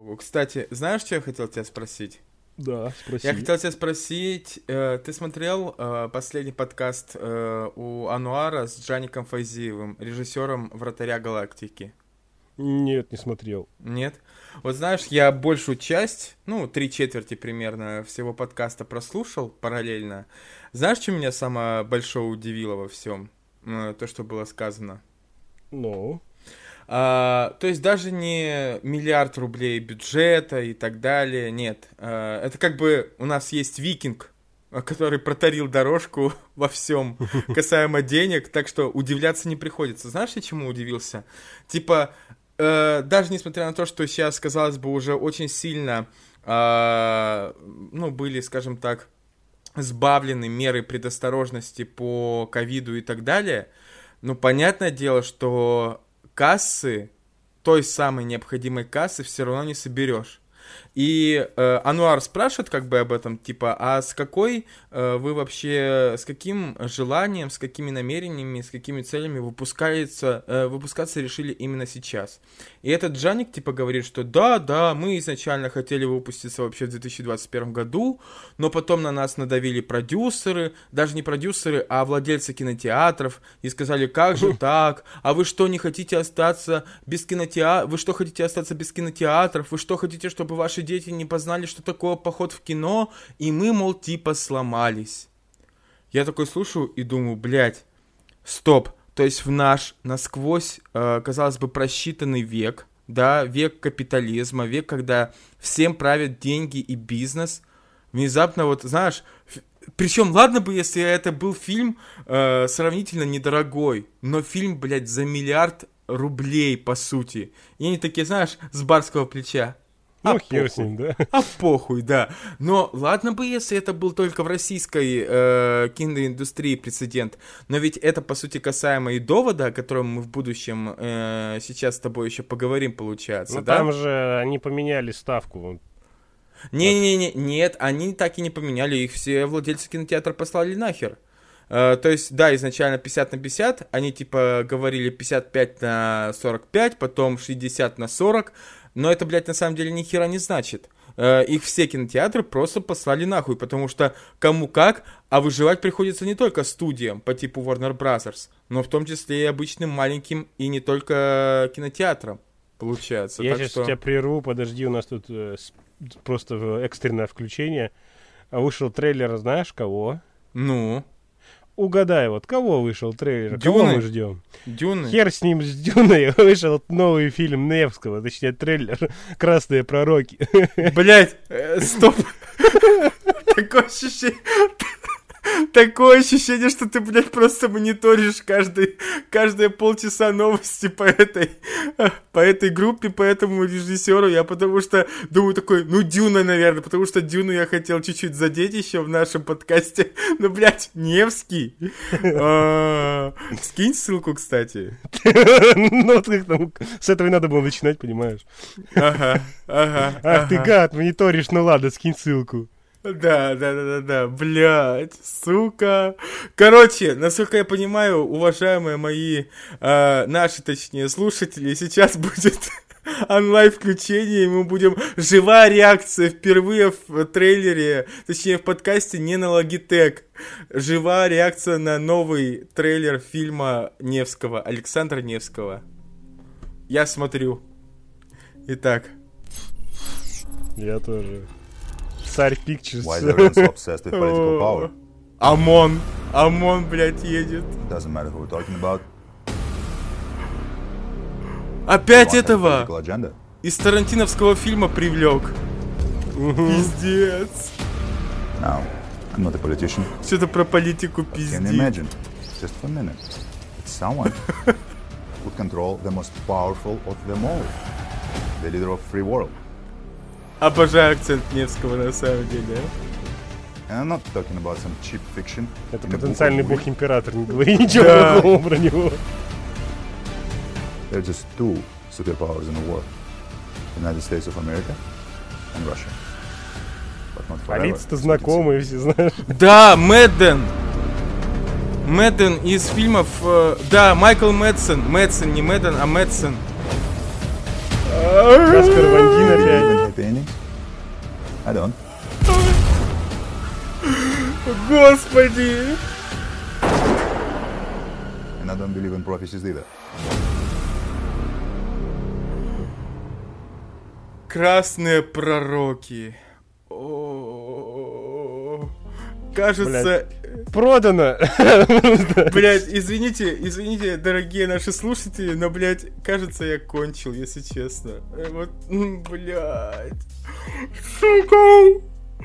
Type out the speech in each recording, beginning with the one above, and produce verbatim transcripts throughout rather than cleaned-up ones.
Кстати, знаешь, что я хотел тебя спросить? Да, спроси. Я хотел тебя спросить, э, ты смотрел э, последний подкаст э, у Ануара с Джаником Файзиевым, режиссером «Вратаря галактики»? Нет, не смотрел. Нет? Вот знаешь, я большую часть, ну, три четверти примерно всего подкаста прослушал параллельно. Знаешь, что меня самое большое удивило во всем? Э, то, что было сказано. Ну? А, то есть даже не миллиард рублей бюджета и так далее, нет. А, это как бы у нас есть викинг, который протарил дорожку во всем касаемо денег, так что удивляться не приходится. Знаешь, я чему удивился? Типа, э, даже несмотря на то, что сейчас, казалось бы, уже очень сильно, э, ну, были, скажем так, сбавлены меры предосторожности по ковиду и так далее, ну, понятное дело, что кассы, той самой необходимой кассы все равно не соберешь. И э, Ануар спрашивает как бы об этом, типа, а с какой э, вы вообще, с каким желанием, с какими намерениями, с какими целями выпускается, э, выпускаться решили именно сейчас? И этот Джаник, типа, говорит, что да, да, мы изначально хотели выпуститься вообще в две тысячи двадцать первом году, но потом на нас надавили продюсеры, даже не продюсеры, а владельцы кинотеатров, и сказали, как же так, а вы что, не хотите остаться без кинотеатров, вы что, хотите остаться без кинотеатров, вы что, хотите, чтобы ваши дети не познали, что такое поход в кино, и мы, мол, типа сломались. Я такой слушаю и думаю, блядь, стоп, то есть в наш насквозь, э, казалось бы, просчитанный век, да, век капитализма, век, когда всем правят деньги и бизнес, внезапно вот, знаешь, ф- причем, ладно бы, если это был фильм э, сравнительно недорогой, но фильм, блядь, за миллиард рублей, по сути. И они такие, знаешь, с барского плеча. Ну, а хер похуй. с ним, да? А похуй, да. Но ладно бы, если это был только в российской э, киноиндустрии прецедент. Но ведь это, по сути, касаемо и довода, о котором мы в будущем э, сейчас с тобой еще поговорим, получается, Ну, да? там же они поменяли ставку. Не-не-не, нет, они так и не поменяли. Их все владельцы кинотеатра послали нахер. Uh, то есть, да, изначально пятьдесят на пятьдесят, они типа говорили пятьдесят пять на сорок пять, потом шестьдесят на сорок, но это, блядь, на самом деле ни хера не значит. Uh, их все кинотеатры просто послали нахуй, потому что кому как, а выживать приходится не только студиям по типу Warner Brothers, но в том числе и обычным маленьким и не только кинотеатрам, получается. Я так сейчас что... тебя прерву, подожди, у нас тут э, с- просто экстренное включение. Вышел трейлер, знаешь кого? Ну? Угадай, вот кого вышел трейлер, Дюны. кого мы ждем? Дюны? Хер с ним, с Дюной, вышел новый фильм Невского, точнее трейлер «Красные пророки». Блять, э, стоп. Такое ощущение... Такое ощущение, что ты, блядь, просто мониторишь каждый, каждые полчаса новости по этой, по этой группе, по этому режиссеру. Я потому что думаю такой, ну, Дюна, наверное, потому что Дюну я хотел чуть-чуть задеть еще в нашем подкасте. Ну, блядь, Невский. А, скинь ссылку, кстати. Ну, вот как там, с этого и надо было начинать, понимаешь? Ага, ага. Ах ты гад, мониторишь, ну ладно, скинь ссылку. Да, да, да, да, да, блядь, сука. Короче, насколько я понимаю, уважаемые мои, э, наши, точнее, слушатели, сейчас будет онлайн-включение, и мы будем... Живая реакция впервые в трейлере, точнее, в подкасте не на Logitech. Живая реакция на новый трейлер фильма Невского, Александра Невского. Я смотрю. Итак. Я тоже. Царь Pictures. Why is everyone so obsessed with political power? ОМОН. ОМОН, блядь, едет. Doesn't matter who we're talking about. Опять One has a этого political agenda. из тарантиновского фильма привлек. Пиздец. Now, I'm not a politician. Что-то про политику Can you пиздит. imagine, just for a minute, that someone would control the most powerful of them all, the leader of free world? Обожаю акцент Невского на самом деле. And I'm not talking about some cheap fiction. Это in a book or потенциальный movie. бог-император, не говори ничего Да. плохого про него. There are just two superpowers in the world: United States of America and Russia. But not А forever. лица-то знакомые все, знаешь. Да, Мэдден. Мэдден из фильмов... э, да, Майкл Мэдсон. Мэдсон, не Мэдден, а Мэдсон. Каспер Ван Дин опять. I don't. Господи! And I don't believe in prophecies either. Красные пророки. О-о-о. Кажется... Блядь, продано! Блядь, извините, извините, дорогие наши слушатели, но, блядь, кажется, я кончил, если честно. Вот, блядь. Сука!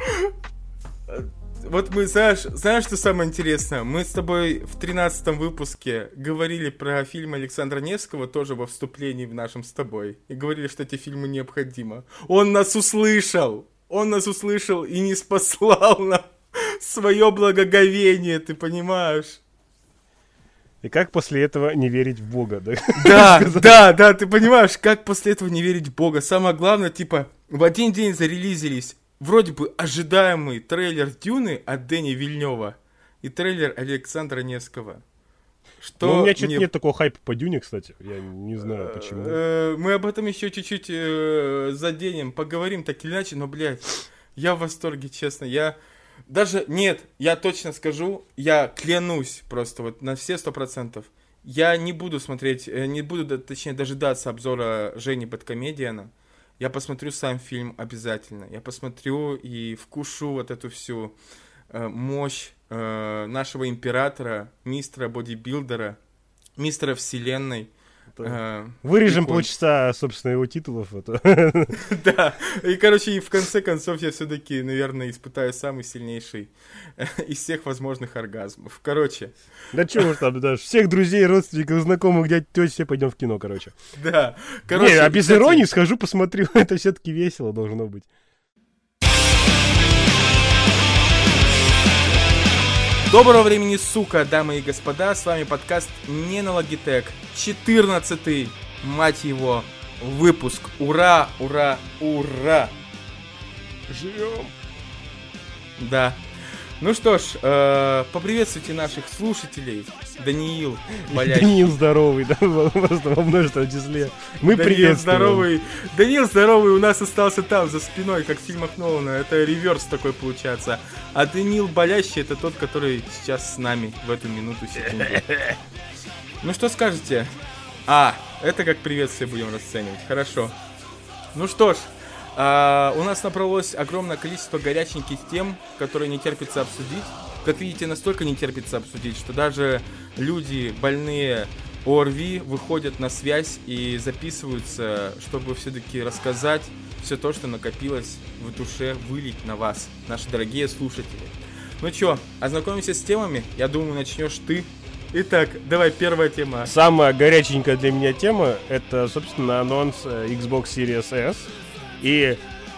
Вот мы, знаешь, знаешь, что самое интересное? Мы с тобой в тринадцатом выпуске говорили про фильм Александра Невского, тоже во вступлении в нашем с тобой, и говорили, что эти фильмы необходимы. Он нас услышал! Он нас услышал и не спаслал нам свое благоговение, ты понимаешь? И как после этого не верить в Бога, да? Да, да, да, ты понимаешь, как после этого не верить в Бога? Самое главное, типа, в один день зарелизились вроде бы ожидаемый трейлер Дюны от Дэни Вильнёва и трейлер Александра Невского. Что ну, у меня что-то мне... нет такого хайпа по Дюне, кстати. Я не знаю, почему. Мы об этом еще чуть-чуть заденем, поговорим так или иначе, но, блядь, я в восторге, честно. Я даже... Нет, я точно скажу, я клянусь просто вот на все сто процентов. Я не буду смотреть, не буду, точнее, дожидаться обзора Жени Бэдкомедиана. Я посмотрю сам фильм обязательно. Я посмотрю и вкушу вот эту всю э, мощь э, нашего императора, мистера бодибилдера, мистера вселенной. Э, Вырежем икон. полчаса, собственно, его титулов. Да, и, короче, и в конце концов я все-таки, наверное, испытаю самый сильнейший из всех возможных оргазмов. Короче. Да чего уж там, даже всех друзей, родственников, знакомых, дядь, тёть, все пойдем в кино, короче. Да. Короче, не, а без кстати... иронии схожу, посмотрю, это все-таки весело должно быть. Доброго времени, сука, дамы и господа, с вами подкаст «Не на Logitech», четырнадцатый, мать его, выпуск. Ура, ура, ура! Живем! Да. Ну что ж, э, поприветствуйте наших слушателей. Даниил, болящий. Даниил здоровый, да, просто во множественном числе. Мы Даниил приветствуем. здоровый. Даниил здоровый у нас остался там, за спиной, как в фильмах Нолана. Это реверс такой получается. А Даниил болящий — это тот, который сейчас с нами в эту минуту, секунду. Ну что скажете? А, это как приветствие будем расценивать. Хорошо. Ну что ж, а, у нас набралось огромное количество горяченьких тем, которые не терпится обсудить. Как видите, настолько не терпится обсудить, что даже люди, больные ОРВИ, выходят на связь и записываются, чтобы все-таки рассказать все то, что накопилось в душе, вылить на вас, наши дорогие слушатели. Ну чё, ознакомимся с темами? Я думаю, начнешь ты. Итак, давай, первая тема. Самая горяченькая для меня тема — это, собственно, анонс Xbox Series S. И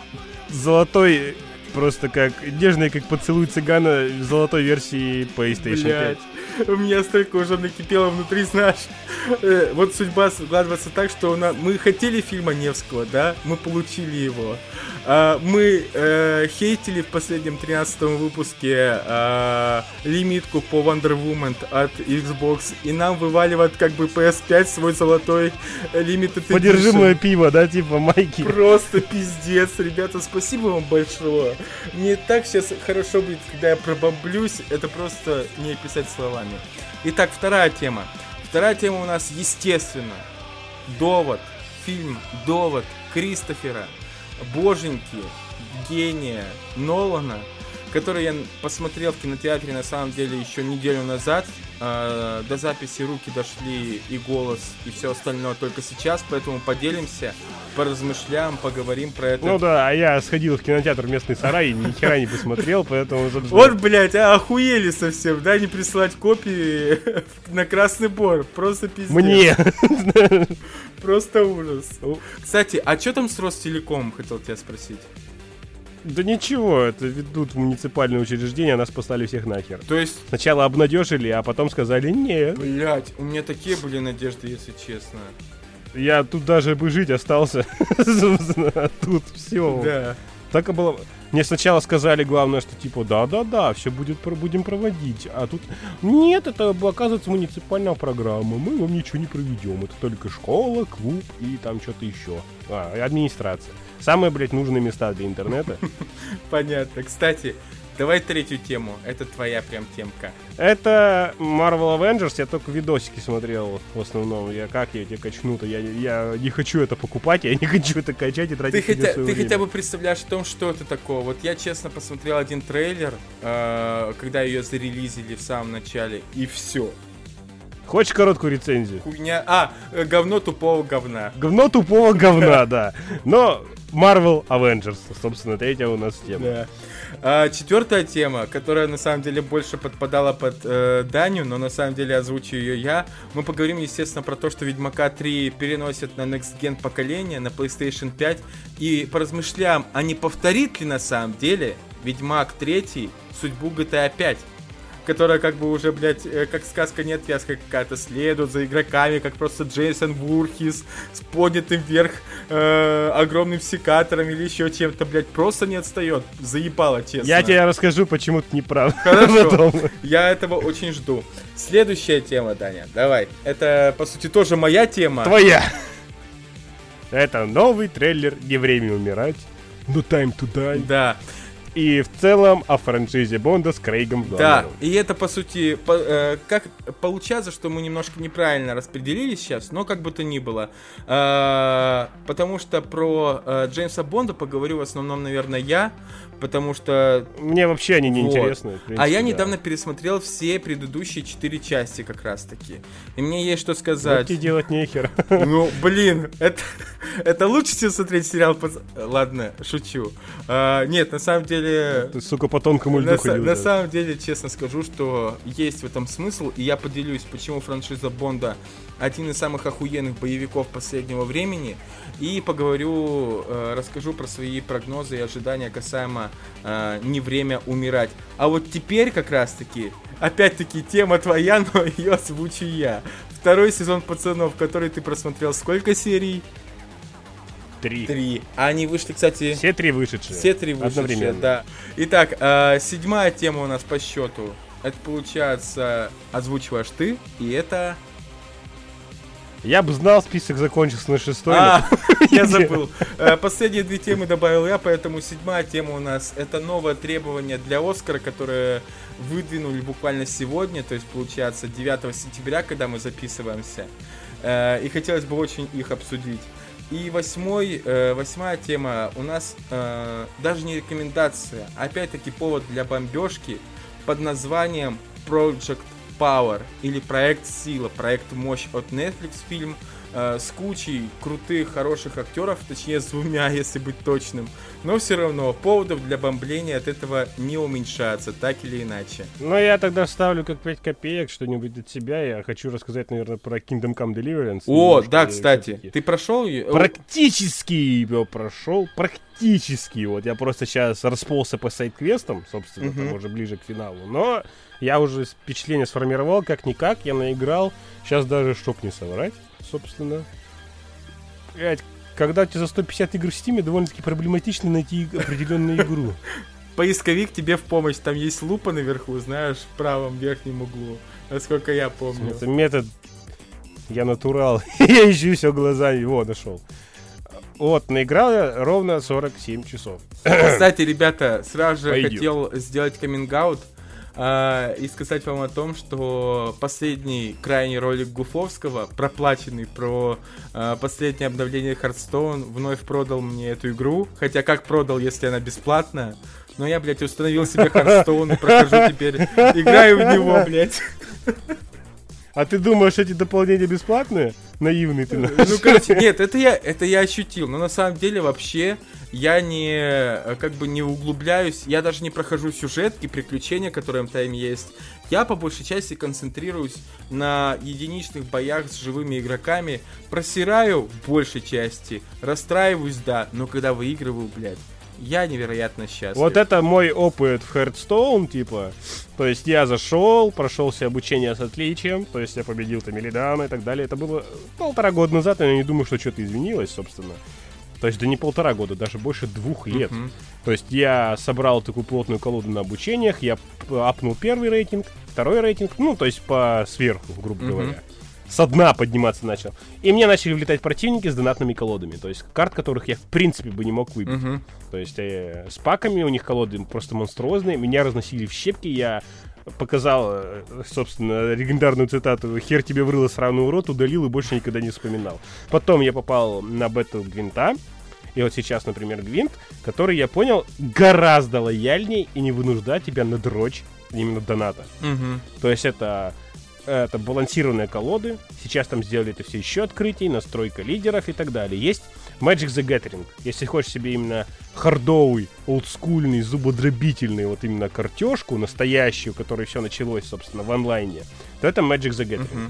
золотой, просто как нежный, как поцелуй цыгана в золотой версии PlayStation Блядь, пять. у меня столько уже накипело внутри, знаешь. Э, вот судьба складывается так, что у нас... мы хотели фильма Невского, да, мы получили его. А, мы э, хейтили в последнем тринадцатом выпуске э, лимитку по Wonder Woman от Xbox, и нам вываливают как бы пи эс пять свой золотой Limited Edition. Подержимое пиво, да, типа майки. Просто пиздец, ребята, спасибо вам большое. Мне так сейчас хорошо будет, когда я пробомблюсь, это просто не описать словами. Итак, вторая тема. Вторая тема у нас, естественно, «Довод», фильм «Довод» Кристофера, боженьки, гения Нолана, который я посмотрел в кинотеатре на самом деле еще неделю назад. Э, до записи руки дошли и голос, и все остальное только сейчас, поэтому поделимся, поразмышляем, поговорим про это. Ну да, а я сходил в кинотеатр «Местный сарай» и ни хера не посмотрел, поэтому, собственно... Вот, блядь, а охуели совсем, да, не присылать копии на Красный Бор, просто пиздец. Мне! Просто ужас. Кстати, а что там с Ростелекомом, хотел тебя спросить? Да ничего, это ведут в муниципальное учреждение, а нас послали всех нахер. То есть... Сначала обнадежили, а потом сказали нет. Блять, у меня такие были надежды, если честно. Я тут даже бы жить остался. А тут все. Да. Так и было. Мне сначала сказали, главное, что типа, да-да-да, все будет, будем проводить. А тут, нет, это, оказывается, муниципальная программа. Мы вам ничего не проведем. Это только школа, клуб и там что-то еще. А, администрация. Самые, блядь, нужные места для интернета. Понятно. Кстати, давай третью тему. Это твоя прям темка. Это Marvel Avengers. Я только видосики смотрел в основном. Я как я тебе качну-то? Я, я не хочу это покупать, я не хочу это качать и тратить ты хотя, свое Ты время. хотя бы представляешь о том, что это такое. Вот я честно посмотрел один трейлер, э, когда ее зарелизили в самом начале, и все. Хочешь короткую рецензию? Хуйня. А, говно тупого говна. Говно тупого говна, да. Но Marvel Avengers, собственно, третья у нас тема. Да. А, четвертая тема, которая на самом деле больше подпадала под э, Даню, но на самом деле озвучу ее я. Мы поговорим, естественно, про то, что Ведьмака три переносят на Next Gen поколение, на PlayStation пять. И поразмышляем, а не повторит ли на самом деле Ведьмак три судьбу джи ти эй пять? Которая как бы уже, блядь, как сказка нет вязка какая-то, следует за игроками, как просто Джейсон Вурхис с поднятым вверх э, огромным секатором или еще чем-то, блядь, просто не отстает. Заебало, честно. Я тебе расскажу, почему ты не прав. Хорошо, я этого очень жду. Следующая тема, Даня, давай. Это, по сути, тоже моя тема. Твоя. Это новый трейлер «Не время умирать». No time to die. Да. И в целом о франшизе Бонда с Крейгом в главной Да, роли. и это по сути, по, э, как получается, что мы немножко неправильно распределились сейчас, но как бы то ни было. Э, потому что про э, Джеймса Бонда поговорю в основном, наверное, я, потому что... Мне вообще они не вот. интересны. Принципе, а я да. недавно пересмотрел все предыдущие четыре части как раз-таки. И мне есть что сказать. Вот тебе делать нехер. Ну, блин, это, это лучше, чем смотреть сериал... По... Ладно, шучу. А, нет, на самом деле... Ты, сука, по тонкому льду На, ходил. на да. самом деле, честно скажу, что есть в этом смысл, и я поделюсь, почему франшиза Бонда один из самых охуенных боевиков последнего времени, и поговорю, э, расскажу про свои прогнозы и ожидания касаемо э, «Не время умирать». А вот теперь как раз-таки, опять-таки, тема твоя, но ее озвучу я. Второй сезон «Пацанов», который ты просмотрел сколько серий? Три. Три. А они вышли, кстати... Все три вышедшие. Все три вышедшие, одновременно. да. Итак, э, седьмая тема у нас по счету. Это, получается, озвучиваешь ты, и это... Я бы знал, список закончился на шестой. А, я забыл. Э, Последние две темы добавил я, поэтому седьмая тема у нас — это новое требование для Оскара, которое выдвинули буквально сегодня, то есть, получается, девятого сентября, когда мы записываемся. Э, И хотелось бы очень их обсудить. И восьмой, э, восьмая тема у нас э, даже не рекомендация, а опять-таки повод для бомбежки под названием Project Power или Проект Сила, Проект Мощь от Netflix фильм э, с кучей крутых, хороших актеров, точнее с двумя, если быть точным, но все равно поводов для бомбления от этого не уменьшается, так или иначе. Ну, я тогда вставлю как пять копеек что-нибудь от себя. Я хочу рассказать, наверное, про Kingdom Come Deliverance. О, Немножко, да, кстати, все-таки. ты прошел ее? Практически его прошел. Практически. Вот я просто сейчас расползся по сайд-квестам, собственно, Мгм. там уже ближе к финалу. Но я уже впечатление сформировал, как-никак, я наиграл. Сейчас даже чтоб не соврать, собственно. Блять, когда у тебя за сто пятьдесят игр в Стиме, довольно-таки проблематично найти определенную игру. Поисковик тебе в помощь, там есть лупа наверху, знаешь, в правом верхнем углу, насколько я помню. Это метод... Я натурал. Я ищу все глазами. Во, нашел. Вот, наиграл я ровно сорок семь часов. Кстати, ребята, сразу же Пойдет. хотел сделать каминг-аут а, и сказать вам о том, что последний крайний ролик Гуфовского, проплаченный про а, последнее обновление Hearthstone, вновь продал мне эту игру. Хотя как продал, если она бесплатная? Но я, блядь, установил себе Hearthstone и прохожу теперь. Играю в него, блядь. А ты думаешь, эти дополнения бесплатные? Наивный ты. Ну, короче, нет, это я, это я ощутил. Но на самом деле вообще я не, э, как бы не углубляюсь. Я даже не прохожу сюжетки, приключения, которые там есть. Я по большей части концентрируюсь на единичных боях с живыми игроками. Просираю в большей части. Расстраиваюсь, да. Но когда выигрываю, блядь, я невероятно счастлив. Вот это мой опыт в Hearthstone, типа. То есть я зашел, прошел все обучение с отличием, то есть я победил там Илидана и так далее. Это было полтора года назад, и я не думаю, что что-то изменилось, собственно. То есть, да не полтора года, даже больше двух лет. Uh-huh. То есть, я собрал такую плотную колоду на обучениях, я апнул первый рейтинг, второй рейтинг, ну, то есть, по сверху, грубо uh-huh. говоря. Со дна подниматься начал. И мне начали влетать противники с донатными колодами. То есть, карт, которых я, в принципе, бы не мог выбить. Uh-huh. То есть, э, с паками у них колоды просто монструозные. Меня разносили в щепки, я... показал, собственно, легендарную цитату «Хер тебе в рыло, сраный урод», удалил и больше никогда не вспоминал. Потом я попал на бету Гвинта, и вот сейчас, например, Гвинт, который, я понял, гораздо лояльней и не вынуждает тебя на дрочь именно доната. Угу. То есть это, это балансированные колоды, сейчас там сделали это все еще открытий, настройка лидеров и так далее. Есть Magic the Gathering. Если хочешь себе именно хардовый, олдскульный, зубодробительный вот именно картежку, настоящую, которой все началось, собственно, в онлайне, то это Magic the Gathering. Uh-huh.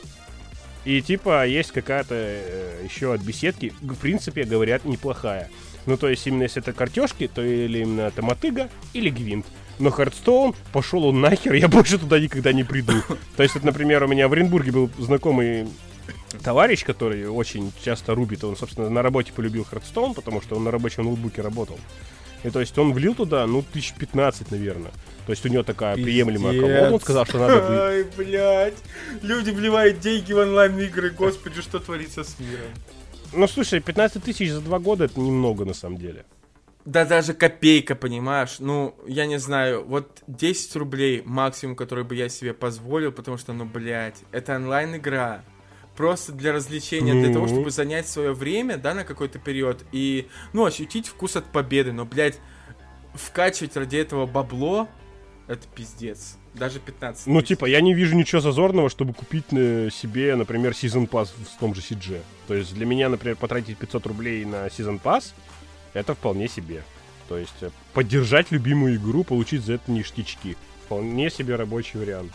И типа есть какая-то э, еще от беседки, в принципе, говорят, неплохая. Ну, то есть именно если это картежки, то или именно это мотыга, или гвинт. Но Hearthstone, пошел он нахер, я больше туда никогда не приду. То есть, вот, например, у меня в Оренбурге был знакомый товарищ, который очень часто рубит. Он, собственно, на работе полюбил Hearthstone, потому что он на рабочем ноутбуке работал. И то есть он влил туда, ну, тысяч пятнадцать, наверное. То есть у него такая Пиздец. приемлемая колода. Он сказал, что надо быть. Ай, блядь. Люди вливают деньги в онлайн-игры. Господи, что творится с миром? Ну, слушай, пятнадцать тысяч за два года — это немного, на самом деле. Да даже копейка, понимаешь? Ну, я не знаю, вот десять рублей максимум, который бы я себе позволил, потому что, ну, блядь, это онлайн-игра. Просто для развлечения, ну... для того, чтобы занять свое время, да, на какой-то период и, ну, ощутить вкус от победы. Но, блядь, вкачивать ради этого бабло, это пиздец. Даже пятнадцать Ну, типа, я не вижу ничего зазорного, чтобы купить на себе, например, Season Pass в том же си джи. То есть для меня, например, потратить пятьсот рублей на Season Pass — это вполне себе. То есть поддержать любимую игру, получить за это ништячки. Вполне себе рабочий вариант.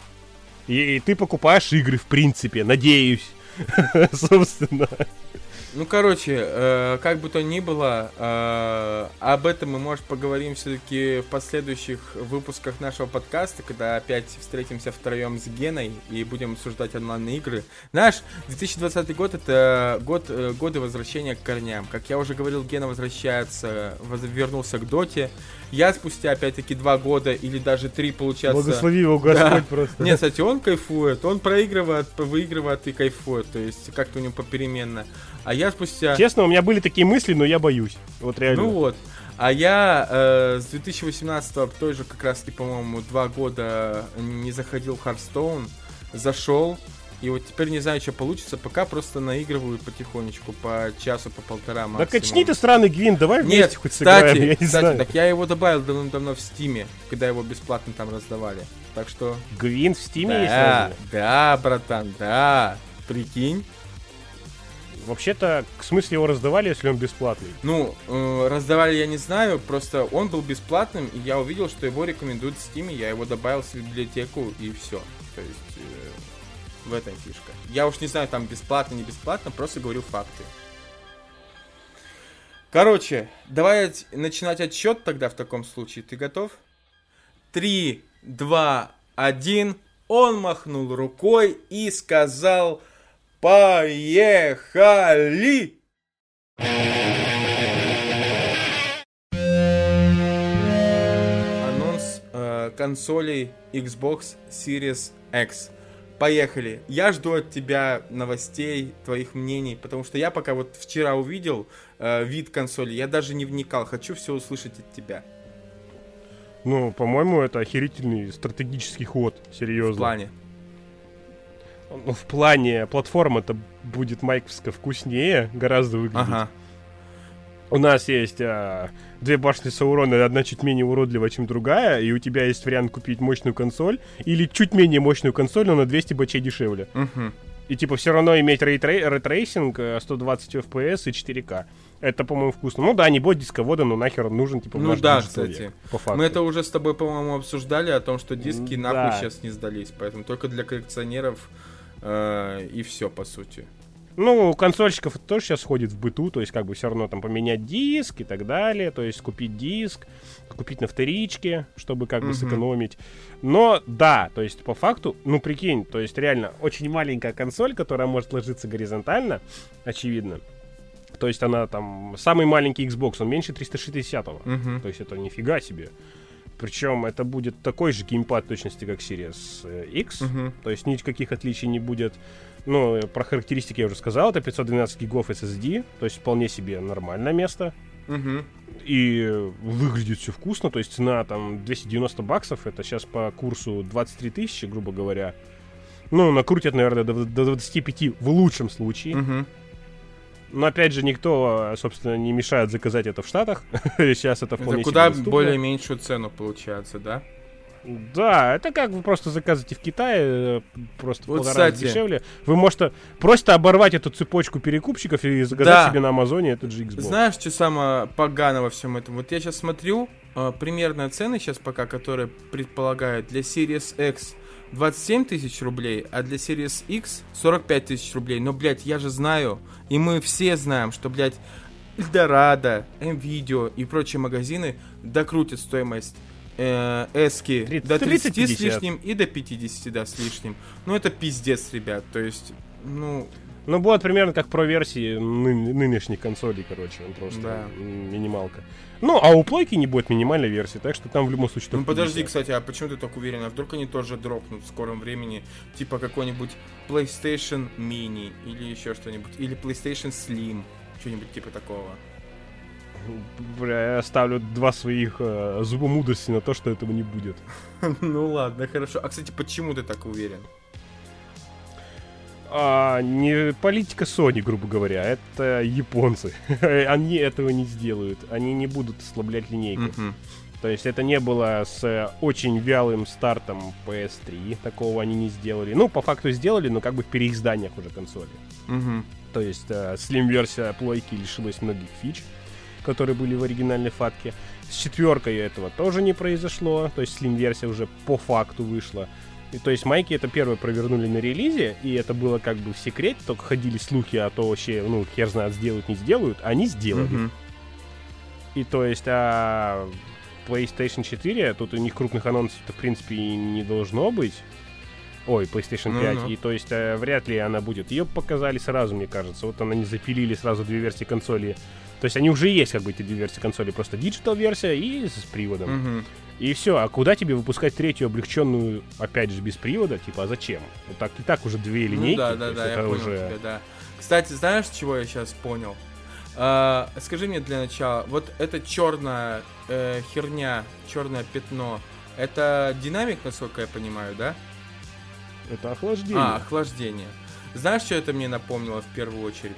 И, и ты покупаешь игры, в принципе, надеюсь. Собственно. Ну, короче, э, как бы то ни было, э, об этом мы, может, поговорим все-таки в последующих выпусках нашего подкаста, когда опять встретимся втроем с Геной и будем обсуждать онлайн-игры. Наш две тысячи двадцатый год — это год, э, годы возвращения к корням. Как я уже говорил, Гена возвращается, воз, вернулся к Доте. Я спустя, опять-таки, два года или даже три, получается... Благослови его Господь, да. Просто. Нет, кстати, он кайфует, он проигрывает, выигрывает и кайфует, то есть как-то у него попеременно. А я спустя... Честно, у меня были такие мысли, но я боюсь. Вот реально. Ну вот. А я э, с две тысячи восемнадцатого, той же как раз-таки, по-моему, два года не заходил в Hearthstone, зашел, и вот теперь не знаю, что получится, пока просто наигрываю потихонечку, по часу, по полтора максимум. Да качни ты сраный Гвинт, давай вместе Нет, хоть кстати, сыграем, я не кстати, знаю. так я его добавил давно-давно в Стиме, когда его бесплатно там раздавали. Так что... Гвинт в Стиме да, есть? Разве? Да, братан, да. Прикинь. Вообще-то, в смысле его раздавали, если он бесплатный? Ну, э, раздавали я не знаю, просто он был бесплатным, и я увидел, что его рекомендуют в Стиме, я его добавил в библиотеку, и все. То есть, э, в этом фишка. Я уж не знаю, там бесплатно, не бесплатно, просто говорю факты. Короче, давай начинать отсчет тогда в таком случае. Ты готов? Три, два, один. Он махнул рукой и сказал... Поехали! Анонс э, консолей Xbox Series X. Поехали. Я жду от тебя новостей, твоих мнений, потому что я пока вот вчера увидел э, вид консоли, я даже не вникал. Хочу все услышать от тебя. Ну, по-моему, это охерительный стратегический ход, серьезно. В плане? Ну, в плане платформа-то будет майковская вкуснее, гораздо выглядеть. Ага. У нас есть а, две башни Саурона, одна чуть менее уродливая, чем другая, и у тебя есть вариант купить мощную консоль, или чуть менее мощную консоль, но на двести бачей дешевле. Угу. И типа все равно иметь рейтрейсинг, сто двадцать эф пи эс и четыре ка. Это, по-моему, вкусно. Ну да, не будет дисковода, но нахер он нужен, типа, в ну наш да, кстати. Век, по факту. Мы это уже с тобой, по-моему, обсуждали, о том, что диски да. нахуй сейчас не сдались, поэтому только для коллекционеров э, и все, по сути. Ну, у консольщиков это тоже сейчас ходит в быту, то есть как бы все равно там поменять диск и так далее, то есть купить диск, купить на вторичке, чтобы как бы uh-huh. сэкономить. Но да, то есть по факту, ну прикинь, то есть реально очень маленькая консоль, которая может ложиться горизонтально, очевидно. То есть она там... Самый маленький Xbox, он меньше триста шестидесятого. Мгм. То есть это нифига себе. Причем это будет такой же геймпад точности, как Series X. Мгм. То есть никаких отличий не будет. Ну, про характеристики я уже сказал. Это пятьсот двенадцать гигов эс эс ди. То есть вполне себе нормальное место. Мгм. И выглядит все вкусно. То есть цена там двести девяносто баксов. Это сейчас по курсу двадцать три тысячи, грубо говоря. Ну, накрутят, наверное, до, до двадцати пяти в лучшем случае. Мгм. Но опять же, никто, собственно, не мешает заказать это в Штатах. Сейчас это вполне Это куда себе доступно. более меньшую цену получается, да? Да, это как вы просто заказываете в Китае, э, просто в Вот, полтора раза кстати. дешевле. Вы можете просто оборвать эту цепочку перекупщиков и заказать Да. себе на Амазоне этот же Xbox. Знаешь, что самое поганое во всем этом? Вот я сейчас смотрю, э, примерные цены сейчас пока, которые предполагают для Series X двадцать семь тысяч рублей, а для Series X сорок пять тысяч рублей. Но, блядь, я же знаю, и мы все знаем, что, блядь, Эльдорадо, М-Видео и прочие магазины докрутят стоимость э, эски тридцать, до тридцати тридцать, с лишним и до пятидесяти, да, с лишним. Ну, это пиздец, ребят. То есть, ну, Ну, будет примерно как про версии ны- нынешних консолей, короче, он просто Да. м, минималка. Ну, а у плойки не будет минимальной версии, так что там в любом случае... ну только подожди, пятьдесят. кстати, а почему ты так уверен? А вдруг они тоже дропнут в скором времени? Типа какой-нибудь PlayStation Mini или еще что-нибудь? Или PlayStation Slim? Что-нибудь типа такого. Бля, я ставлю два своих э, зуба мудрости на то, что этого не будет. Ну ладно, хорошо. А, кстати, почему ты так уверен? А, не политика Sony, грубо говоря, это японцы. Они этого не сделают. Они не будут ослаблять линейку. Мгм. То есть это не было с э, очень вялым стартом пи эс три. Такого они не сделали. Ну, по факту сделали, но как бы в переизданиях уже консоли. Мгм. То есть э, Slim-версия плойки лишилась многих фич, которые были в оригинальной фатке. С четверкой этого тоже не произошло. То есть Slim-версия уже по факту вышла. И, то есть майки это первое провернули на релизе, и это было как бы в секрете, только ходили слухи, а то вообще, ну, хер знает, сделают, не сделают. Они сделали. Мгм. И то есть, а PlayStation четыре, тут у них крупных анонсов-то, в принципе, и не должно быть. Ой, PlayStation пять. Ну-ну. И то есть, э, вряд ли она будет. Ее показали сразу, мне кажется. Вот она не запилили сразу две версии консоли. То есть, они уже есть, как бы, эти две версии консоли. Просто диджитал-версия и с приводом. Мгм. И все. А куда тебе выпускать третью облегченную, опять же, без привода? Типа, а зачем? Вот так и так уже две линейки. Ну да, то да, есть да, я это понял уже... тебя, да. Кстати, знаешь, чего я сейчас понял? А, скажи мне для начала, вот эта черная э, херня, черное пятно, это динамик, насколько я понимаю, да? Это охлаждение. А, охлаждение. Знаешь, что это мне напомнило в первую очередь?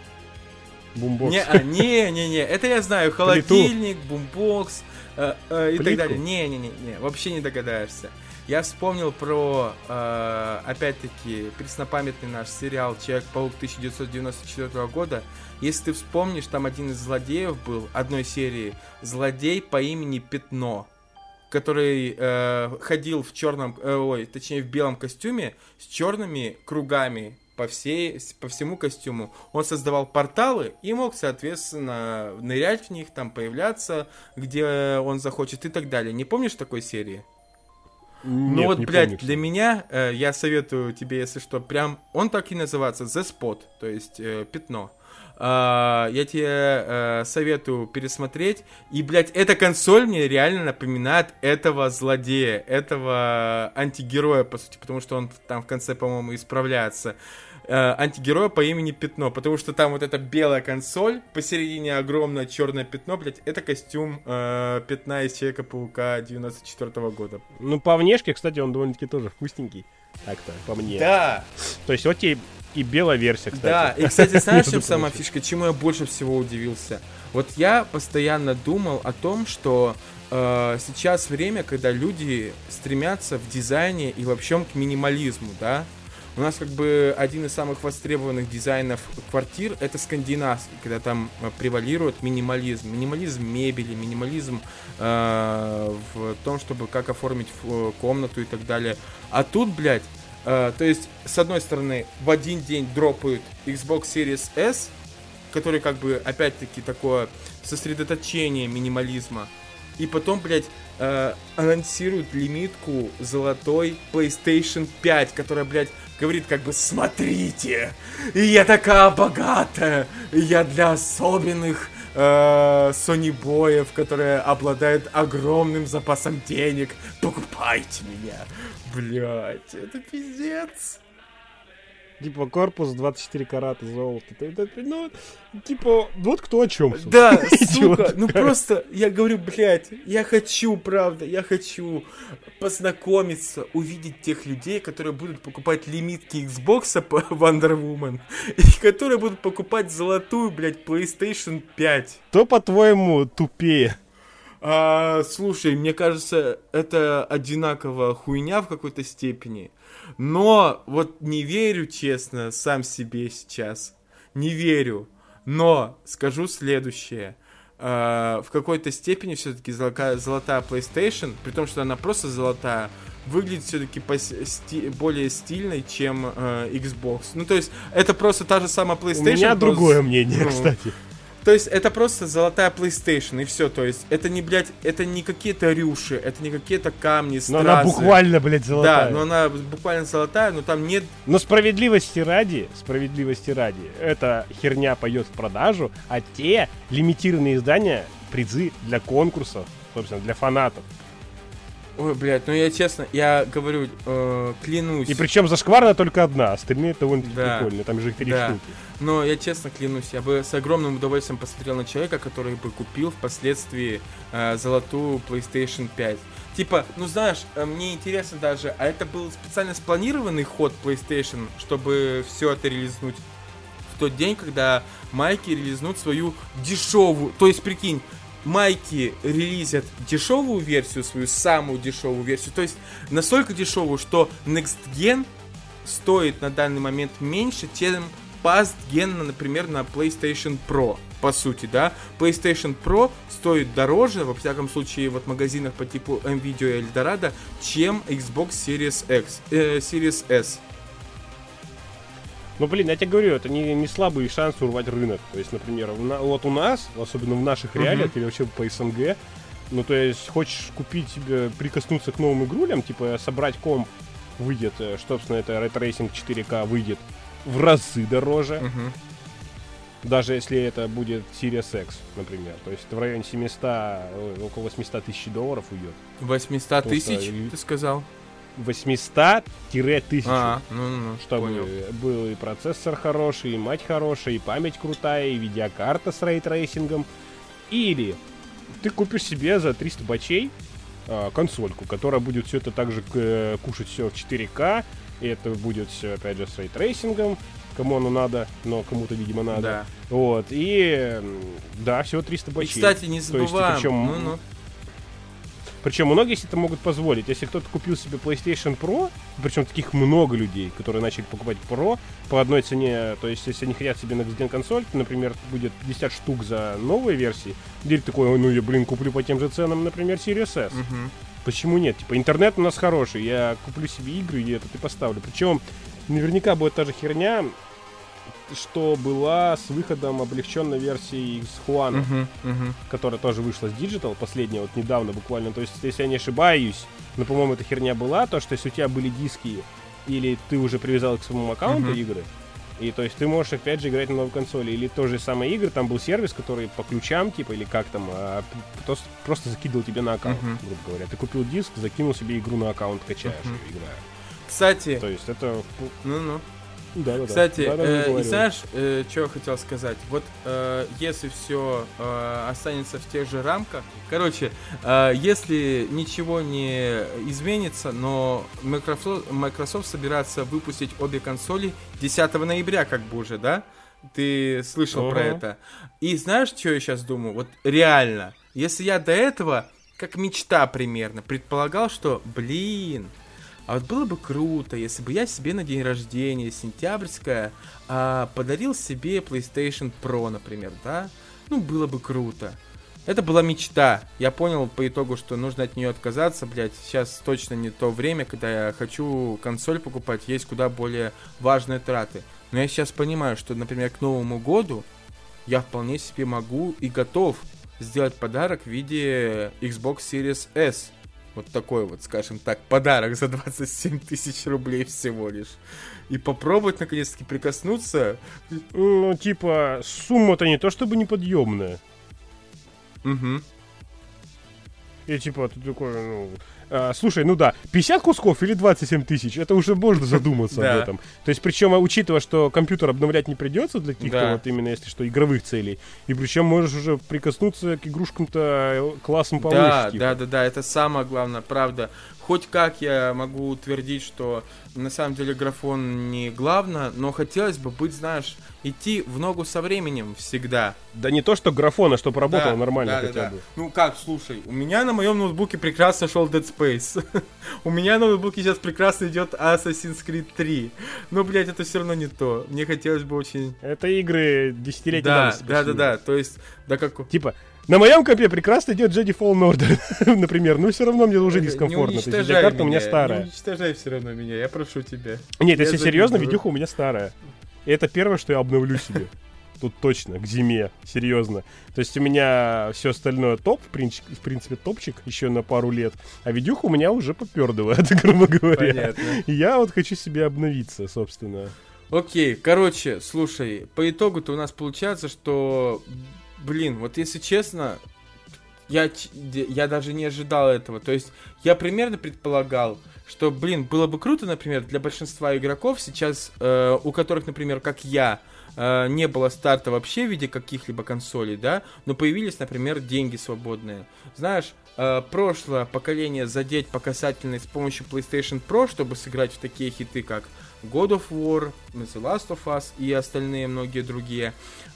Бумбокс. Не, а, не, не, не, это я знаю, холодильник, бумбокс э, э, и так Плитку? далее. Не, не, не, не, вообще не догадаешься. Я вспомнил про, э, опять-таки, преснопамятный наш сериал «Человек-паук» тысяча девятьсот девяносто четвёртого года. Если ты вспомнишь, там один из злодеев был, одной серии, злодей по имени Пятно, который э, ходил в черном, э, ой, точнее в белом костюме с черными кругами по всей, по всему костюму. Он создавал порталы и мог, соответственно, нырять в них, там появляться, где он захочет и так далее. Не помнишь такой серии? Нет, Ну вот, не блядь, помню, для кстати. меня, э, я советую тебе, если что, прям, он так и называется, The Spot, то есть э, пятно. А, я тебе э, советую пересмотреть. И, блядь, эта консоль мне реально напоминает этого злодея, этого антигероя, по сути, потому что он там в конце, по-моему, исправляется. Э, антигероя по имени Пятно, потому что там вот эта белая консоль, посередине огромное черное пятно, блядь, это костюм э, Пятна из Человека-паука девяносто четвёртого года. Ну, по внешке, кстати, он довольно-таки тоже вкусненький. Так-то, по мне. Да, То есть, вот тебе и белая версия, кстати. да, и, кстати, знаешь, в чем Между самая прочим. фишка, чему я больше всего удивился? Вот я постоянно думал о том, что э, сейчас время, когда люди стремятся в дизайне и вообще к минимализму, да? У нас как бы один из самых востребованных дизайнов квартир — это скандинавский, когда там э, превалирует минимализм. Минимализм мебели, минимализм э, в том, чтобы как оформить э, комнату и так далее. А тут, блядь, э, то есть, с одной стороны, в один день дропают Xbox Series S, который как бы, опять-таки, такое сосредоточение минимализма. и потом, блядь, э, анонсируют лимитку золотой PlayStation пять, которая, блядь, говорит как бы: смотрите, я такая богатая, я для особенных э, сонибоев, которые обладают огромным запасом денег, покупайте меня. Блядь, это пиздец. Типа корпус двадцать четыре карата золота. Это, это, ну, типа, вот кто о чем. Да, сука, ну просто, я говорю, блядь, я хочу, правда, я хочу познакомиться, увидеть тех людей, которые будут покупать лимитки Xbox по Wonder Woman, и которые будут покупать золотую, блядь, PlayStation пять. Кто, по-твоему, тупее? А, слушай, мне кажется, это одинаково хуйня в какой-то степени. Но вот не верю, честно, сам себе сейчас. Не верю. Но скажу следующее. А, в какой-то степени все-таки золотая, золотая PlayStation, при том, что она просто золотая, выглядит все-таки сти- более стильной, чем э, Xbox. Ну, то есть, это просто та же самая PlayStation. У меня просто... другое мнение, ну, кстати. То есть это просто золотая PlayStation, и все. То есть это не, блядь, это не какие-то рюши, это не какие-то камни, стразы. Но она буквально, блядь, золотая. Да, но она буквально золотая, но там нет... Но справедливости ради, справедливости ради, эта херня пойдет в продажу, а те лимитированные издания, призы для конкурсов, собственно, для фанатов. Ой, блядь, ну я честно, я говорю, э, клянусь. И причем зашкварна только одна, остальные довольно-таки Да. прикольные, там же их три Да. штуки. Но я честно клянусь, я бы с огромным удовольствием посмотрел на человека, который бы купил впоследствии э, золотую PlayStation пять. Типа, ну знаешь, э, мне интересно даже, а это был специально спланированный ход PlayStation, чтобы все это релизнуть в тот день, когда майки релизнут свою дешевую, то есть прикинь, майки релизят дешевую версию, свою самую дешевую версию, то есть настолько дешевую, что Next Gen стоит на данный момент меньше, чем Past Gen, например, на PlayStation Pro, по сути, да. PlayStation Pro стоит дороже, во всяком случае, вот в магазинах по типу Nvidia и Eldorado, чем Xbox Series X, э, Series S. Ну, блин, я тебе говорю, это не, не слабый шанс урвать рынок. То есть, например, в на, вот у нас, особенно в наших Мгм. реалиях, или вообще по СНГ, ну, то есть, хочешь купить себе, прикоснуться к новым игрулям, типа, собрать комп, выйдет, э, что, собственно, это Ray Tracing четыре ка выйдет в разы дороже, Мгм. даже если это будет Series X, например. То есть, это в районе семьсот, ой, около восемьсот тысяч долларов уйдет. восемьсот тысяч, Просто- ты сказал? восемьсот-тысячу. А, ну-ну-ну, Чтобы понял. был и процессор хороший, и мать хорошая, и память крутая, и видеокарта с рейтрейсингом. Или ты купишь себе за триста бачей а, консольку, которая будет все это также к- кушать все в четыре ка, и это будет все, опять же, с рейтрейсингом, кому оно надо, но кому-то, видимо, надо. Да. Вот, и м, да, всего триста И, бачей. кстати, не То есть, забываем, причем, ну-ну. Причем многие себе это могут позволить. Если кто-то купил себе PlayStation Pro, причем таких много людей, которые начали покупать Pro по одной цене, то есть если они хотят себе Next Gen консоль, то, например, будет пятьдесят штук за новые версии, или такой, ой, ну я, блин, куплю по тем же ценам, например, Series S. Мгм. Почему нет? Типа, интернет у нас хороший, я куплю себе игры и этот и поставлю. Причем, наверняка будет та же херня, что была с выходом облегченной версии с Хуана, Мгм, мгм. которая тоже вышла с Digital, последняя вот недавно буквально. То есть, если я не ошибаюсь, но, по-моему, эта херня была, то, что если у тебя были диски, или ты уже привязал к своему аккаунту Мгм. игры, и то есть ты можешь опять же играть на новой консоли, или то же самое игры, там был сервис, который по ключам, типа, или как там, а, просто, просто закидывал тебе на аккаунт, Мгм. грубо говоря. Ты купил диск, закинул себе игру на аккаунт, качаешь Мгм. ее, играешь. Кстати, То есть это... ну-ну. Да, да, да. Кстати, Да, да, э, я и говорю. знаешь, э, что я хотел сказать? Вот э, если все э, останется в тех же рамках, короче, э, если ничего не изменится, но Microsoft, Microsoft собирается выпустить обе консоли десятого ноября, как бы уже, да? Ты слышал Ага. про это? И знаешь, что я сейчас думаю? Вот реально, если я до этого, как мечта примерно, предполагал, что, блин, а вот было бы круто, если бы я себе на день рождения, сентябрьское, а, подарил себе PlayStation Pro, например, да? Ну, было бы круто. Это была мечта. Я понял по итогу, что нужно от нее отказаться, блядь. Сейчас точно не то время, когда я хочу консоль покупать, есть куда более важные траты. Но я сейчас понимаю, что, например, к Новому году я вполне себе могу и готов сделать подарок в виде Xbox Series S. Вот такой вот, скажем так, подарок за двадцать семь тысяч рублей всего лишь. И попробовать, наконец-таки, прикоснуться. Ну, типа, сумма-то не то чтобы неподъемная. Угу. И типа, ты такой, ну... А, слушай, ну да, пятьдесят кусков или двадцать семь тысяч, это уже можно задуматься об этом. То есть, причем, учитывая, что компьютер обновлять не придется для каких-то вот именно, если что, игровых целей. И причем можешь уже прикоснуться к игрушкам-то классом повыше. Да, да, да, да, это самое главное, правда. Хоть как я могу утвердить, что на самом деле графон не главное, но хотелось бы быть, знаешь, идти в ногу со временем всегда. Да не то, что графон, а чтобы работал да, нормально да, хотя да, бы. Да. Ну как, слушай, у меня на моем ноутбуке прекрасно шел Dead Space. У меня на ноутбуке сейчас прекрасно идет Assassin's Creed три. Но, блядь, это все равно не то. Мне хотелось бы очень... Это игры десятилетия да, давности. Да, да, да, то есть, да как... Типа... На моем компе прекрасно идет Jedi Fallen Order, например, но все равно мне уже дискомфортно. Не То есть видеокарта у меня старая. Не уничтожай все равно меня, я прошу тебя. Нет, если серьезно, видюха у меня старая. И это первое, что я обновлю себе. Тут точно, к зиме, серьезно. То есть у меня все остальное топ, в принципе, в принципе топчик еще на пару лет, а видюха у меня уже попердывает, грубо говоря. Понятно. И я вот хочу себе обновиться, собственно. Окей, короче, слушай, по итогу-то у нас получается, что... Блин, вот если честно, я, я даже не ожидал этого. То есть я примерно предполагал, что, блин, было бы круто, например, для большинства игроков сейчас, э, у которых, например, как я, э, не было старта вообще в виде каких-либо консолей, да, но появились, например, деньги свободные. Знаешь, э, прошлое поколение задеть по касательной с помощью PlayStation Pro, чтобы сыграть в такие хиты, как God of War, The Last of Us и остальные многие другие.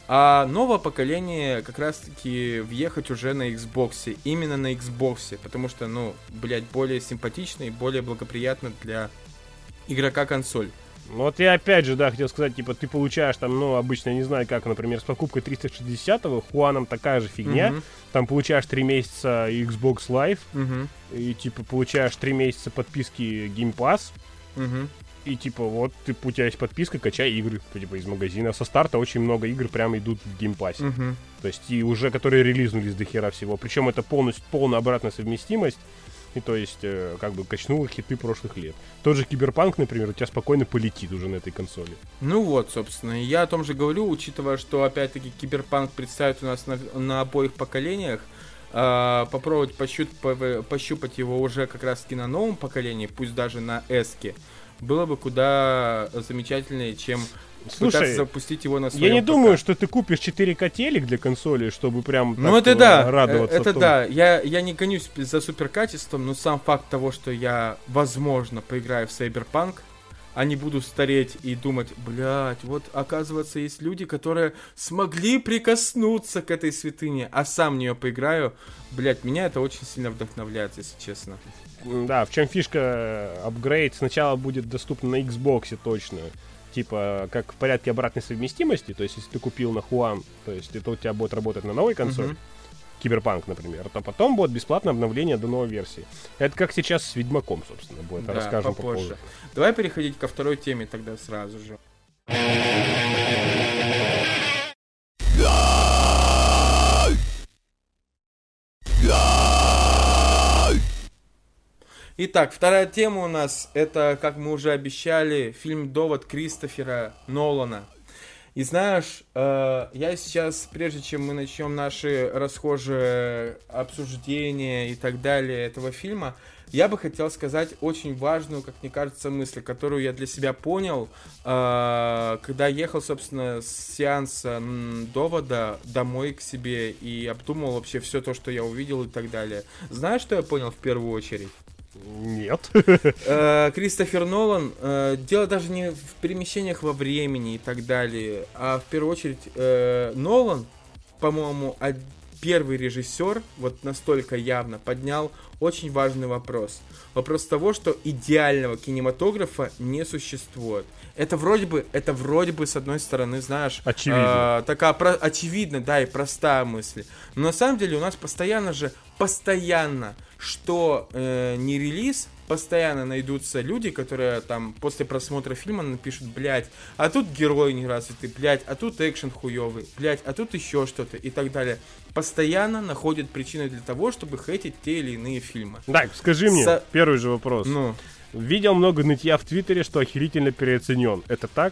А новое поколение как раз-таки въехать уже на Xbox, именно на Xbox, потому что, ну, блядь, более симпатично и более благоприятно для игрока консоль. Вот я опять же, да, хотел сказать, типа, ты получаешь там, ну, обычно, я не знаю как, например, с покупкой триста шестидесятого, Хуаном такая же фигня, uh-huh. там получаешь три месяца Xbox Live, uh-huh. и, типа, получаешь три месяца подписки Game Pass, uh-huh. И типа вот ты, у тебя есть подписка, качай игры типа из магазина. Со старта очень много игр прям идут в геймпассе. Uh-huh. То есть и уже которые релизнулись до хера всего. Причем это полностью полная обратная совместимость. И то есть э, как бы качнуло хиты прошлых лет. Тот же Киберпанк, например, у тебя спокойно полетит уже на этой консоли. Ну вот, собственно, я о том же говорю, учитывая, что опять-таки Киберпанк представит у нас на, на обоих поколениях. Uh, попробовать пощупать, пощупать его уже как раз-таки на новом поколении, пусть даже на эске, было бы куда замечательнее, чем Слушай, пытаться запустить его на своем я не ПК. думаю, что ты купишь четыре ка телек для консоли, чтобы прям ну это да, радоваться. Это да, я, я не гонюсь за суперкачеством, но сам факт того, что я, возможно, поиграю в Cyberpunk, а не буду стареть и думать, блядь, вот оказывается есть люди, которые смогли прикоснуться к этой святыне, а сам в нее поиграю, блядь, меня это очень сильно вдохновляет, если честно. Да, в чем фишка, апгрейд сначала будет доступен на Xbox точно, типа как в порядке обратной совместимости, то есть если ты купил на Хуан, то есть это у тебя будет работать на новой консоли, uh-huh. Киберпанк, например, то потом будет бесплатное обновление до новой версии. Это как сейчас с Ведьмаком, собственно, будет. Да, расскажем попозже. попозже. Давай переходить ко второй теме тогда сразу же. Итак, вторая тема у нас, это, как мы уже обещали, фильм «Довод» Кристофера Нолана. И знаешь, э, я сейчас, прежде чем мы начнем наши расхожие обсуждения и так далее этого фильма, я бы хотел сказать очень важную, как мне кажется, мысль, которую я для себя понял, э, когда ехал, собственно, с сеанса «Довода» домой к себе и обдумал вообще все то, что я увидел и так далее. Знаешь, что я понял в первую очередь? Нет. Э, Кристофер Нолан, э, дело даже не в перемещениях во времени и так далее, а в первую очередь э, Нолан, по-моему, первый режиссер вот настолько явно поднял очень важный вопрос. Вопрос того, что идеального кинематографа не существует. Это вроде бы, это вроде бы, с одной стороны, знаешь, очевидно. Э, такая про, очевидно, да, и простая мысль. Но на самом деле у нас постоянно же, постоянно что э, не релиз, постоянно найдутся люди, которые там после просмотра фильма напишут, блядь, а тут герой не развитый, блядь, а тут экшен хуёвый, блядь, а тут еще что-то и так далее. Постоянно находят причины для того, чтобы хейтить те или иные фильмы. Так, скажи мне, Со... первый же вопрос. Ну. Видел много нытья в Твиттере, что охерительно переоценен. Это так?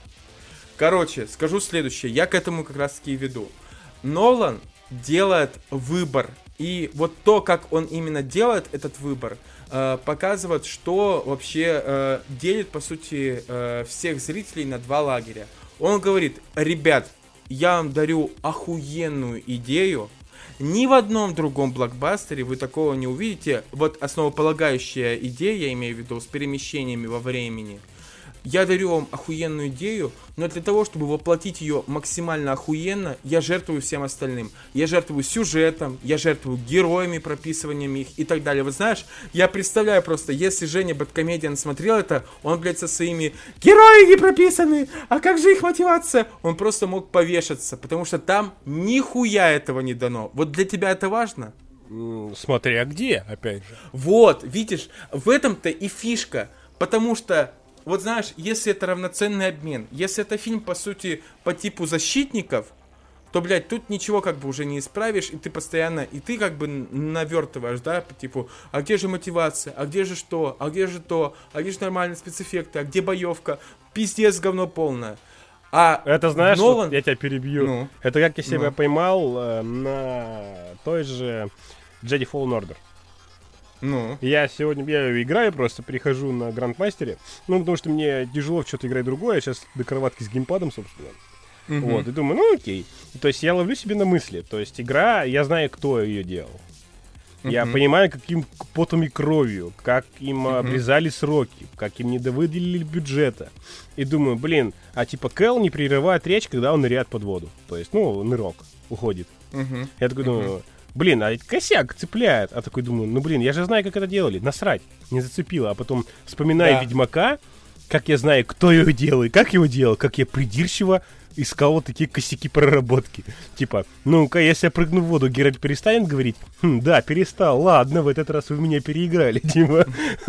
Короче, скажу следующее. Я к этому как раз таки и веду. Нолан делает выбор. И вот то, как он именно делает этот выбор, э, показывает, что вообще э, делит, по сути, э, всех зрителей на два лагеря. Он говорит, ребят, я вам дарю охуенную идею. Ни в одном другом блокбастере вы такого не увидите. Вот основополагающая идея, я имею в виду, с перемещениями во времени. Я дарю вам охуенную идею, но для того, чтобы воплотить ее максимально охуенно, я жертвую всем остальным. Я жертвую сюжетом, я жертвую героями, прописыванием их и так далее. Вот знаешь, я представляю просто, если Женя Бэдкомедиан смотрел это, он, блядь, со своими «Герои не прописаны! А как же их мотивация?» Он просто мог повешаться, потому что там нихуя этого не дано. Вот для тебя это важно? Смотря где, опять же. Вот, видишь, в этом-то и фишка, потому что вот знаешь, если это равноценный обмен, если это фильм, по сути, по типу «Защитников», то, блядь, тут ничего как бы уже не исправишь, и ты постоянно, и ты как бы навертываешь, да, по типу, а где же мотивация, а где же что, а где же то, а где же нормальные спецэффекты, а где боевка, пиздец, говно полное. А это знаешь, Нолан... вот я тебя перебью, ну, это как я себя ну. поймал э, на той же Jedi Fallen Order. Ну. Я сегодня, я играю, просто прихожу на Грандмастере, ну, потому что мне тяжело в что-то играть другое, я сейчас до кроватки с геймпадом, собственно. Uh-huh. Вот, и думаю, ну, окей. То есть я ловлю себе на мысли, то есть игра, я знаю, кто ее делал. Uh-huh. Я понимаю, каким потом и кровью, как им uh-huh. обрезали сроки, как им недовыделили бюджета. И думаю, блин, а типа Кэл не прерывает речь, когда он ныряет под воду. То есть, ну, нырок уходит. Uh-huh. Я такой думаю... Uh-huh. Блин, а косяк цепляет. А такой думаю, ну блин, я же знаю, как это делали. Насрать, не зацепило. А потом вспоминаю да. Ведьмака, как я знаю, кто его делал, и как его делал, как я придирчиво искал вот такие косяки проработки. Типа, ну-ка, если я прыгну в воду, Геральт перестанет говорить? Хм, да, перестал. Ладно, в этот раз вы меня переиграли, Дима.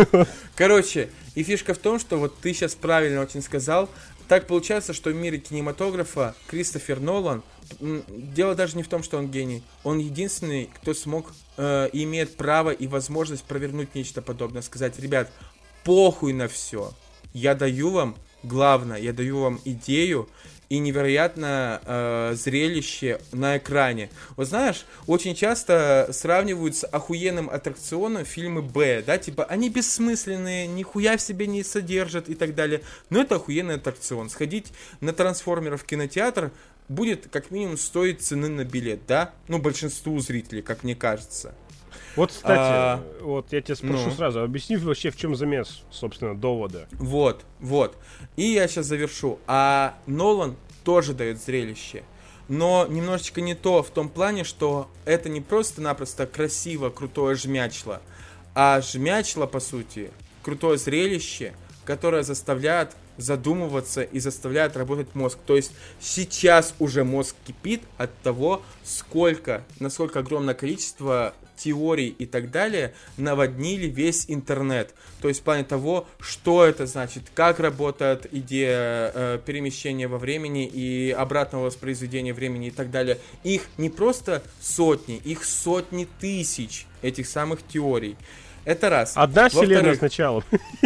Короче, и фишка в том, что вот ты сейчас правильно очень сказал. Так получается, что в мире кинематографа Кристофер Нолан, дело даже не в том, что он гений, он единственный, кто смог э, и имеет право и возможность провернуть нечто подобное, сказать, ребят, похуй на все, я даю вам главное, я даю вам идею и невероятное э, зрелище на экране. Вот знаешь, очень часто сравнивают с охуенным аттракционом фильмы Б, да, типа, они бессмысленные, нихуя в себе не содержат и так далее, но это охуенный аттракцион. Сходить на Трансформеров в кинотеатр будет как минимум стоить цены на билет, да, ну, большинству зрителей, как мне кажется. Вот, кстати, а, вот я тебя спрошу ну. сразу, объясни вообще, в чем замес, собственно, довода. Вот, вот. И я сейчас завершу. А Нолан тоже дает зрелище. Но немножечко не то в том плане, что это не просто-напросто красиво, крутое жмячло, а жмячло, по сути, крутое зрелище, которое заставляет задумываться и заставляет работать мозг. То есть сейчас уже мозг кипит от того, сколько, насколько огромное количество теорий и так далее наводнили весь интернет. То есть в плане того, что это значит, как работает идея э, перемещения во времени и обратного воспроизведения времени и так далее. Их не просто сотни, их сотни тысяч этих самых теорий. Это раз. Одна вселенная сначала.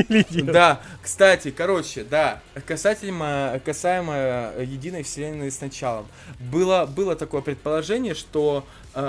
Да, кстати, короче, да, касательно, касаемо единой вселенной с началом. Было, было такое предположение, что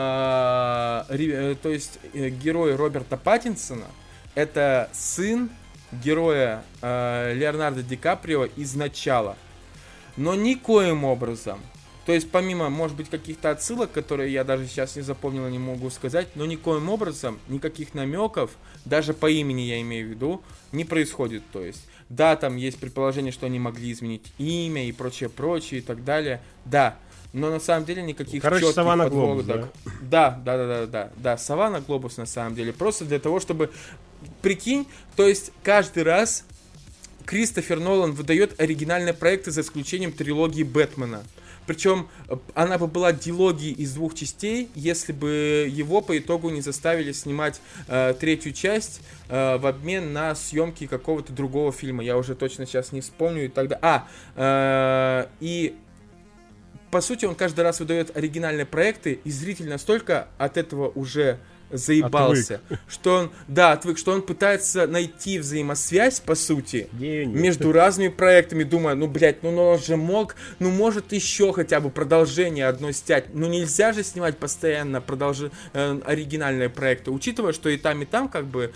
э, ре, то есть э, герой Роберта Паттинсона это сын героя э, Леонардо Ди Каприо из начала. Но никоим образом. То есть, помимо, может быть, каких-то отсылок, которые я даже сейчас не запомнил и не могу сказать, но никоим образом никаких намеков, даже по имени я имею в виду, не происходит. То есть, да, там есть предположение, что они могли изменить имя и прочее, прочее и так далее. Да, но на самом деле никаких Короче, четких Саванна Глобус, да? Да, да, да, да, да, да, Саванна Глобус на самом деле. Просто для того, чтобы, прикинь, то есть, каждый раз Кристофер Нолан выдает оригинальные проекты за исключением трилогии Бэтмена. Причем она бы была дилогией из двух частей, если бы его по итогу не заставили снимать э, третью часть э, в обмен на съемки какого-то другого фильма. Я уже точно сейчас не вспомню. И тогда... А, э, и... По сути, он каждый раз выдает оригинальные проекты, и зритель настолько от этого уже заебался, отвык. что он, да, отвык, что он пытается найти взаимосвязь, по сути, не, не. между разными проектами, думая, ну, блядь, ну, ну, он же мог, ну, может, еще хотя бы продолжение одно снять, ну, нельзя же снимать постоянно продолж... э, оригинальные проекты, учитывая, что и там, и там, как бы,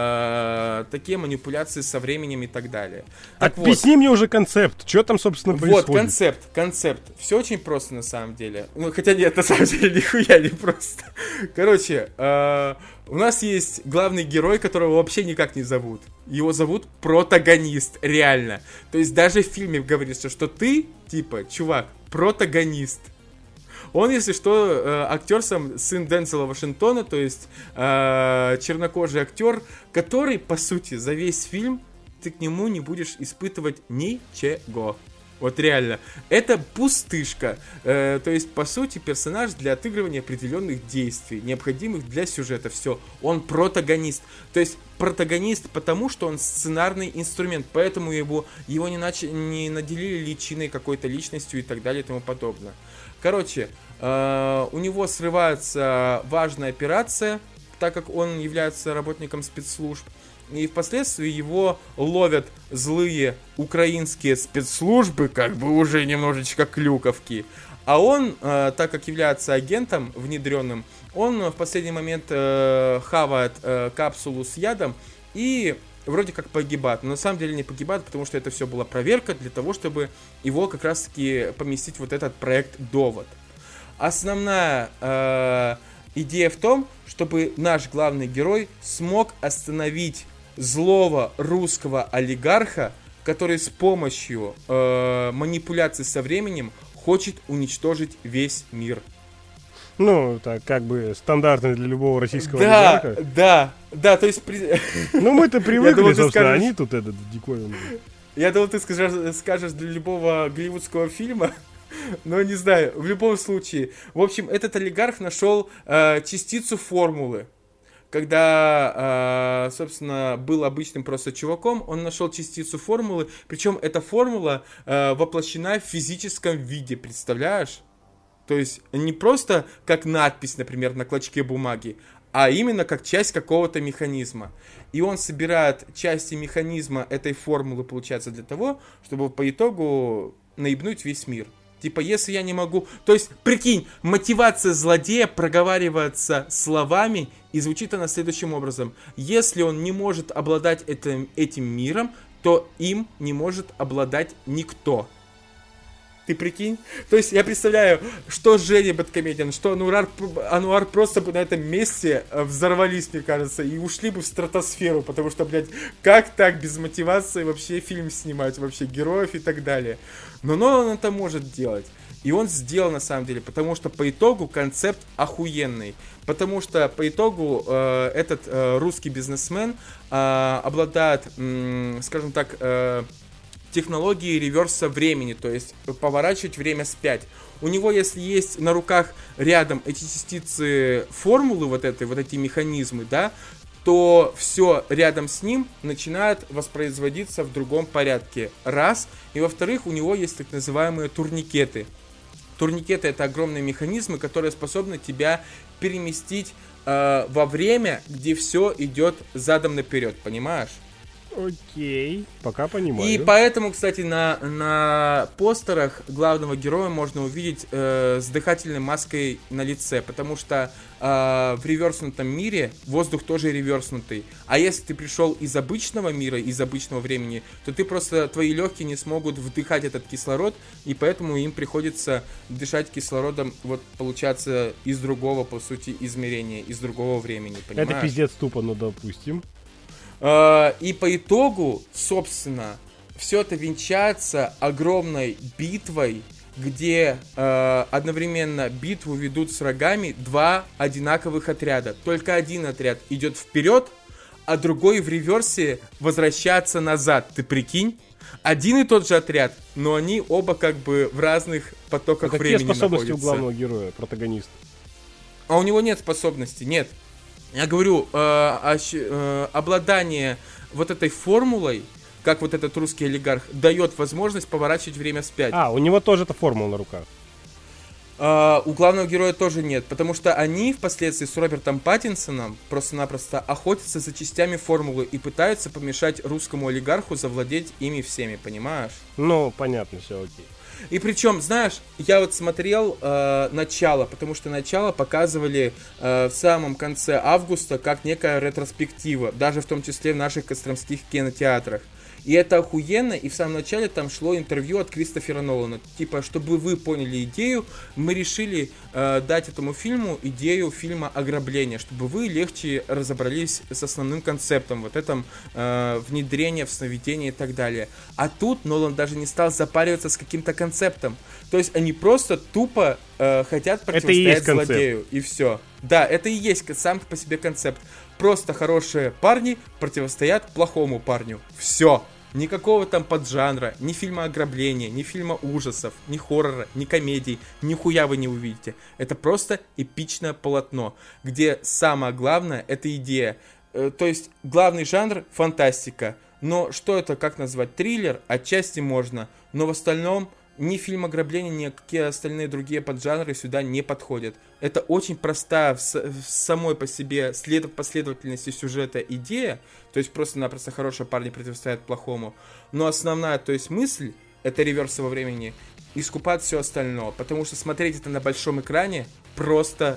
э, такие манипуляции со временем и так далее. Так Объясни вот. мне уже концепт, что там, собственно, происходит? Вот, концепт, концепт, все очень просто, на самом деле, ну, хотя нет, на самом деле, нихуя не просто. Короче, э, у нас есть главный герой, которого вообще никак не зовут. Его зовут протагонист, реально. То есть даже в фильме говорится, что ты, типа, чувак, протагонист. Он, если что, э, актер сам, сын Дензела Вашингтона, то есть э, чернокожий актер, который, по сути, за весь фильм ты к нему не будешь испытывать ничего. Вот реально. Это пустышка. Э, то есть, по сути, персонаж для отыгрывания определенных действий, необходимых для сюжета. Все. Он протагонист. То есть, протагонист потому, что он сценарный инструмент. Поэтому его, его не, нач... не наделили личиной, какой-то личностью и так далее и тому подобное. Короче, э, у него срывается важная операция, так как он является работником спецслужб. И впоследствии его ловят злые украинские спецслужбы, как бы уже немножечко клюковки. А он, э, так как является агентом внедренным, он в последний момент э, хавает э, капсулу с ядом и вроде как погибает. Но на самом деле не погибает, потому что это все была проверка для того, чтобы его как раз-таки поместить в вот этот проект «Довод». Основная э, идея в том, чтобы наш главный герой смог остановить злого русского олигарха, который с помощью э, манипуляций со временем хочет уничтожить весь мир. Ну, так как бы стандартно для любого российского да, олигарха. Да, да, то есть... При... Ну, мы-то привыкли, думал, собственно, скажешь... они тут этот диковинный. Я думал, ты скажешь, скажешь для любого голливудского фильма, но не знаю, в любом случае. В общем, этот олигарх нашел э, частицу формулы. Когда, э, собственно, был обычным просто чуваком, он нашел частицу формулы, причем эта формула э, воплощена в физическом виде, представляешь? То есть не просто как надпись, например, на клочке бумаги, а именно как часть какого-то механизма. И он собирает части механизма этой формулы, получается, для того, чтобы по итогу наебнуть весь мир. Типа, если я не могу... То есть, прикинь, мотивация злодея проговаривается словами, и звучит она следующим образом. Если он не может обладать этим, этим миром, то им не может обладать никто. Ты прикинь? То есть, я представляю, что Женя Бэдкомедиан, что Ануар, Ануар просто бы на этом месте взорвались, мне кажется, и ушли бы в стратосферу, потому что, блядь, как так без мотивации вообще фильм снимать, вообще героев и так далее. Но, но он это может делать. И он сделал на самом деле, потому что по итогу концепт охуенный. Потому что по итогу э, этот э, русский бизнесмен э, обладает, э, скажем так, э, технологией реверса времени, то есть поворачивать время вспять. У него, если есть на руках рядом эти частицы формулы, вот, этой, вот эти механизмы, да, то все рядом с ним начинает воспроизводиться в другом порядке. Раз. И во-вторых, у него есть так называемые турникеты. Турникеты — это огромные механизмы, которые способны тебя переместить э, во время, где все идет задом наперед, понимаешь? Окей, пока понимаю. И поэтому, кстати, на, на постерах главного героя можно увидеть э, с дыхательной маской на лице, потому что э, в реверснутом мире воздух тоже реверснутый. А если ты пришел из обычного мира, из обычного времени, то ты просто, твои легкие не смогут вдыхать этот кислород, и поэтому им приходится дышать кислородом, вот, получается, из другого, по сути, измерения, из другого времени, понимаешь? Это пиздец тупо, ну допустим. И по итогу, собственно, все это венчается огромной битвой, где э, одновременно битву ведут с врагами два одинаковых отряда. Только один отряд идет вперед, а другой в реверсе возвращаться назад. Ты прикинь? Один и тот же отряд, но они оба как бы в разных потоках а времени находятся. Какие способности находятся. у главного героя, протагониста? А у него нет способностей, нет. Я говорю, э, ощ- э, обладание вот этой формулой, как вот этот русский олигарх, дает возможность поворачивать время вспять. А, у него тоже эта формула на руках. Uh, у главного героя тоже нет, потому что они впоследствии с Робертом Паттинсоном просто-напросто охотятся за частями формулы и пытаются помешать русскому олигарху завладеть ими всеми, понимаешь? Ну, понятно, все окей. И причем, знаешь, я вот смотрел э, начало, потому что начало показывали э, в самом конце августа как некая ретроспектива, даже в том числе в наших костромских кинотеатрах. И это охуенно, и в самом начале там шло интервью от Кристофера Нолана. Типа, чтобы вы поняли идею, мы решили э, дать этому фильму идею фильма «Ограбление», чтобы вы легче разобрались с основным концептом, вот этом э, внедрение в сновидение и так далее. А тут Нолан даже не стал запариваться с каким-то концептом. То есть они просто тупо э, хотят противостоять и злодею, и все. Да, это и есть сам по себе концепт. Просто хорошие парни противостоят плохому парню. Все. Никакого там поджанра, ни фильма ограбления, ни фильма ужасов, ни хоррора, ни комедий, нихуя вы не увидите. Это просто эпичное полотно, где самое главное — это идея. Э, то есть главный жанр — фантастика. Но что это, как назвать? Триллер? Отчасти можно. Но в остальном ни фильм ограбления, ни какие остальные другие поджанры сюда не подходят. Это очень простая в, с- в самой по себе след- последовательности сюжета идея, то есть просто-напросто хорошие парни противостоят плохому. Но основная, то есть мысль, это реверс во времени, искупать все остальное, потому что смотреть это на большом экране просто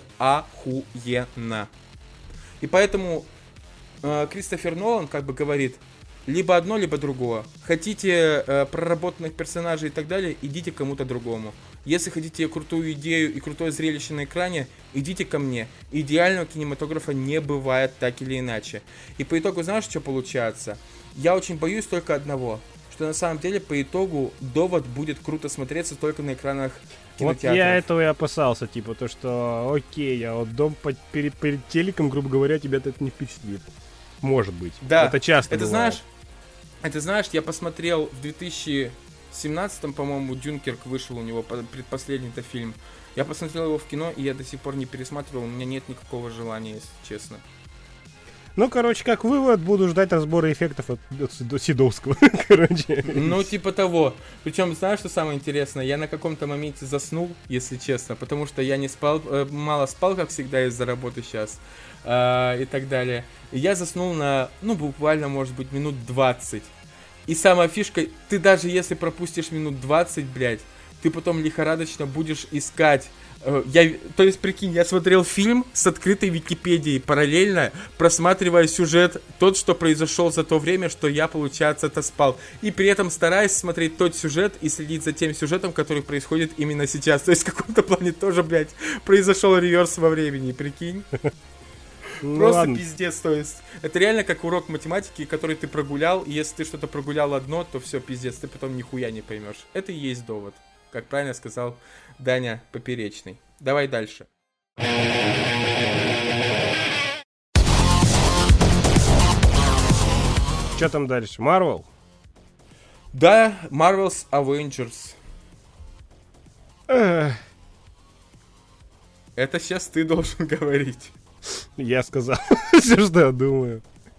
охуенно. И поэтому э, Кристофер Нолан как бы говорит: либо одно, либо другое. Хотите э, проработанных персонажей и так далее, идите к кому-то другому. Если хотите крутую идею и крутое зрелище на экране, идите ко мне. Идеального кинематографа не бывает так или иначе. И по итогу знаешь, что получается? Я очень боюсь только одного, что на самом деле по итогу «Довод» будет круто смотреться только на экранах кинотеатров. Вот я этого и опасался, типа, то что, окей, а вот дом под, перед, перед телеком, грубо говоря, тебя это не впечатлит. Может быть. Да, это часто это бывает. знаешь, это знаешь, я посмотрел в две тысячи семнадцатом, по-моему, Дюнкерк вышел у него, предпоследний-то фильм. Я посмотрел его в кино, и я до сих пор не пересматривал, у меня нет никакого желания, если честно. Ну, короче, как вывод, буду ждать разбора эффектов от, от Седовского. Короче. Ну, типа того. Причем, знаешь, что самое интересное? Я на каком-то моменте заснул, если честно, потому что я не спал, э, мало спал, как всегда, из-за работы сейчас, э, и так далее. И я заснул на, ну, буквально, может быть, минут двадцать. И самая фишка, ты даже если пропустишь минут двадцать, блядь, ты потом лихорадочно будешь искать. Я, то есть, прикинь, я смотрел фильм с открытой Википедией, параллельно просматривая сюжет, тот, что произошел за то время, что я, получается, это спал. И при этом стараясь смотреть тот сюжет и следить за тем сюжетом, который происходит именно сейчас. То есть, в каком-то плане тоже, блядь, произошел реверс во времени, прикинь. Ну, Просто ладно. пиздец, то есть, это реально как урок математики, который ты прогулял, и если ты что-то прогулял одно, то все, пиздец, ты потом нихуя не поймешь. Это и есть довод, как правильно сказал Даня Поперечный. Давай дальше. Что там дальше? Марвел? Да, Marvel's Avengers. Эх, Это сейчас ты должен говорить. я сказал все, что я думаю.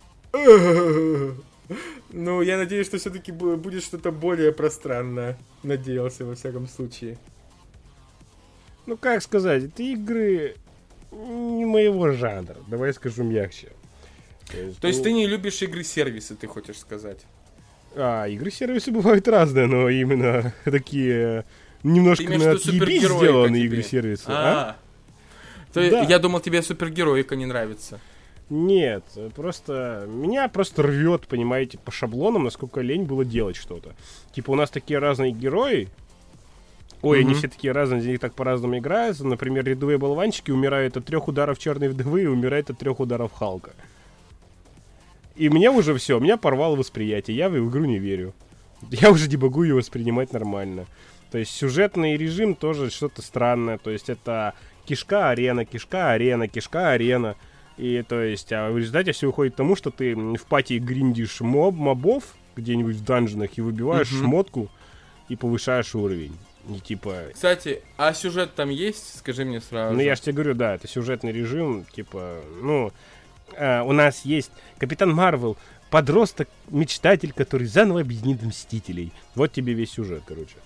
Ну, я надеюсь, что все-таки будет что-то более пространное. Надеялся, во всяком случае. Ну, как сказать, это игры не моего жанра. Давай скажу мягче. То есть, То есть ну, ты не любишь игры-сервисы, ты хочешь сказать? А, игры-сервисы бывают разные, но именно такие немножко Ты имеешь на в виду отъебись супергероика сделанные тебе? игры-сервисы. А? А, То Да. я думал, тебе супергероика не нравится. Нет, просто меня просто рвет, понимаете, по шаблонам, насколько лень было делать что-то. Типа у нас такие разные герои. Ой, Мгм. они все такие разные, они так по-разному играются. Например, рядовые болванчики умирают от трех ударов черной вдовы и умирают от трех ударов Халка. И мне уже все, меня порвало восприятие, я в игру не верю. Я уже не могу ее воспринимать нормально. То есть сюжетный режим тоже что-то странное. То есть это кишка-арена, кишка-арена, кишка-арена. И то есть, а в результате все уходит к тому, что ты в пати гриндишь моб, мобов где-нибудь в данженах и выбиваешь mm-hmm. шмотку и повышаешь уровень. И типа... Кстати, а сюжет там есть? Скажи мне сразу. Ну, я же тебе говорю, да, это сюжетный режим, типа, ну, э, у нас есть Капитан Марвел, подросток-мечтатель, который заново объединит Мстителей. Вот тебе весь сюжет, короче.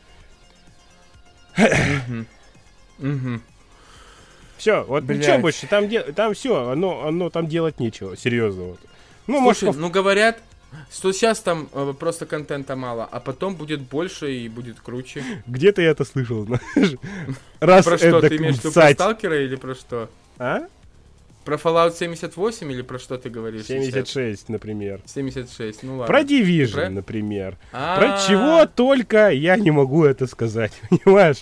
Все, вот ничего больше, там, де- там все, оно, оно там делать нечего, серьезно. Вот. Ну, Слушай, может, ну говорят, что сейчас там э, просто контента мало, а потом будет больше и будет круче. Где-то я это слышал, знаешь. Раз Про что, это ты имеешь в виду про кусать. Сталкера или про что? А? Про Fallout семьдесят восемь или про что ты говоришь? семьдесят шесть, сейчас? например. семьдесят шесть, ну ладно. Про Division, про... например. А-а-а. Про чего только я не могу это сказать, понимаешь?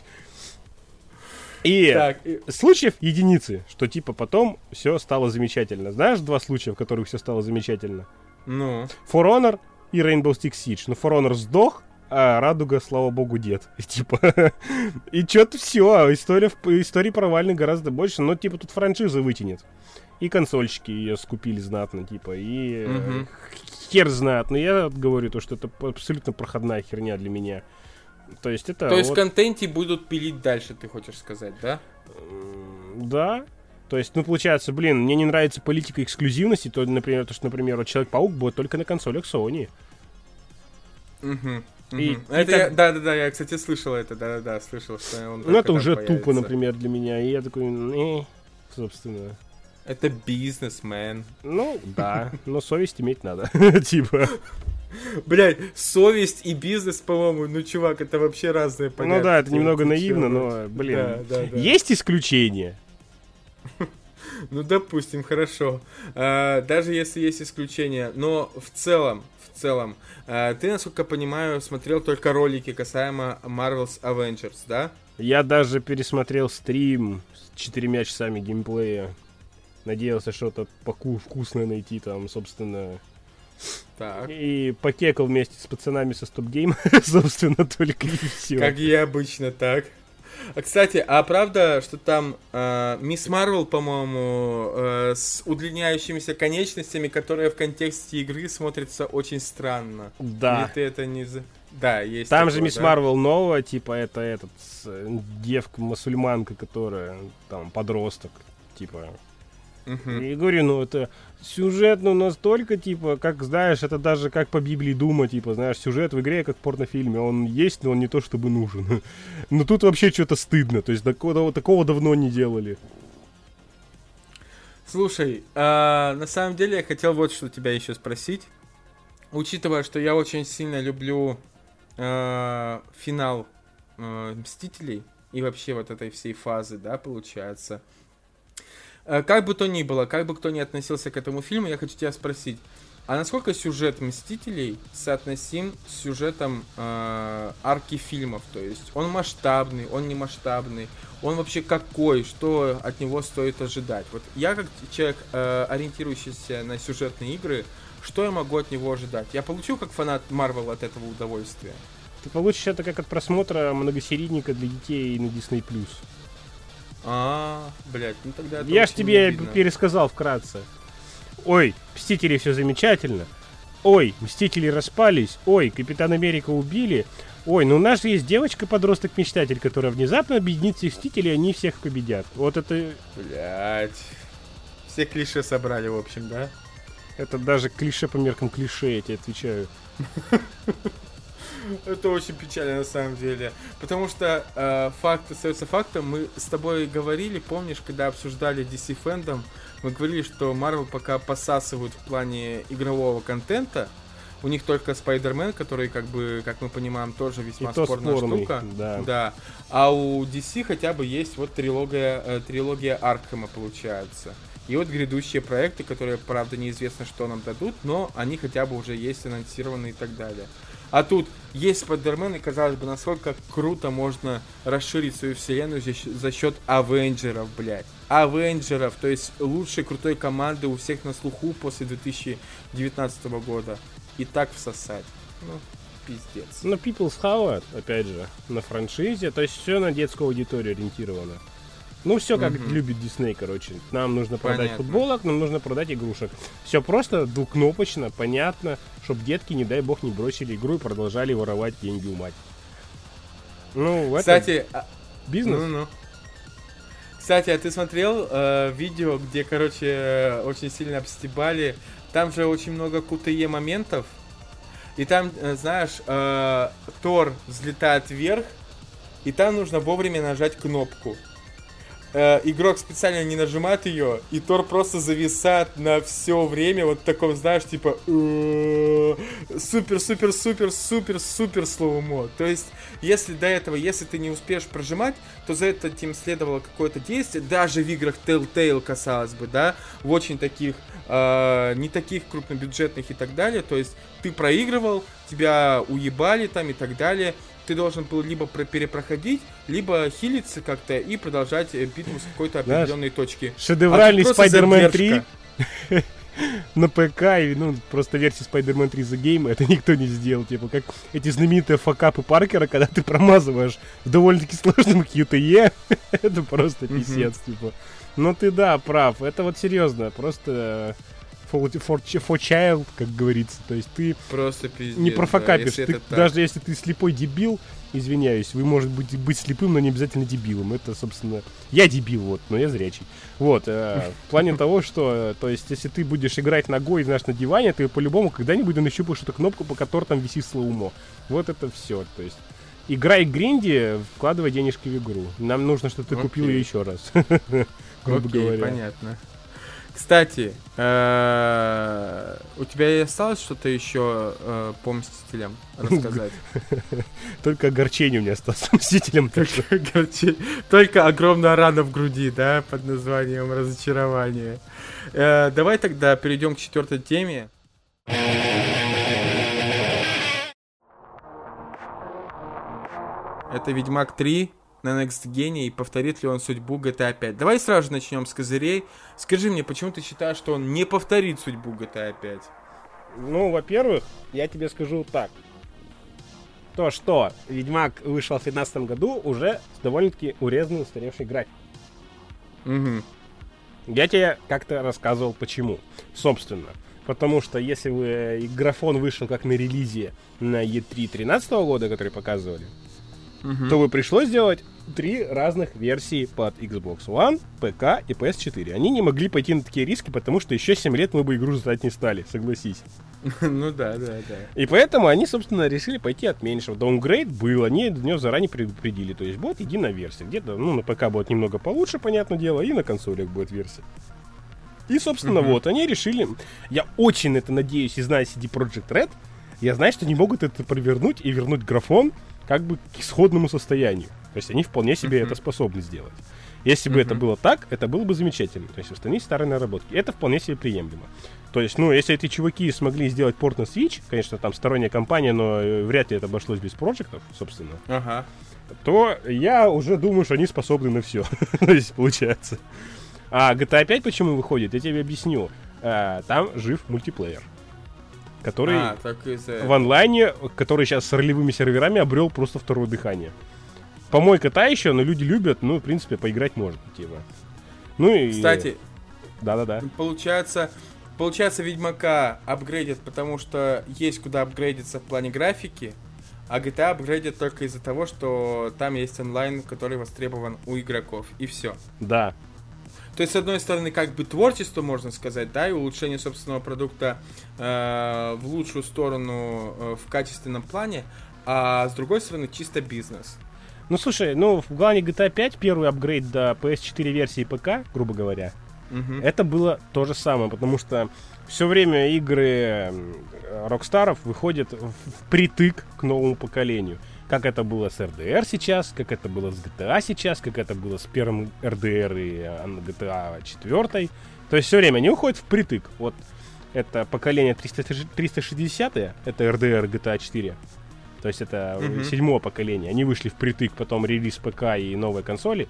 И так, и... случаев единицы, что типа потом все стало замечательно. Знаешь два случая, в которых все стало замечательно? Ну? For Honor и Rainbow Six Siege. Ну, For Honor сдох, а Радуга, слава богу, дед. И, типа, и что-то все, история, истории провальных гораздо больше, но типа тут франшиза вытянет. И консольщики ее скупили знатно, типа, и угу. хер знает. Но я говорю то, что это абсолютно проходная херня для меня. То есть это... То есть вот... в контенте будут пилить дальше, ты хочешь сказать, да? Да. То есть, ну, получается, блин, мне не нравится политика эксклюзивности, то, например, то, что, например, вот Человек-паук будет только на консолях Sony. Угу. И, угу. Это и так... я, да-да-да, я, кстати, слышал это, да-да-да, слышал, что он... Ну, это уже появится. тупо, например, для меня, и я такой, э, собственно... Это бизнес, мэн. Ну, да, но совесть иметь надо, типа... Блядь, совесть и бизнес, по-моему, ну, чувак, это вообще разные понятия. Ну да, это немного ты наивно, чего? но, блин, да, да, да. Есть исключения. Ну, допустим, хорошо. А, даже если есть исключения. Но в целом, в целом, а, ты, насколько я понимаю, смотрел только ролики касаемо Marvel's Avengers, да? Я даже пересмотрел стрим с четырьмя часами геймплея. Надеялся что-то поку- вкусное найти там, собственно... Так. И покекал вместе с пацанами со Stop Game, собственно, только и все. Как и обычно, так. А, кстати, а правда, что там э, Мисс Марвел, по-моему, э, с удлиняющимися конечностями, которые в контексте игры смотрятся очень странно? Да. Или ты это не... Да, есть Там такое, же Мисс да? Марвел новая, типа, это этот, девка-мусульманка, которая, там, подросток, типа... Uh-huh. И говорю, ну это сюжет, ну настолько, типа, как, знаешь, это даже как по Библии Дума, типа, знаешь, сюжет в игре как в порнофильме, он есть, но он не то чтобы нужен. Но тут вообще что-то стыдно, то есть такого, такого давно не делали. Слушай, а, на самом деле я хотел вот что тебя еще спросить. Учитывая, что я очень сильно люблю а, финал а, Мстителей и вообще вот этой всей фазы, да, получается... Как бы то ни было, как бы кто ни относился к этому фильму, я хочу тебя спросить, а насколько сюжет Мстителей соотносим с сюжетом э, арки фильмов? То есть он масштабный, он не масштабный, он вообще какой, что от него стоит ожидать? Вот я как человек, э, ориентирующийся на сюжетные игры, что я могу от него ожидать? Я получу как фанат Marvel от этого удовольствия? Ты получишь это как от просмотра многосерийника для детей на Disney+. А, блядь, ну тогда это я ж тебе обидно. пересказал вкратце. Ой, Мстители все замечательно. Ой, Мстители распались. Ой, Капитан Америка убили. Ой, ну у нас же есть девочка-подросток-мечтатель, которая внезапно объединит всех Мстителей, и они всех победят. Вот это... Блядь. Все клише собрали, в общем, да? Это даже клише по меркам клише, я тебе отвечаю. Это очень печально на самом деле. Потому что э, факт остается фактом. Мы с тобой говорили, помнишь, когда обсуждали ди си Fandom, мы говорили, что Marvel пока посасывают в плане игрового контента. У них только Spider-Man, который, как бы, как мы понимаем, тоже весьма спорная спорный, штука. Да. Да. А у ди си хотя бы есть вот трилогия, э, трилогия Аркхема, получается. И вот грядущие проекты, которые, правда, неизвестно, что нам дадут, но они хотя бы уже есть анонсированы и так далее. А тут есть Спайдермен, и, казалось бы, насколько круто можно расширить свою вселенную за счет Авенджеров, блядь. Авенджеров, то есть лучшей крутой команды у всех на слуху после две тысячи девятнадцатого года. И так всосать. Ну, пиздец. Но People's Power, опять же, на франшизе, то есть все на детскую аудиторию ориентировано. Ну, все как Мгм. любит Дисней, короче. Нам нужно продать Понятно. футболок, нам нужно продать игрушек. Все просто, двухкнопочно, понятно, чтобы детки, не дай бог, не бросили игру и продолжали воровать деньги у матери. Ну, это Кстати, а- бизнес. ну-ну. Кстати, а ты смотрел э, видео, где, короче, э, очень сильно обстебали? Там же очень много ку тэ е моментов. И там, э, знаешь, э, Тор взлетает вверх, и там нужно вовремя нажать кнопку. Э, игрок специально не нажимает ее, и Тор просто зависает на все время вот в таком, знаешь, типа супер-супер-супер-супер-супер слоумо. То есть, если до этого, если ты не успеешь прожимать, то за этим следовало какое-то действие, даже в играх Telltale, казалось бы, да, в очень таких, э, не таких крупнобюджетных и так далее. То есть, ты проигрывал, тебя уебали там и так далее. Ты должен был либо про- перепроходить, либо хилиться как-то и продолжать э, битву с какой-то Знаешь, определенной точки. Шедевральный А тут просто Spider-Man три задержка. на ПК, и, ну, просто версии Spider-Man три The Game, это никто не сделал. Типа, как эти знаменитые факапы Паркера, когда ты промазываешь в довольно-таки сложном кью тэ е, это просто Мгм. писец, типа. Ну, ты, да, прав, это вот серьезно, просто for, for, for child, как говорится. То есть ты Просто пиздец. не да, профокапишь. если Ты, это так. даже если ты слепой дебил, извиняюсь, вы можете быть, быть слепым, но не обязательно дебилом. Это, собственно, я дебил, вот, но я зрячий. Вот, э, в плане того, что, э, то есть, если ты будешь играть ногой, знаешь, на диване, ты по-любому когда-нибудь нащупаешь эту кнопку, по которой там висит слоумо. Вот это все, то есть. Играй гринди, вкладывай денежки в игру. Нам нужно, чтобы ты купил Окей. ее еще раз. Грубо Окей, говоря. понятно. Кстати, э, у тебя и осталось что-то еще э, по Мстителям рассказать? Только огорчение у меня осталось с Мстителем. так что- Только огорчение. Только огромная рана в груди, да, под названием разочарование. Э, Давай тогда перейдем к четвертой теме. Это Ведьмак три на Next Gen, и повторит ли он судьбу джи ти эй пять. Давай сразу же начнем с козырей. Скажи мне, почему ты считаешь, что он не повторит судьбу джи ти эй пять? Ну, во-первых, я тебе скажу так. То, что Ведьмак вышел в две тысячи пятнадцатом году уже с довольно-таки урезанной, устаревшей графикой. Угу. Я тебе как-то рассказывал, почему. Собственно, потому что если бы э, графон вышел как на релизе на и три две тысячи тринадцатого года, который показывали, то бы пришлось сделать три разных версии под Xbox One, ПК и пи эс четыре. Они не могли пойти на такие риски, потому что еще семь лет мы бы игру ждать не стали, согласись. Ну да, да, да. И поэтому они, собственно, решили пойти от меньшего. Даунгрейд был, они до него заранее предупредили. То есть будет единая версия. Где-то, ну, на ПК будет немного получше, понятное дело, и на консолях будет версия. И, собственно, Мгм. вот, они решили... Я очень на это надеюсь, и знаю си ди Projekt Red, я знаю, что они могут это провернуть и вернуть графон как бы к исходному состоянию. То есть они вполне себе Мгм. это способны сделать. Если бы Мгм. это было так, это было бы замечательно. То есть восстановить старые наработки. Это вполне себе приемлемо. То есть, ну, если эти чуваки смогли сделать порт на Switch, конечно, там сторонняя компания, но э, вряд ли это обошлось без проектов, собственно, Ага. то я уже думаю, что они способны на все. То есть, получается. А джи ти эй пять почему выходит, я тебе объясню. А, там жив мультиплеер, который А, так из-за в онлайне, который сейчас с ролевыми серверами обрел просто второе дыхание. Помойка та еще, но люди любят, ну, в принципе, поиграть можно, типа. Ну и... Кстати, Да-да-да. получается, получается, Ведьмака апгрейдят, потому что есть куда апгрейдиться в плане графики, а джи ти эй апгрейдят только из-за того, что там есть онлайн, который востребован у игроков, и все. Да. То есть, с одной стороны, как бы творчество, можно сказать, да, и улучшение собственного продукта э, в лучшую сторону э, в качественном плане, а с другой стороны, чисто бизнес. Ну, слушай, ну, в плане джи ти эй пять первый апгрейд до пи эс четыре версии ПК, грубо говоря, Мгм. это было то же самое, потому что все время игры Rockstar выходят в- впритык к новому поколению. Как это было с эр ди ар сейчас, как это было с джи ти эй сейчас, как это было с первым эр ди ар и э, джи ти эй четыре. То есть все время они уходят впритык. Вот это поколение триста триста шестьдесят, это эр ди ар и джи ти эй четыре. То есть это Мгм. седьмое поколение. Они вышли впритык, потом релиз ПК и новые консоли.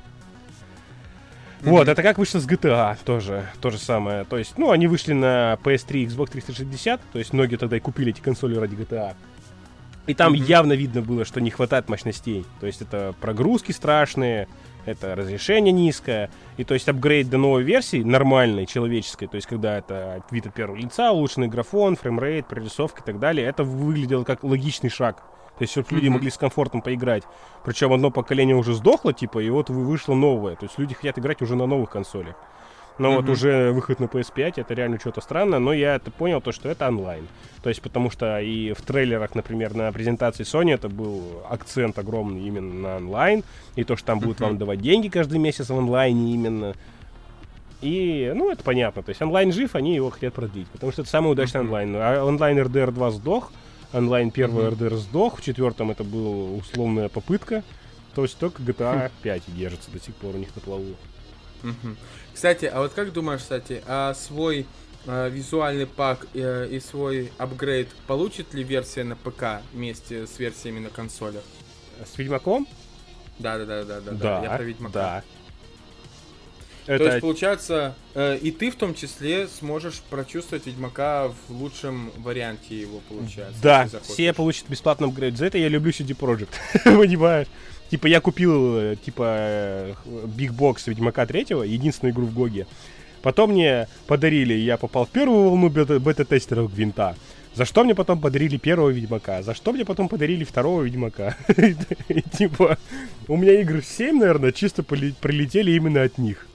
Вот, это как вышло с джи ти эй тоже, то же самое. То есть, ну, они вышли на пи эс три, Xbox триста шестьдесят, то есть многие тогда и купили эти консоли ради джи ти эй. И там Мгм. явно видно было, что не хватает мощностей. То есть это прогрузки страшные, это разрешение низкое, и то есть апгрейд до новой версии, нормальной, человеческой, то есть когда это вид от первого лица, улучшенный графон, фреймрейт, прорисовка и так далее, это выглядело как логичный шаг. То есть, чтобы mm-hmm. люди могли с комфортом поиграть. Причем одно поколение уже сдохло, типа, и вот вышло новое. То есть люди хотят играть уже на новых консолях. Но mm-hmm. вот уже выход на пи эс пять, это реально что-то странное, но я это понял, то, что это онлайн. То есть потому что и в трейлерах, например, на презентации Sony это был акцент огромный именно на онлайн, и то, что там будут mm-hmm. вам давать деньги каждый месяц в онлайне именно. И, ну, это понятно, то есть онлайн жив, они его хотят продлить, потому что это самый удачный mm-hmm. онлайн. А онлайн эр дэ эр два сдох, онлайн первый mm-hmm. эр дэ эр в четвертом это была условная попытка, то есть только джи ти эй пять держится до сих пор у них на плаву. Mm-hmm. Кстати, а вот как думаешь, кстати, а свой э, визуальный пак э, и свой апгрейд получит ли версия на ПК вместе с версиями на консолях? С Ведьмаком? Да, да, да, да, да, да. Я про Ведьмака. Да. То это... есть, получается, э, и ты в том числе сможешь прочувствовать Ведьмака в лучшем варианте его, получается. Да, все получат бесплатный апгрейд. За это я люблю си ди Projekt. Понимаешь? Типа, я купил, типа, Big Box Ведьмака третьего, единственную игру в Гоге. Потом мне подарили, я попал в первую волну бета- бета-тестеров Гвинта. За что мне потом подарили первого Ведьмака? За что мне потом подарили второго Ведьмака? Типа, у меня игр семь, наверное, чисто прилетели именно от них.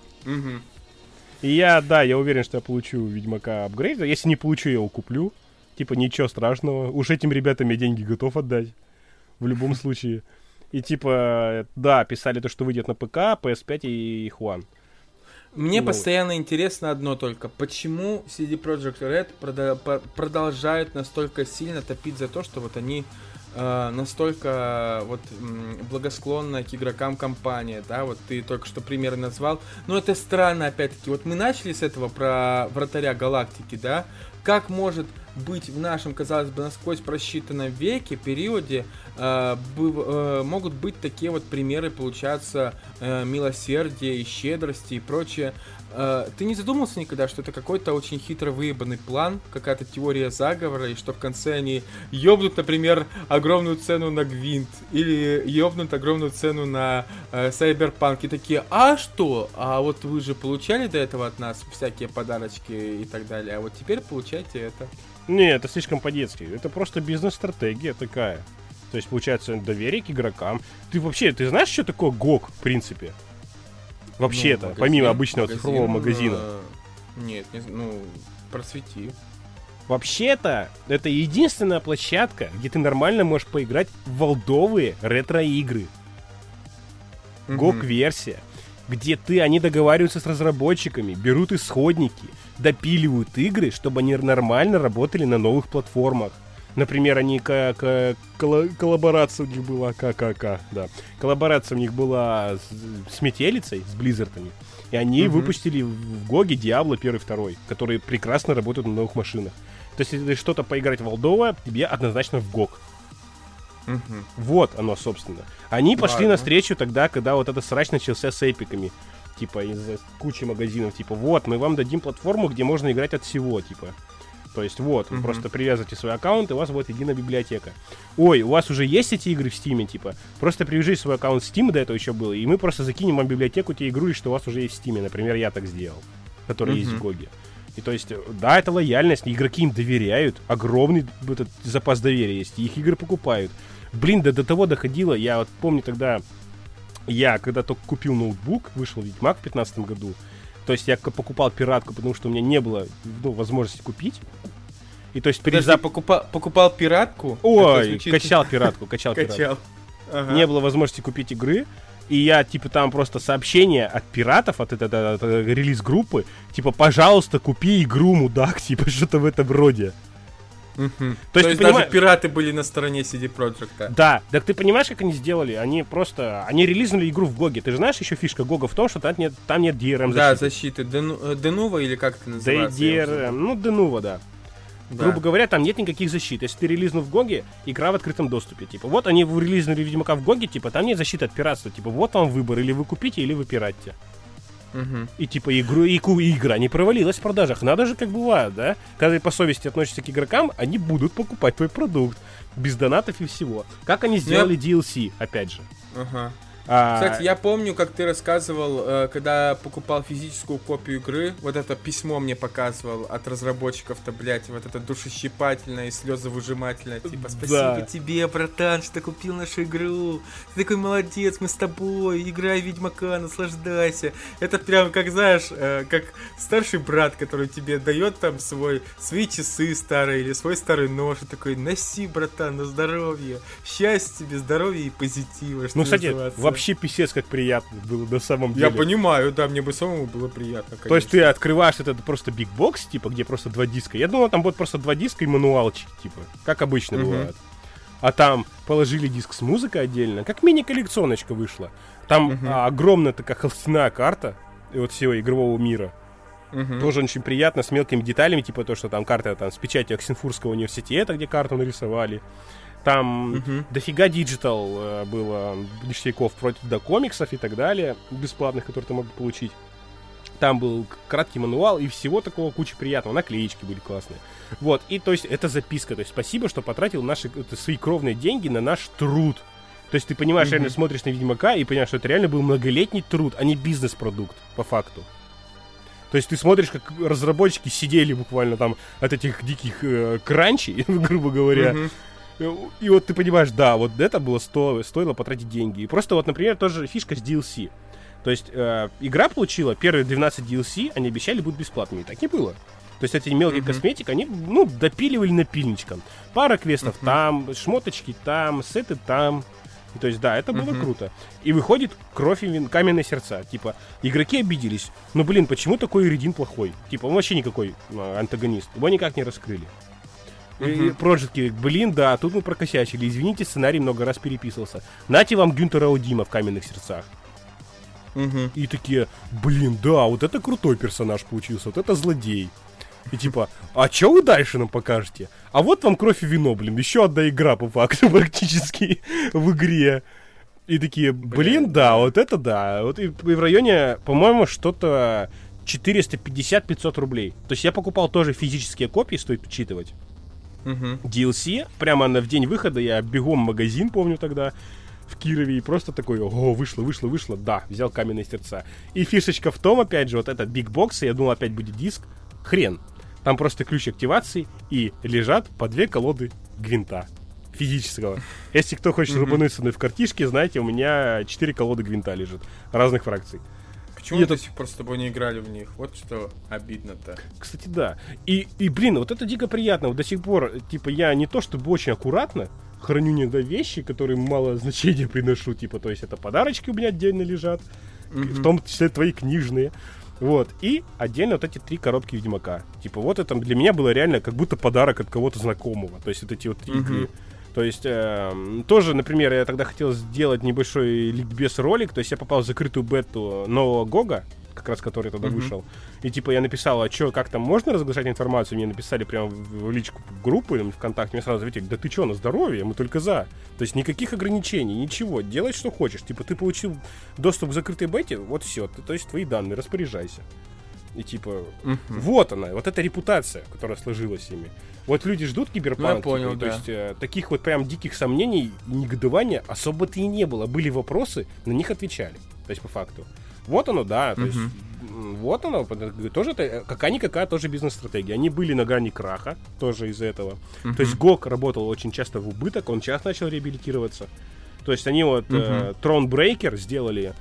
И я, да, я уверен, что я получу Ведьмака апгрейд. Если не получу, я его куплю. Типа, ничего страшного. Уж этим ребятам я деньги готов отдать. В любом случае. И типа, да, писали то, что выйдет на ПК, пи эс пять и One. Мне ну. постоянно интересно одно только. Почему си ди Projekt Red прода- продолжают настолько сильно топить за то, что вот они э, настолько вот м, благосклонна к игрокам компания, да, вот ты только что пример назвал. Но это странно, опять-таки. Вот мы начали с этого про Вратаря Галактики, да. Как может быть в нашем, казалось бы, насквозь просчитанном веке, периоде, э, быв, э, могут быть такие вот примеры, получаться, э, милосердия и щедрости и прочее. Э, ты не задумался никогда, что это какой-то очень хитро выебанный план, какая-то теория заговора, и что в конце они ёбнут, например, огромную цену на Гвинт, или ёбнут огромную цену на э, Cyberpunk, и такие, а что? А вот вы же получали до этого от нас всякие подарочки и так далее, а вот теперь получайте это. Не, это слишком по-детски. Это просто бизнес-стратегия такая. То есть, получается, доверие к игрокам. Ты вообще, ты знаешь, что такое гог, в принципе? Вообще-то, ну, помимо обычного магазин, цифрового магазина. Э, нет, не, ну, просвети. Вообще-то, это единственная площадка, где ты нормально можешь поиграть в волдовые ретро-игры. Mm-hmm. гог-версия, где ты, они договариваются с разработчиками, берут исходники, допиливают игры, чтобы они нормально работали на новых платформах. Например, они к- к- колла- коллаборация у них была, ККК, да. Коллаборация у них была с, с Метелицей, с Близзардами. И они mm-hmm. выпустили в Гоге Diablo один и два, которые прекрасно работают на новых машинах. То есть, если что-то поиграть в волдовое, тебе однозначно в Гог. Mm-hmm. Вот оно, собственно. Они пошли Ладно. навстречу тогда, когда вот этот срач начался с эпиками. Типа, из-за кучи магазинов. Типа, вот, мы вам дадим платформу, где можно играть от всего, типа. То есть, вот, вы mm-hmm. просто привязываете свой аккаунт, и у вас будет единая библиотека. Ой, у вас уже есть эти игры в Steam, типа, просто привяжи свой аккаунт в Steam, до этого еще было, и мы просто закинем вам библиотеку, те игры, что у вас уже есть в Steam. Например, я так сделал, который mm-hmm. есть в Гоге. И то есть, да, это лояльность, игроки им доверяют, огромный этот запас доверия есть, и их игры покупают. Блин, да до того доходило, я вот помню тогда, я когда только купил ноутбук, вышел Ведьмак в пятнадцатом году, то есть я покупал пиратку, потому что у меня не было, ну, возможности купить. И то есть Подожди, перезап... покупал, покупал пиратку? Ой, звучит... качал пиратку, качал пиратку. Ага. Не было возможности купить игры. И я, типа, там просто сообщение от пиратов, от этой релиз-группы, типа, пожалуйста, купи игру, мудак, типа, что-то в этом роде. Угу. То, То есть, есть даже понимаешь... пираты были на стороне си ди Projekt. Да, так ты понимаешь, как они сделали? Они просто, они релизнули игру в Гоге. Ты же знаешь еще фишка Гога в том, что там нет, там нет ди ар эм защиты. Да, защиты. Денува или как это называется? ди ар эм, ну, Денува, да. Да. Грубо говоря, там нет никаких защит. Если ты релизнул в Гоге, игра в открытом доступе. Типа, вот они релизнули Ведьмака в Гоге, типа, там нет защиты от пиратства. Типа, вот вам выбор, или вы купите, или вы пиратите. Угу. И типа игру, и, и игра не провалилась в продажах. Надо же, как бывает, да? Когда ты по совести относишься к игрокам, они будут покупать твой продукт. Без донатов и всего. Как они сделали ди эл си, опять же. Ага. А... Кстати, я помню, как ты рассказывал, когда покупал физическую копию игры, вот это письмо мне показывал от разработчиков-то, блядь, вот это душещипательное и слезовыжимательное, типа, спасибо да. тебе, братан, что купил нашу игру, ты такой молодец, мы с тобой, играй в Ведьмака, наслаждайся. Это прям, как, знаешь, как старший брат, который тебе дает там свой, свои часы старые или свой старый нож, и такой, носи, братан, на здоровье, счастья тебе, здоровья и позитива, что ну, кстати, называется. Вообще писец как приятно было на самом деле. Я понимаю, да, мне бы самому было приятно, конечно. То есть ты открываешь этот просто бигбокс, типа, где просто два диска. Я думал, там будет просто два диска и мануалчик, типа, как обычно uh-huh. бывает. А там положили диск с музыкой отдельно, как мини-коллекционочка вышла. Там uh-huh. а, огромная такая холстяная карта и вот всего игрового мира. Uh-huh. Тоже очень приятно, с мелкими деталями, типа то, что там карта там, с печатью Оксенфурского университета, где карту нарисовали. Там uh-huh. дофига диджитал э, было ништяков против до комиксов и так далее, бесплатных, которые ты мог получить. Там был краткий мануал и всего такого куча приятного. Наклеечки были классные. Вот, и то есть это записка. То есть спасибо, что потратил наши это, свои кровные деньги на наш труд. То есть ты понимаешь, uh-huh. реально смотришь на Ведьмака и понимаешь, что это реально был многолетний труд, а не бизнес-продукт, по факту. То есть ты смотришь, как разработчики сидели буквально там от этих диких э, кранчей, грубо говоря. Uh-huh. И вот ты понимаешь, да, вот это было сто, стоило потратить деньги. И просто вот, например, тоже фишка с ди эл си. То есть э, игра получила первые двенадцать ди эл си, они обещали будут бесплатными. Так не было. То есть эти мелкие uh-huh. косметик, они, ну, допиливали напильничком. Пара квестов uh-huh. там, шмоточки там, сеты там. И, то есть, да, это было uh-huh. круто. И выходит кровь и каменные сердца. Типа, игроки обиделись. Ну, блин, почему такой Иридин плохой? Типа, он вообще никакой э, антагонист. Его никак не раскрыли. Uh-huh. Проджетки, блин, да, тут мы прокосячили. Извините, сценарий много раз переписывался. Нате вам Гюнтера Аудима в «Каменных сердцах». Uh-huh. И такие, блин, да, вот это крутой персонаж получился, вот это злодей. И типа, а чё вы дальше нам покажете? А вот вам кровь и вино, блин, еще одна игра по факту практически в игре. И такие, блин, блин да, вот это да. Вот и, и в районе, по-моему, что-то четыреста пятьдесят - пятьсот рублей. То есть я покупал тоже физические копии, стоит учитывать. Uh-huh. ди эл си, прямо на, в день выхода я бегом в магазин, помню тогда, в Кирове, и просто такой, ого, вышло, вышло, вышло, да, взял «Каменные сердца». И фишечка в том, опять же, вот этот бигбокс, я думал, опять будет диск, хрен. Там просто ключ активации, и лежат по две колоды гвинта физического. Если кто хочет uh-huh. рубануть со мной в картишке, знаете, у меня четыре колоды гвинта лежит, разных фракций. Почему мы до сих пор с тобой не играли в них? Вот что обидно-то. Кстати, да. И, и, блин, вот это дико приятно. Вот до сих пор, типа, я не то чтобы очень аккуратно храню иногда вещи, которые мало значения приношу. Типа, то есть это подарочки у меня отдельно лежат. Mm-hmm. В том числе твои книжные. Вот. И отдельно вот эти три коробки Ведьмака. Типа, вот это для меня было реально как будто подарок от кого-то знакомого. То есть вот эти вот mm-hmm. игры. То есть, э, тоже, например, я тогда хотел сделать небольшой ликбез-ролик, то есть я попал в закрытую бету нового Гога, как раз который тогда mm-hmm. вышел, и типа я написал, а что, как там можно разглашать информацию, мне написали прямо в личку группы, или ВКонтакте, мне сразу ответили, да ты что, на здоровье, мы только за. То есть никаких ограничений, ничего, делай что хочешь, типа ты получил доступ к закрытой бете, вот все, ты, то есть твои данные, распоряжайся. И типа, mm-hmm. вот она, вот эта репутация, которая сложилась ими. Вот люди ждут Киберпанк, я понял, типа, да. то есть э, таких вот прям диких сомнений, негодования особо-то и не было. Были вопросы, на них отвечали. То есть по факту. Вот оно, да, то uh-huh. есть вот оно, тоже какая-никакая тоже бизнес-стратегия. Они были на грани краха, тоже из-за этого. Uh-huh. То есть Гог работал очень часто в убыток, он часто начал реабилитироваться. То есть они вот uh-huh. э, Thronebreaker сделали,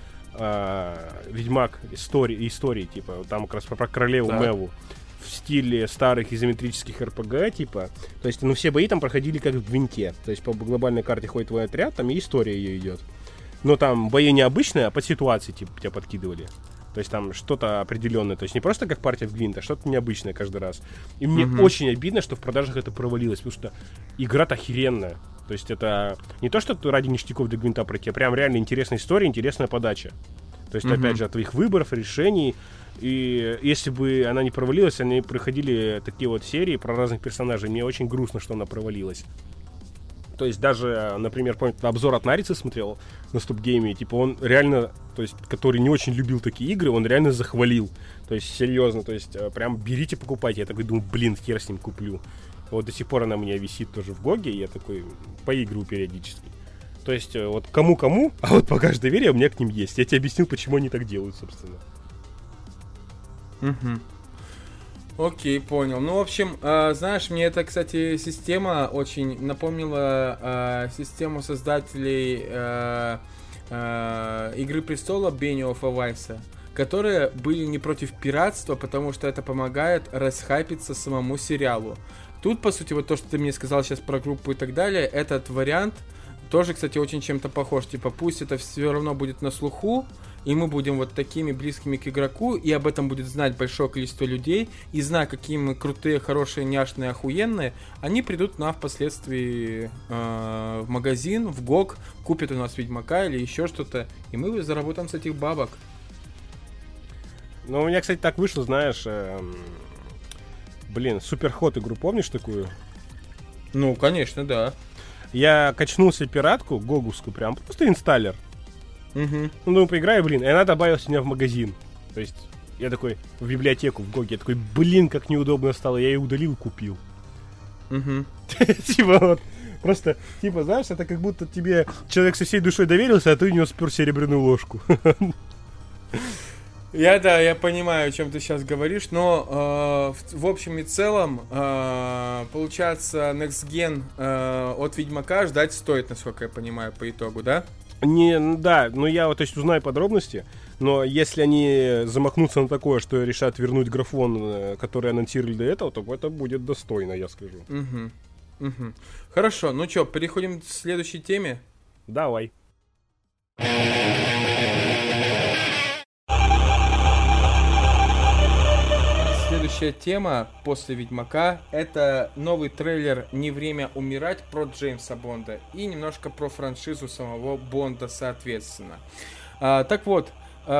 э, Ведьмак истории, истории, типа, там как раз про, про королеву uh-huh. Мэву. В стиле старых изометрических эр пи джи, типа. То есть, ну, все бои там проходили как в Гвинте. То есть, по глобальной карте ходит твой отряд, там и история ее идет. Но там бои не обычные, а под ситуации, типа, тебя подкидывали. То есть, там что-то определенное. То есть, не просто как партия в Гвинт, а что-то необычное каждый раз. И мне mm-hmm. очень обидно, что в продажах это провалилось, потому что игра-то охеренная. То есть, это не то, что ради ништяков до Гвинта пройти, а прям реально интересная история, интересная подача. То есть, mm-hmm. опять же, от твоих выборов, решений. И если бы она не провалилась, они проходили такие вот серии про разных персонажей. Мне очень грустно, что она провалилась. То есть даже, например, помню, обзор от Нарицы смотрел на Стопгейме, типа он реально, то есть, который не очень любил такие игры, он реально захвалил. То есть, серьезно, то есть, прям берите, покупайте. Я такой думаю, блин, хер с ним куплю. Вот до сих пор она у меня висит тоже в Гоге, и я такой поиграю периодически. То есть, вот кому-кому, а вот пока что доверие у меня к ним есть. Я тебе объяснил, почему они так делают, собственно. Угу. Окей, понял. Ну, в общем, э, знаешь, мне эта, кстати, система очень напомнила э, систему создателей э, э, Игры Престолов Бениофа Вайса, которые были не против пиратства, потому что это помогает расхайпиться самому сериалу. Тут, по сути, вот то, что ты мне сказал сейчас про группу и так далее, этот вариант тоже, кстати, очень чем-то похож. Типа, пусть это все равно будет на слуху, и мы будем вот такими близкими к игроку, и об этом будет знать большое количество людей, и зная, какие мы крутые, хорошие, няшные, охуенные, они придут нам впоследствии э, в магазин, в ГОГ, купят у нас Ведьмака или еще что-то, и мы заработаем с этих бабок. Ну, у меня, кстати, так вышло, знаешь, эм, блин, Суперхот игру, помнишь такую? Ну, конечно, да. Я качнулся пиратку, гоговскую прям, просто инсталлер. Угу. Ну, думаю, поиграю, блин, и она добавилась у меня в магазин. То есть, я такой, в библиотеку, в Гоге, я такой, блин, как неудобно стало, я ее удалил, купил. Угу. Типа вот, просто, типа, знаешь, это как будто тебе человек со всей душой доверился, а ты у него спер серебряную ложку. Я, да, я понимаю, о чем ты сейчас говоришь, но э, в, в общем и целом, э, получается, Next Gen э, от Ведьмака ждать стоит, насколько я понимаю, по итогу, да? Не, да, ну я вот, то есть, узнаю подробности, но если они замахнутся на такое, что решат вернуть графон, который анонсировали до этого, то это будет достойно, я скажу. Угу. Угу. Хорошо, ну что, переходим к следующей теме? Давай. Следующая тема после Ведьмака — это новый трейлер «Не время умирать» про Джеймса Бонда и немножко про франшизу самого Бонда, соответственно. А, так вот,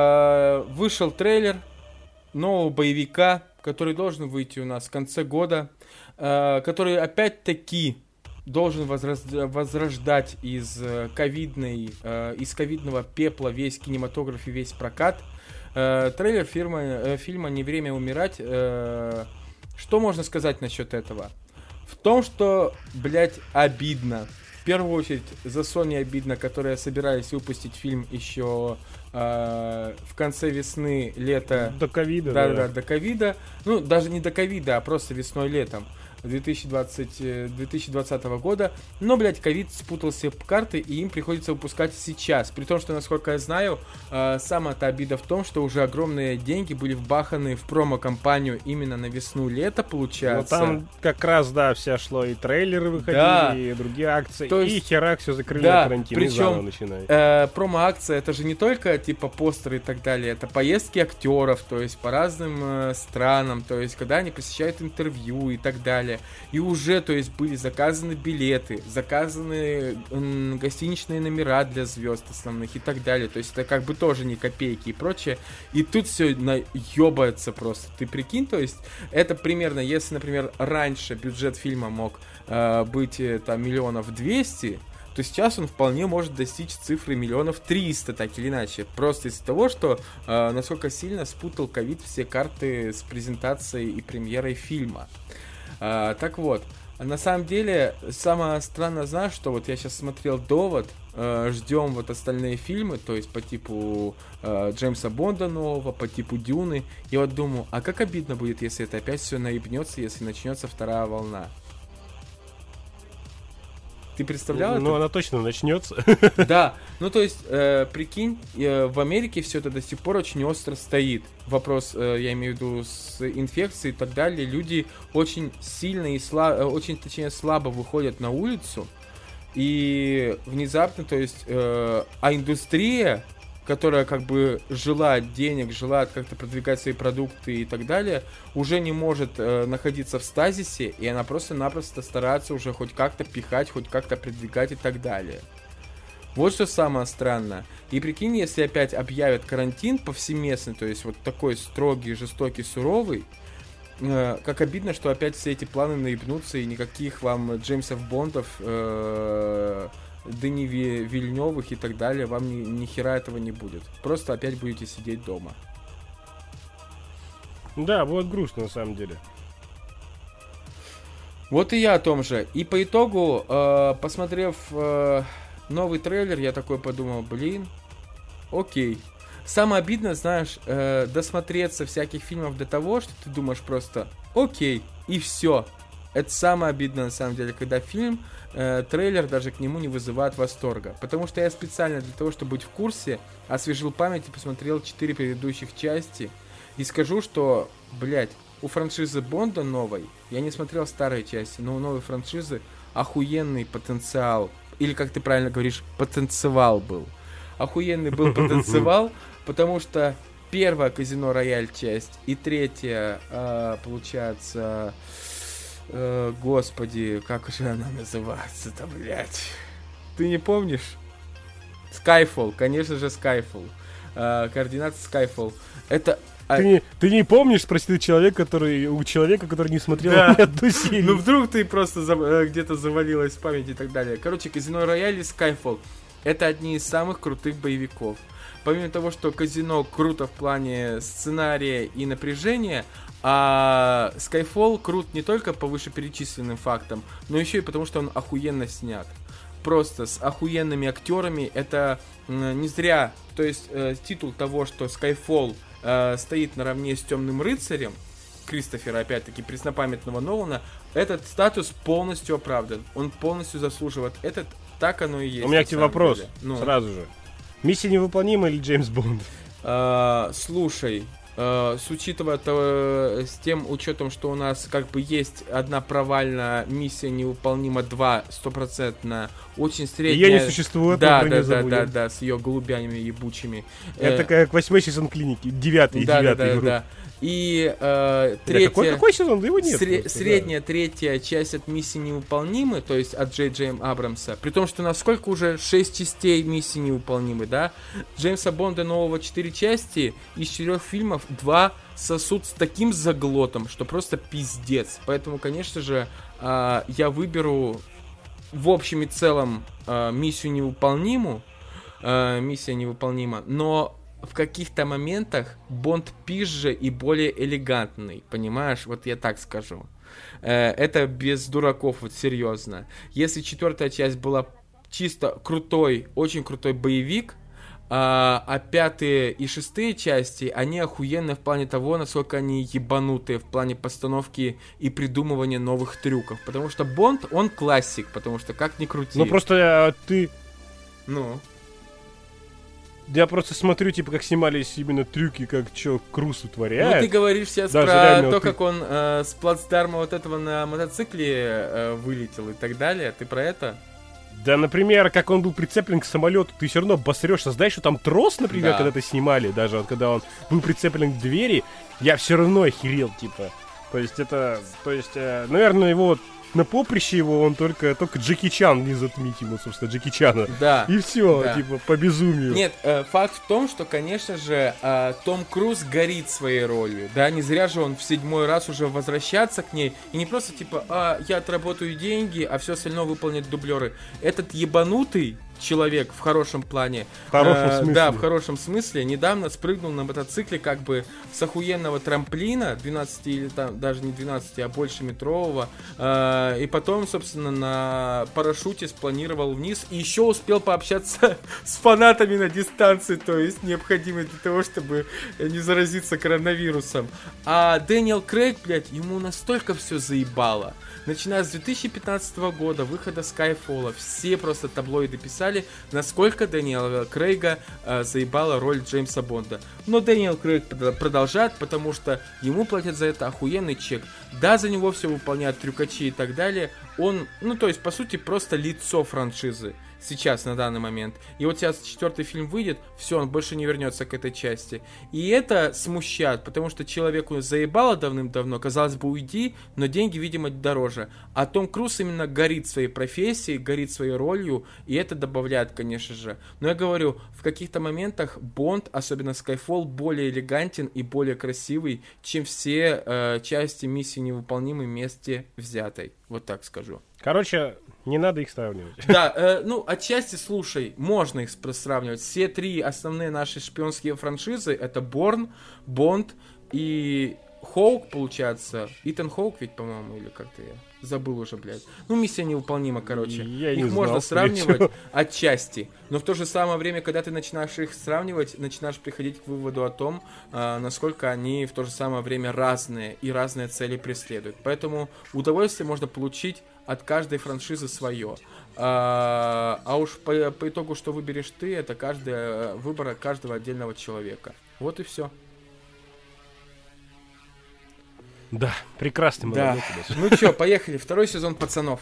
а, вышел трейлер нового боевика, который должен выйти у нас в конце года, а, который опять-таки должен возрождать из ковидной, из ковидного пепла весь кинематограф и весь прокат. Uh, трейлер фирмы, uh, фильма «Не время умирать». Uh, что можно сказать насчет этого? В том, что, блять, обидно. В первую очередь за Sony обидно, которые собирались выпустить фильм еще uh, в конце весны, лета. До ковида. Да, да, да, до ковида. Ну, даже не до ковида, а просто весной-летом две тысячи двадцатого года. Но, блядь, ковид спутал все карты, и им приходится выпускать сейчас. При том, что, насколько я знаю, э, самая-то обида в том, что уже огромные деньги были вбаханы в промо-компанию именно на весну-лето, получается. Ну, там как раз, да, вся шло, и трейлеры выходили, да. И другие акции, То и есть... херак все закрыли да, на карантин, причем, и заново начинают. Э, промо-акция, это же не только, типа, постеры и так далее, это поездки актеров, то есть по разным э, странам, то есть когда они посещают интервью и так далее. И уже, то есть, были заказаны билеты, заказаны м, гостиничные номера для звезд основных и так далее. То есть это как бы тоже не копейки и прочее. И тут все наебается просто. Ты прикинь, то есть это примерно, если, например, раньше бюджет фильма мог э, быть там миллионов двести, то сейчас он вполне может достичь цифры миллионов триста, так или иначе. Просто из-за того, что э, насколько сильно спутал ковид все карты с презентацией и премьерой фильма. А, так вот, на самом деле, самое странное, знаешь, что вот я сейчас смотрел «Довод», э, ждем вот остальные фильмы, то есть по типу э, Джеймса Бонда нового, по типу Дюны, и вот думаю, а как обидно будет, если это опять все наебнется, если начнется вторая волна. Ты представлял ну, это? Ну, она точно начнется. Да, ну то есть, э, прикинь, э, в Америке все это до сих пор очень остро стоит. Вопрос, э, я имею в виду, с инфекцией и так далее. Люди очень сильно и слабо, очень, точнее, слабо выходят на улицу. И внезапно, то есть, э, а индустрия, которая как бы желает денег, желает как-то продвигать свои продукты и так далее, уже не может э, находиться в стазисе, и она просто-напросто старается уже хоть как-то пихать, хоть как-то продвигать и так далее. Вот что самое странное. И прикинь, если опять объявят карантин повсеместный, то есть вот такой строгий, жестокий, суровый, э, как обидно, что опять все эти планы наебнутся, и никаких вам Джеймсов Бондов, э, Дени Вильнёвых и так далее, вам ни, ни хера этого не будет. Просто опять будете сидеть дома. Да, будет грустно на самом деле. Вот и я о том же. И по итогу, э, посмотрев э, новый трейлер, я такой подумал, блин, окей. Самое обидное, знаешь, э, досмотреться всяких фильмов до того, что ты думаешь просто, окей, и все. Это самое обидное, на самом деле, когда фильм, э, трейлер даже к нему не вызывает восторга. Потому что я специально для того, чтобы быть в курсе, освежил память и посмотрел четыре предыдущих части. И скажу, что, блядь, у франшизы Бонда новой, я не смотрел старые части, но у новой франшизы охуенный потенциал. Или, как ты правильно говоришь, потенциал был. Охуенный был потенциал, потому что первая Казино Рояль часть и третья, э, получается, э, господи, как же она называется-то, блядь? Ты не помнишь? Skyfall, конечно же, Skyfall. Э, координаты Skyfall. Это... Ты не, ты не помнишь, спросил человек, который, у человека, который не смотрел да. ни одну серию. Ну вдруг ты просто за, где-то завалилась в память и так далее. Короче, Казино Рояль и Skyfall — это одни из самых крутых боевиков. Помимо того, что Казино круто в плане сценария и напряжения, а Skyfall крут не только по вышеперечисленным фактам, но еще и потому, что он охуенно снят. Просто с охуенными актерами. Это э, не зря. То есть э, титул того, что Skyfall э, стоит наравне с Темным рыцарем Кристофера, опять-таки, преснопамятного Нолана, этот статус полностью оправдан. Он полностью заслуживает. Этот так оно и есть. У меня к тебе вопрос. Ну. Сразу же. Миссия невыполнима или Джеймс Бонд? А, слушай, а, с учитывая то, с тем учетом, что у нас как бы есть одна провальная миссия невыполнима, два стопроцентно, очень средняя. Ее не существует, да, да, да, да, да, с ее голубями ебучими. Это как восьмой сезон клиники, девятый, да, девятый. Да, да, да. И э, третья... Какой, какой сезон? Да его нет. Сре- просто, средняя да. третья часть от миссии невыполнимы, то есть от Джей Джей Абрамса, при том, что насколько уже шесть частей миссии невыполнимы, да? Джеймса Бонда нового четыре части, из четырех фильмов два сосут с таким заглотом, что просто пиздец. Поэтому, конечно же, э, я выберу в общем и целом э, миссию невыполниму, э, миссия невыполнима, но в каких-то моментах Бонд пизже и более элегантный, понимаешь? Вот я так скажу. Э, это без дураков, вот серьезно. Если четвертая часть была чисто крутой, очень крутой боевик, а, а пятые и шестые части, они охуенные в плане того, насколько они ебанутые в плане постановки и придумывания новых трюков. Потому что Бонд, он классик, потому что как ни крути. Ну просто а, ты... Ну... Я просто смотрю, типа, как снимались именно трюки, как что Круз утворяет. Ну, ты говоришь сейчас Даже про то, ты... как он э, с плацдарма вот этого на мотоцикле э, вылетел и так далее. Ты про это? Да, например, как он был прицеплен к самолету, ты все равно обосрешься. Знаешь, что там трос, например, да. когда это снимали, даже вот когда он был прицеплен к двери, я все равно охерел, типа. То есть это, то есть, э, наверное, его... На поприще его он только, только Джеки Чан не затмить ему, собственно, Джеки Чана. Да. И все, да. типа, по безумию. Нет, э, факт в том, что, конечно же, э, Том Круз горит своей ролью. Да, не зря же он в седьмой раз уже возвращаться к ней. И не просто типа, а, я отработаю деньги, а все остальное выполнят дублеры. Этот ебанутый человек в хорошем плане. В хорошем э, смысле. Да, в хорошем смысле. Недавно спрыгнул на мотоцикле как бы с охуенного трамплина, двенадцати или там даже не двенадцати, а больше метрового. Э, и потом, собственно, на парашюте спланировал вниз. И еще успел пообщаться с фанатами на дистанции, то есть необходимой для того, чтобы не заразиться коронавирусом. А Дэниел Крейг, блядь, ему настолько все заебало. Начиная с две тысячи пятнадцатого года, выхода Skyfall, все просто таблоиды писали, насколько Дэниела Крейга э, заебала роль Джеймса Бонда. Но Дэниел Крейг продолжает, потому что ему платят за это охуенный чек. Да, за него все выполняют трюкачи и так далее. Он, ну то есть, по сути, просто лицо франшизы. Сейчас, на данный момент. И вот сейчас четвертый фильм выйдет, все, он больше не вернется к этой части. И это смущает, потому что человеку заебало давным-давно, казалось бы, уйди, но деньги, видимо, дороже. А Том Круз именно горит своей профессией, горит своей ролью, и это добавляет, конечно же. Но я говорю, в каких-то моментах Бонд, особенно Skyfall, более элегантен и более красивый, чем все э, части миссии невыполнимой вместе взятой. Вот так скажу. Короче, не надо их сравнивать. Да, э, ну, отчасти, слушай, можно их сравнивать. Все три основные наши шпионские франшизы — это Борн, Бонд и Хоук, получается, Итан Хоук ведь, по-моему, или как-то я забыл уже, блядь. Ну, миссия невыполнима, короче. Я их не можно знал, сравнивать отчасти, но в то же самое время, когда ты начинаешь их сравнивать, начинаешь приходить к выводу о том, а, насколько они в то же самое время разные и разные цели преследуют. Поэтому удовольствие можно получить от каждой франшизы свое. А, а уж по, по итогу, что выберешь ты, это каждый, выбор каждого отдельного человека. Вот и все. Да, прекрасный да. Ну чё, поехали. Второй сезон «Пацанов».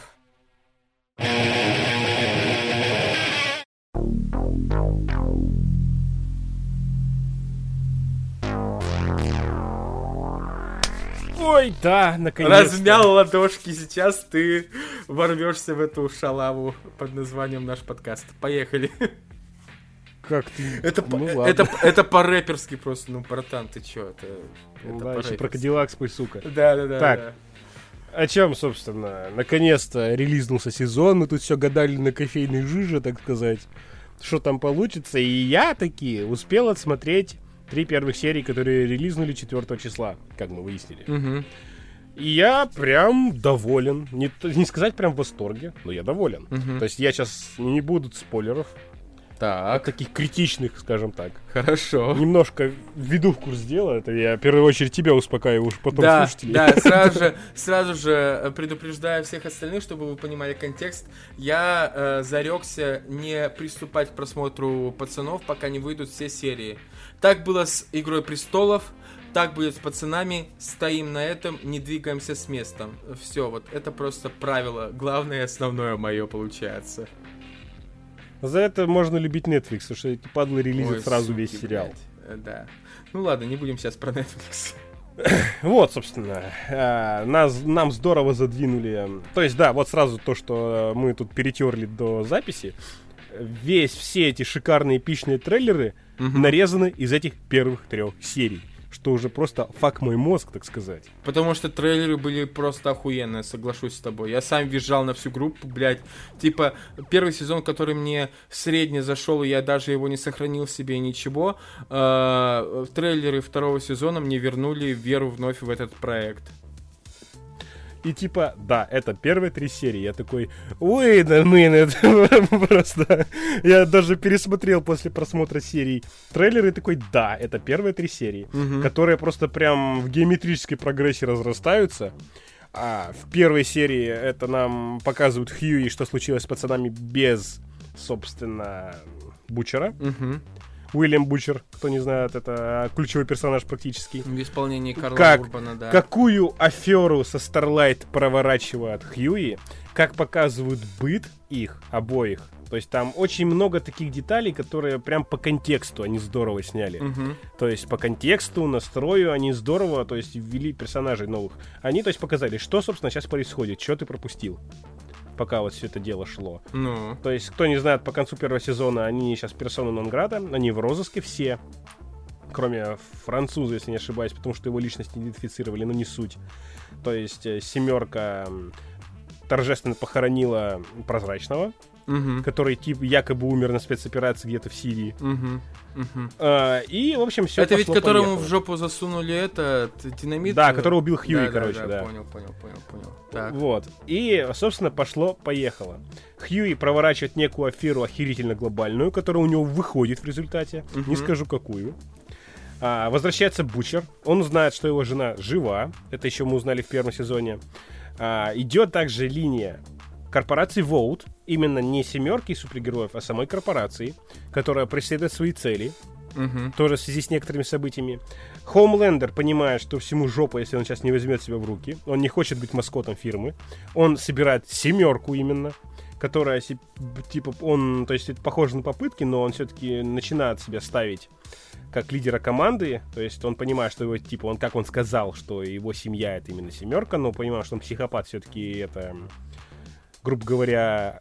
Ой, да, наконец-то. Размял ладошки, сейчас ты ворвешься в эту шалаву под названием «Наш подкаст». Поехали. Как ты? Это, ну, это, это по-рэперски просто, ну, братан, ты чё? Это, это да, еще про Кадиллак спой, сука. Да-да-да. Так, да. о чем, собственно, наконец-то релизнулся сезон, мы тут все гадали на кофейной жиже, так сказать, что там получится, и я таки успел отсмотреть три первых серии, которые релизнули четвёртого числа, как мы выяснили. Угу. И я прям доволен, не, не сказать прям в восторге, но я доволен. Угу. То есть я сейчас не буду спойлеров, так. таких критичных, скажем так. Хорошо. Немножко введу в курс дела. Это я в первую очередь тебя успокаиваю, уж потом да, слушателей. Да, сразу же, сразу же предупреждаю всех остальных, чтобы вы понимали контекст. Я э, зарекся не приступать к просмотру «Пацанов», пока не выйдут все серии. Так было с «Игрой престолов», так будет с «Пацанами». Стоим на этом, не двигаемся с места. Все, вот это просто правило. Главное и основное мое получается. За это можно любить Netflix, потому что эти падлы релизят Ой, сразу суки, весь сериал. Блядь. Да. Ну ладно, не будем сейчас про Netflix. Вот, собственно, нас, нам здорово задвинули. То есть, да, вот сразу то, что мы тут перетерли до записи. Весь, все эти шикарные эпичные трейлеры угу. нарезаны из этих первых трех серий. Что уже просто фак мой мозг, так сказать. Потому что трейлеры были просто охуенные, соглашусь с тобой. Я сам визжал на всю группу, блядь. Типа, первый сезон, который мне средне зашел, и я даже его не сохранил в себе ничего. Э, трейлеры второго сезона мне вернули веру вновь в этот проект. И типа, да, это первые три серии. Я такой, wait a minute. Просто я даже пересмотрел после просмотра серий трейлеры и такой, да, это первые три серии, угу. которые просто прям в геометрической прогрессии разрастаются. А в первой серии это нам показывают Хьюи, что случилось с пацанами без, собственно, Бучера. Угу. Уильям Бучер, кто не знает, это ключевой персонаж практически. В исполнении Карла как, Урбана, да. Какую аферу со Starlight проворачивает Хьюи, как показывают быт их обоих. То есть там очень много таких деталей, которые прям по контексту они здорово сняли. Угу. То есть по контексту, настрою они здорово, то есть ввели персонажей новых. Они, то есть, показали, что, собственно, сейчас происходит, что ты пропустил, пока вот все это дело шло. Ну. То есть, кто не знает, по концу первого сезона они сейчас персона нон-грата, они в розыске все, кроме француза, если не ошибаюсь, потому что его личность не идентифицировали, но не суть. То есть, семерка торжественно похоронила Прозрачного, угу. который тип якобы умер на спецоперации где-то в Сирии. Угу. Угу. А, и, в общем, все это пошло, ведь которому поехало. В жопу засунули этот динамит? Да, который убил Хьюи, да, короче, да, да. да. Понял, понял, понял, понял. Так. Вот. И, собственно, пошло-поехало. Хьюи проворачивает некую аферу охерительно глобальную, которая у него выходит в результате. Угу. Не скажу, какую. А, возвращается Бучер. Он знает, что его жена жива. Это еще мы узнали в первом сезоне. А, идет также линия корпорации Vote, именно не семерки супергероев, а самой корпорации, которая преследует свои цели, угу. тоже в связи с некоторыми событиями. Хоумлендер понимает, что всему жопа, если он сейчас не возьмет себя в руки. Он не хочет быть маскотом фирмы. Он собирает семерку именно, которая, типа, он, то есть это похоже на попытки, но он все-таки начинает себя ставить как лидера команды, то есть он понимает, что его, типа, он, как он сказал, что его семья это именно семерка, но понимает, что он психопат, все-таки это... грубо говоря,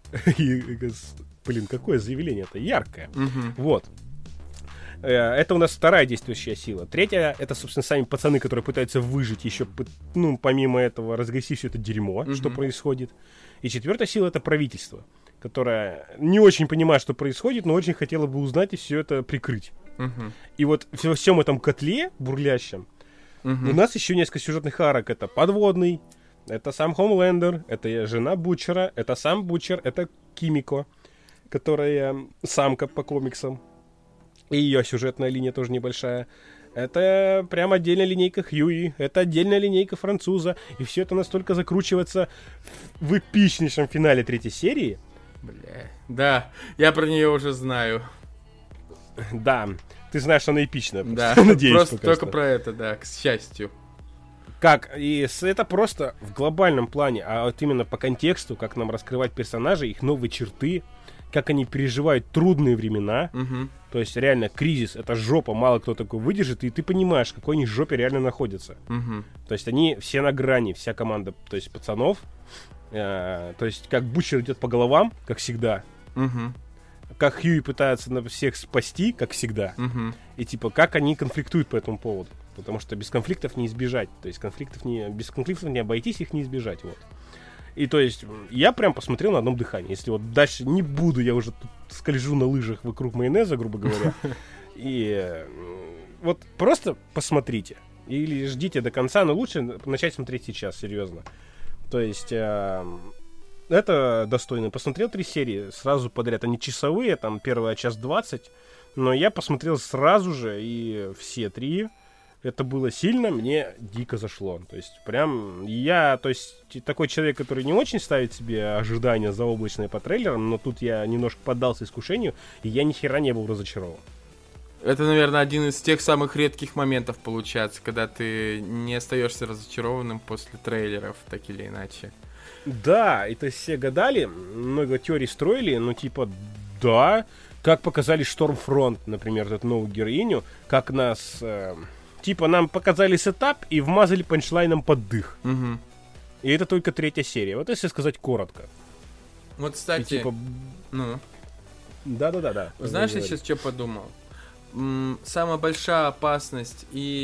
блин, какое заявление это яркое. Uh-huh. Вот. Это у нас вторая действующая сила. Третья, это, собственно, сами пацаны, которые пытаются выжить еще, ну, помимо этого, разгрести все это дерьмо, uh-huh. что происходит. И четвертая сила — это правительство, которое не очень понимает, что происходит, но очень хотело бы узнать и все это прикрыть. Uh-huh. И вот во всем этом котле бурлящем У нас еще несколько сюжетных арок. Это подводный, это сам Хомлендер, это жена Бутчера, это сам Бутчер, это Кимико, которая самка по комиксам. И ее сюжетная линия тоже небольшая. Это прям отдельная линейка Хьюи, это отдельная линейка француза. И все это настолько закручивается в эпичнейшем финале третьей серии. Бля, да, я про нее уже знаю. Да, ты знаешь, что она эпична. Да, надеюсь, просто пока только что. про это, да, к счастью. Как, и с- это просто в глобальном плане, а вот именно по контексту, как нам раскрывать персонажей, их новые черты, как они переживают трудные времена. Мгм. То есть реально кризис, это жопа, мало кто такой выдержит, и ты понимаешь, в какой они жопе реально находятся. Мгм. То есть они все на грани, вся команда, то есть пацанов. Э, то есть как Бутчер идет по головам, как всегда. Мгм. Как Хьюи пытается на всех спасти, как всегда. Мгм. И типа как они конфликтуют по этому поводу. Потому что без конфликтов не избежать. То есть конфликтов не, без конфликтов не обойтись, их не избежать. Вот. И то есть м, я прям посмотрел на одном дыхании. Если вот дальше не буду, я уже тут скольжу на лыжах вокруг майонеза, грубо говоря. И э, вот просто посмотрите. Или ждите до конца, но лучше начать смотреть сейчас, серьезно. То есть э, это достойно. Посмотрел три серии сразу подряд. Они часовые, там первая час двадцать. Но я посмотрел сразу же и все три. Это было сильно, мне дико зашло. То есть прям я, то есть такой человек, который не очень ставит себе ожидания заоблачные по трейлерам, но тут я немножко поддался искушению, и я ни хера не был разочарован. Это, наверное, один из тех самых редких моментов получается, когда ты не остаешься разочарованным после трейлеров, так или иначе. Да, и то есть все гадали, много теорий строили, но типа да, как показали Штормфронт, например, эту новую героиню, как нас... э, Типа нам показали сетап и вмазали панчлайном под дых. Мгм. И это только третья серия. Вот если сказать коротко. Вот, И кстати, типа... ну, Да-да-да-да. знаешь, я Говори. сейчас что подумал? М, Самая большая опасность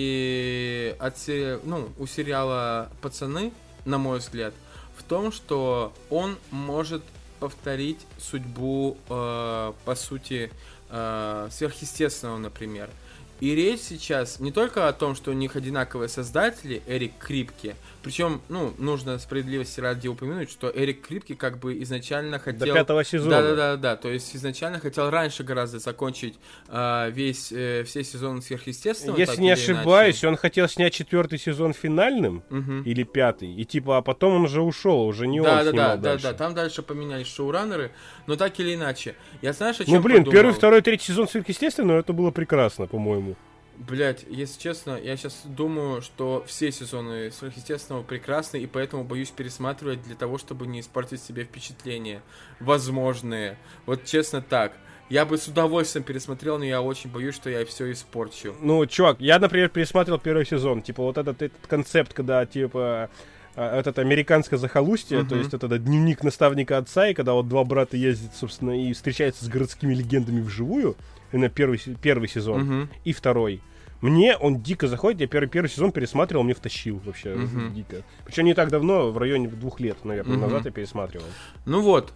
и от сери- ну, у сериала «Пацаны», на мой взгляд, в том, что он может повторить судьбу, э, по сути, э, сверхъестественного, например. И речь сейчас не только о том, что у них одинаковые создатели, Эрик Крипке, причем, ну, нужно справедливости ради упомянуть, что Эрик Крипке как бы изначально хотел... До пятого сезона. Да-да-да, то есть изначально хотел раньше гораздо закончить э, весь, э, все сезоны сверхъестественного. Если так не или ошибаюсь, иначе. он хотел снять четвертый сезон финальным. Мгм. Или пятый. И типа, а потом он уже ушел, уже не Да, он да, снимал да, да, дальше. да, там дальше поменялись шоураннеры, но так или иначе. Я знаешь, о чем Ну блин, подумал? первый, второй, третий сезон сверхъестественного, это было прекрасно, по-моему. Блять, если честно, я сейчас думаю, что все сезоны сверхъестественного прекрасны, и поэтому боюсь пересматривать для того, чтобы не испортить себе впечатления возможные. Вот честно так. Я бы с удовольствием пересмотрел, но я очень боюсь, что я все испорчу. Ну, чувак, я, например, пересматривал первый сезон. Типа, вот этот, этот концепт, когда, типа, а, этот американское захолустье, Мгм. то есть, вот этот дневник наставника отца, и когда вот два брата ездят, собственно, и встречаются с городскими легендами вживую, именно первый, се- первый сезон Мгм. и второй. Мне он дико заходит, я первый, первый сезон пересматривал, мне втащил вообще Мгм. дико. Причем не так давно, в районе двух лет, наверное, Мгм. назад я пересматривал. Ну вот.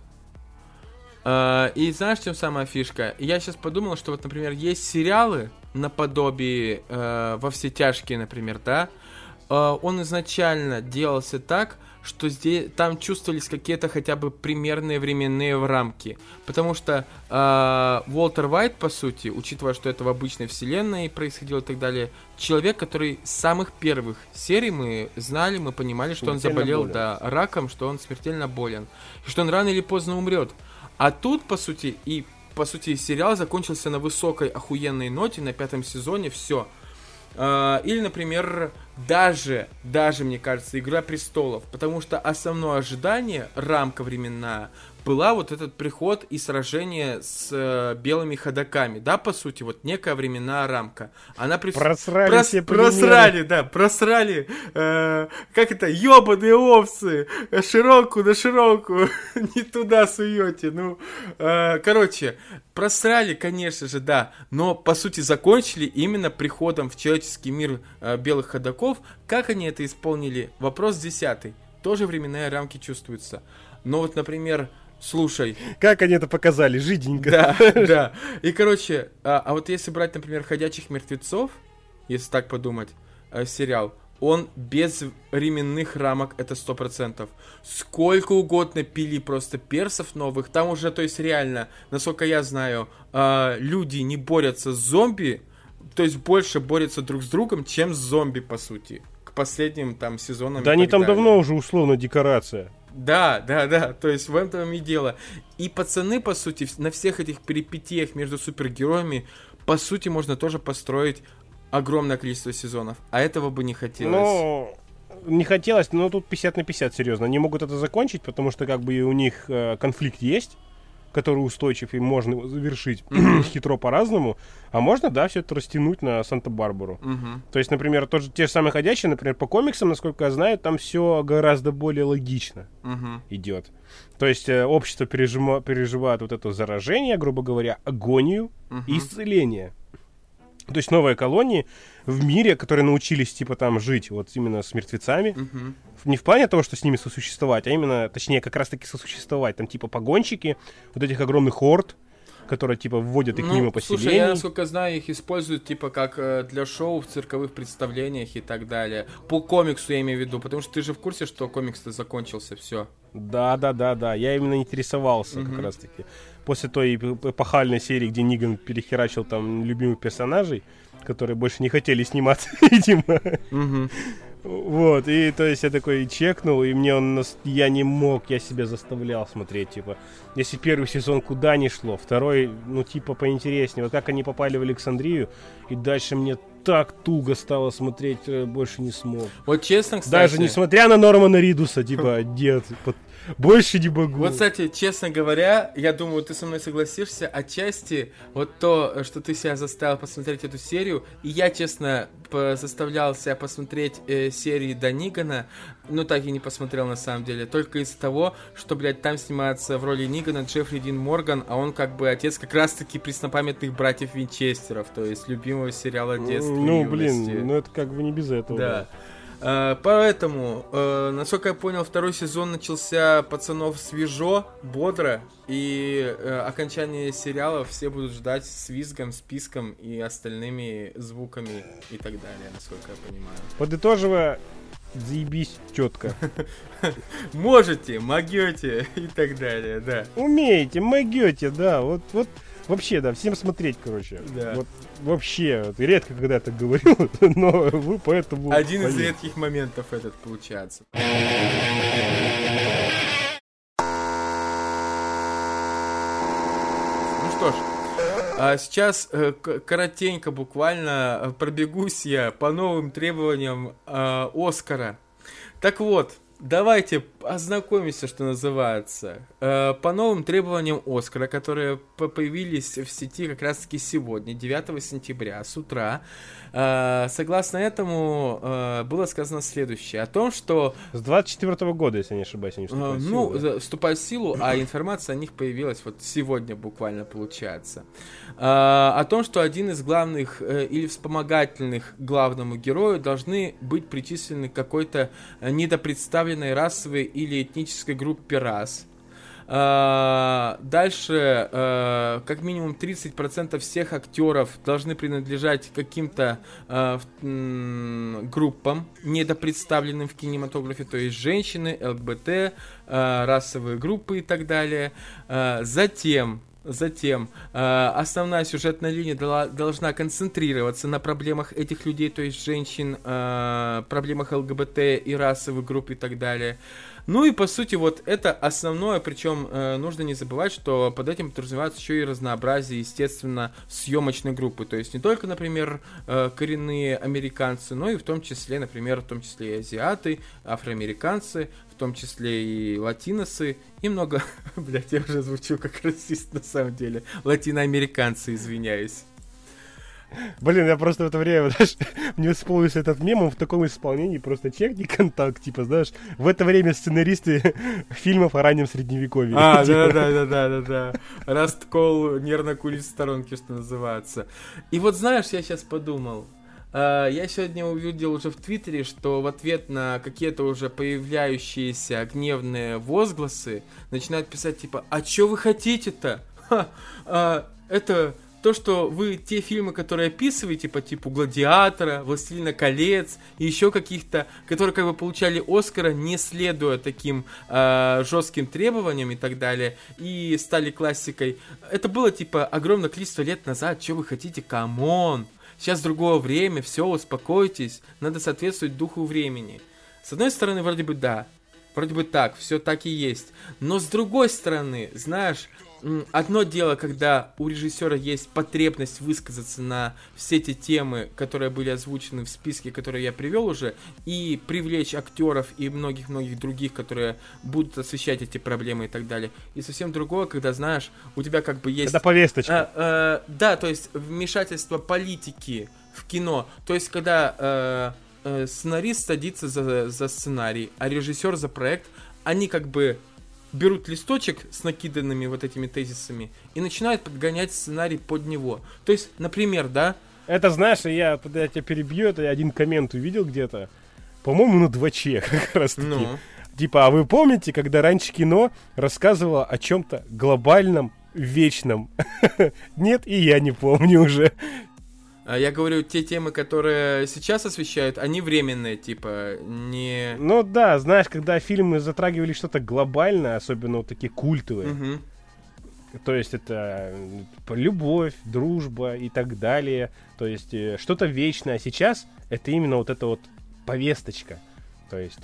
А, И знаешь, в чем самая фишка? Я сейчас подумал, что вот, например, есть сериалы наподобие э, «Во все тяжкие», например, да? Э, он изначально делался так, что здесь, там чувствовались какие-то хотя бы примерные временные рамки. Потому что э, Уолтер Уайт, по сути, учитывая, что это в обычной вселенной происходило и так далее, человек, который с самых первых серий мы знали, мы понимали, что он Смертельно заболел болен. да, раком, что он смертельно болен. И что он рано или поздно умрет. А тут, по сути, и по сути сериал закончился на высокой охуенной ноте, на пятом сезоне, все. Или, например, даже, даже, мне кажется, «Игра престолов», потому что основное ожидание, рамка временная, была вот этот приход и сражение с э, белыми ходоками, да, по сути, вот некая временная рамка. Она прис... Просрали Прос- все примеры. просрали, да, просрали, э, как это, ёбаные овцы, э, широкую на широкую, не туда суете, ну, э, короче, просрали, конечно же, да, но, по сути, закончили именно приходом в человеческий мир э, белых ходоков. Как они это исполнили? Вопрос десятый. Тоже временные рамки чувствуются. Но вот, например, слушай, Как они это показали? Жиденько. да, да. И, короче, а, а вот если брать, например, «Ходячих мертвецов», если так подумать, э, сериал. Он без временных рамок, это сто процентов. Сколько угодно пили просто персов новых. Там уже, то есть реально, насколько я знаю, э, люди не борются с зомби, то есть больше борются друг с другом, чем с зомби, по сути. К последним там сезонам. Да они там далее. Давно уже условно декорация. Да, да, да, то есть в этом и дело. И пацаны, по сути, на всех этих перипетиях между супергероями, по сути, можно тоже построить огромное количество сезонов, а этого бы не хотелось. Ну, не хотелось, но тут пятьдесят на пятьдесят, серьезно. Они могут это закончить, потому что как бы у них э, конфликт есть, который устойчив, и можно его завершить mm-hmm. хитро по-разному, а можно, да, все это растянуть на Санта-Барбару. Mm-hmm. То есть, например, тот же, те же самые «Ходячие», например, по комиксам, насколько я знаю, там все гораздо более логично mm-hmm. идет. То есть э, общество пережима, переживает вот это заражение, грубо говоря, агонию mm-hmm. и исцеление. То есть новые колонии в мире, которые научились, типа, там жить вот именно с мертвецами. Uh-huh. Не в плане того, что с ними сосуществовать, а именно, точнее, как раз-таки сосуществовать. Там, типа, погонщики вот этих огромных орд, которые, типа, вводят их ну, мимо поселений. Слушай, я, насколько знаю, их используют, типа, как э, для шоу в цирковых представлениях и так далее. По комиксу я имею в виду, потому что ты же в курсе, что комикс-то закончился, все. Да-да-да-да, я именно интересовался uh-huh. как раз-таки. После той эпохальной серии, где Ниган перехерачил там любимых персонажей, которые больше не хотели сниматься, видимо. Uh-huh. Вот, и то есть я такой чекнул, и мне он, я не мог, я себя заставлял смотреть, типа, если первый сезон куда ни шло, второй, ну, типа, поинтереснее, вот как они попали в Александрию, и дальше мне так туго стало смотреть, больше не смог. Вот честно, кстати... Даже несмотря на Нормана Ридуса, типа, дед, больше не могу. Вот, кстати, честно говоря, я думаю, ты со мной согласишься, отчасти вот то, что ты себя заставил посмотреть эту серию, и я, честно, заставлял себя посмотреть э, серии до Нигана, но так и не посмотрел на самом деле, только из-за того, что, блядь, там снимается в роли Нигана Джеффри Дин Морган, а он как бы отец как раз-таки преснопамятных братьев Винчестеров, то есть любимого сериала детства. Ну, блин, ну это как бы не без этого. Да. Uh, поэтому, uh, насколько я понял, второй сезон начался пацанов свежо, бодро, и uh, окончание сериала все будут ждать с визгом, списком и остальными звуками и так далее, насколько я понимаю. Подытоживая, заебись четко. Можете, могете и так далее, да. Умеете, могете, да, вот, вот. Вообще, да, всем смотреть, короче. Да. Вот вообще, вот, редко когда я так говорил, но вы поэтому... Один из редких моментов этот получается. Ну что ж, а сейчас э, коротенько буквально пробегусь я по новым требованиям э, Оскара. Так вот, давайте ознакомимся, что называется, э, по новым требованиям Оскара, которые появились в сети как раз-таки сегодня, девятого сентября, с утра. Э, согласно этому э, было сказано следующее, о том, что... С двадцать четвёртого года, если не ошибаюсь, они вступают э, в силу. Ну, да? вступают в силу, а информация о них появилась вот сегодня буквально, получается. Э, о том, что один из главных э, или вспомогательных главному герою должны быть причислены к какой-то недопредставленной расовой или этнической группе рас. Uh, дальше, uh, как минимум тридцать процентов всех актеров должны принадлежать каким-то uh, м- группам, недопредставленным в кинематографе, то есть женщины, ЛГБТ, uh, расовые группы и так далее. Uh, затем... Затем э, основная сюжетная линия дала, должна концентрироваться на проблемах этих людей, то есть женщин, э, проблемах ЛГБТ и расовых групп и так далее. Ну и по сути вот это основное, причем э, нужно не забывать, что под этим подразумевается еще и разнообразие, естественно, съемочной группы. То есть не только, например, э, коренные американцы, но и в том числе, например, в том числе и азиаты, афроамериканцы, в том числе и латиносы, и много... Блять, я уже звучу как расист на самом деле. Латиноамериканцы, извиняюсь. Блин, я просто в это время, знаешь, мне вспомнился этот мем, он в таком исполнении, просто чекни контакт, типа, знаешь, в это время сценаристы фильмов о раннем средневековье. А, да-да-да-да-да-да. Расткол нервно курить в сторонке, что называется. И вот знаешь, я сейчас подумал, я сегодня увидел уже в Твиттере, что в ответ на какие-то уже появляющиеся гневные возгласы начинают писать, типа, а чё вы хотите-то? Ха, а, это... то, что вы те фильмы, которые описываете по типу «Гладиатора», «Властелина колец» и еще каких-то, которые как бы получали Оскара, не следуя таким э, жестким требованиям и так далее, и стали классикой. Это было типа огромное количество лет назад. Что вы хотите? Камон! Сейчас другое время, все, успокойтесь, надо соответствовать духу времени. С одной стороны, вроде бы да, вроде бы так, все так и есть. Но с другой стороны, знаешь, одно дело, когда у режиссера есть потребность высказаться на все эти темы, которые были озвучены в списке, которые я привел уже, и привлечь актеров и многих-многих других, которые будут освещать эти проблемы и так далее. И совсем другое, когда, знаешь, у тебя как бы есть... Это повесточка. А, а, да, то есть вмешательство политики в кино. То есть когда а, а, сценарист садится за, за сценарий, а режиссер за проект, они как бы берут листочек с накиданными вот этими тезисами и начинают подгонять сценарий под него. То есть, например, да... Это, знаешь, я, я тебя перебью, это я один коммент увидел где-то, по-моему, на дваче как раз таки. Ну. Типа, а вы помните, когда раньше кино рассказывало о чем-то глобальном, вечном? Нет, и я не помню уже. Я говорю, те темы, которые сейчас освещают, они временные, типа, не... Ну да, знаешь, когда фильмы затрагивали что-то глобальное, особенно вот такие культовые, угу. То есть это любовь, дружба и так далее, то есть что-то вечное. А сейчас это именно вот эта вот повесточка, то есть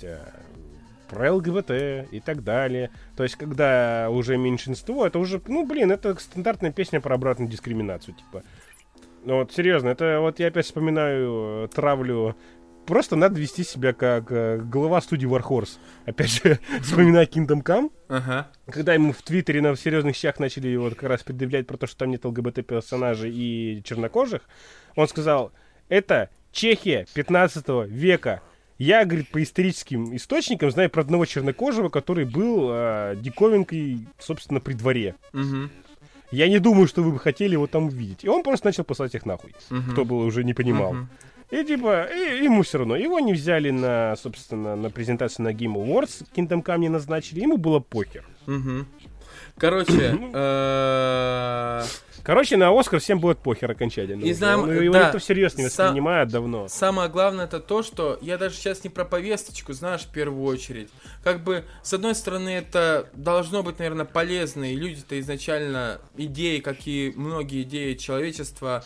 про ЛГБТ и так далее. То есть когда уже меньшинство, это уже, ну блин, это стандартная песня про обратную дискриминацию, типа... Ну вот, серьезно, это вот я опять вспоминаю э, травлю. Просто надо вести себя как э, глава студии Warhorse. Опять же, вспоминая Kingdom Come. Ага. Когда ему в Твиттере на серьезных щах начали вот как раз предъявлять про то, что там нет ЛГБТ-персонажей и чернокожих, он сказал, это Чехия пятнадцатого века. Я, говорит, по историческим источникам знаю про одного чернокожего, который был э, диковинкой, собственно, при дворе. Угу. Я не думаю, что вы бы хотели его там увидеть. И он просто начал послать их нахуй. Uh-huh. Кто был уже не понимал. Uh-huh. И типа, и, ему все равно. Его не взяли на, собственно, на презентацию на Game Awards. Kingdom Come не назначили. Ему было похер. Uh-huh. Короче, Короче, на Оскар всем будет похер окончательно. И знаем, ну, его да, никто всерьез не воспринимает давно. Самое главное это то, что я даже сейчас не про повесточку, знаешь, в первую очередь. Как бы, с одной стороны, это должно быть, наверное, полезно, и люди-то изначально идеи, как и многие идеи человечества,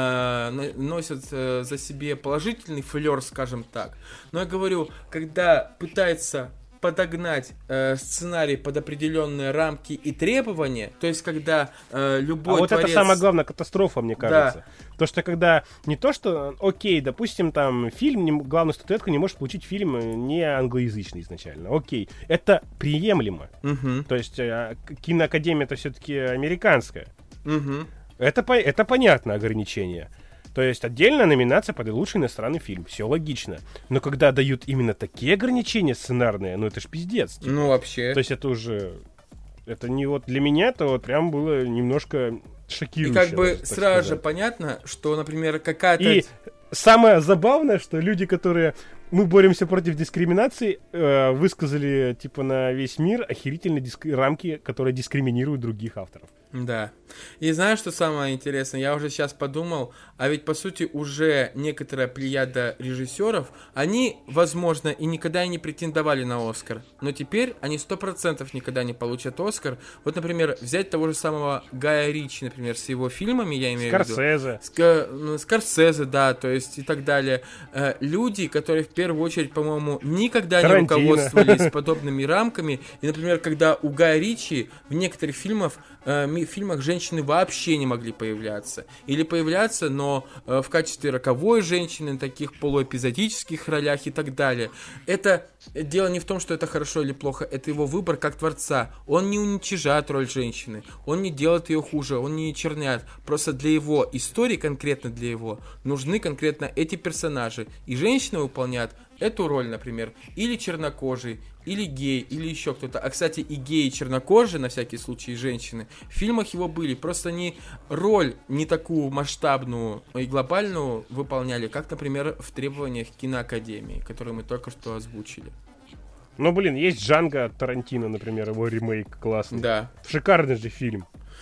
э, носят э, за себе положительный флёр, скажем так. Но я говорю, когда пытается подогнать э, сценарий под определенные рамки и требования, то есть когда э, любой а вот творец... это самая главная катастрофа, мне кажется. Да. То, что когда не то, что, окей, допустим, там фильм, не, главную статуэтку не может получить фильм не англоязычный изначально, окей, это приемлемо. Угу. То есть э, киноакадемия это все-таки американская. Угу. Это, это понятно ограничение. То есть отдельная номинация под лучший иностранный фильм. Все логично. Но когда дают именно такие ограничения сценарные, ну это ж пиздец. Типа. Ну вообще. То есть это уже... Это не вот для меня, это вот прям было немножко шокирующе. И как бы даже, сразу сказать. же понятно, что, например, какая-то... И самое забавное, что люди, которые... Мы боремся против дискриминации, э, высказали, типа, на весь мир охерительные диск... рамки, которые дискриминируют других авторов. Да. И знаешь, что самое интересное? Я уже сейчас подумал, а ведь, по сути, уже некоторая плеяда режиссеров, они, возможно, и никогда и не претендовали на Оскар, но теперь они сто процентов никогда не получат Оскар. Вот, например, взять того же самого Гая Ричи, например, с его фильмами, я имею Скорсезе. в виду... Скорсезе. Скорсезе, да, то есть и так далее. Э, люди, которые в первую очередь, по-моему, никогда Тарантино. не руководствовались подобными рамками. И, например, когда у Гая Ричи в некоторых фильмах, э, в фильмах женщины вообще не могли появляться. Или появляться, но э, в качестве роковой женщины, на таких полуэпизодических ролях и так далее. Это дело не в том, что это хорошо или плохо, это его выбор как творца. Он не уничижает роль женщины, он не делает ее хуже, он не черняет. Просто для его истории, конкретно для его, нужны конкретно эти персонажи. И женщина выполняет эту роль, например, или чернокожий, или гей, или еще кто-то. А, кстати, и геи, и чернокожие, на всякий случай, и женщины, в фильмах его были. Просто они роль не такую масштабную и глобальную выполняли, как, например, в требованиях киноакадемии, которые мы только что озвучили. Ну, блин, есть Джанго Тарантино, например, его ремейк классный. Да. Шикарный же фильм.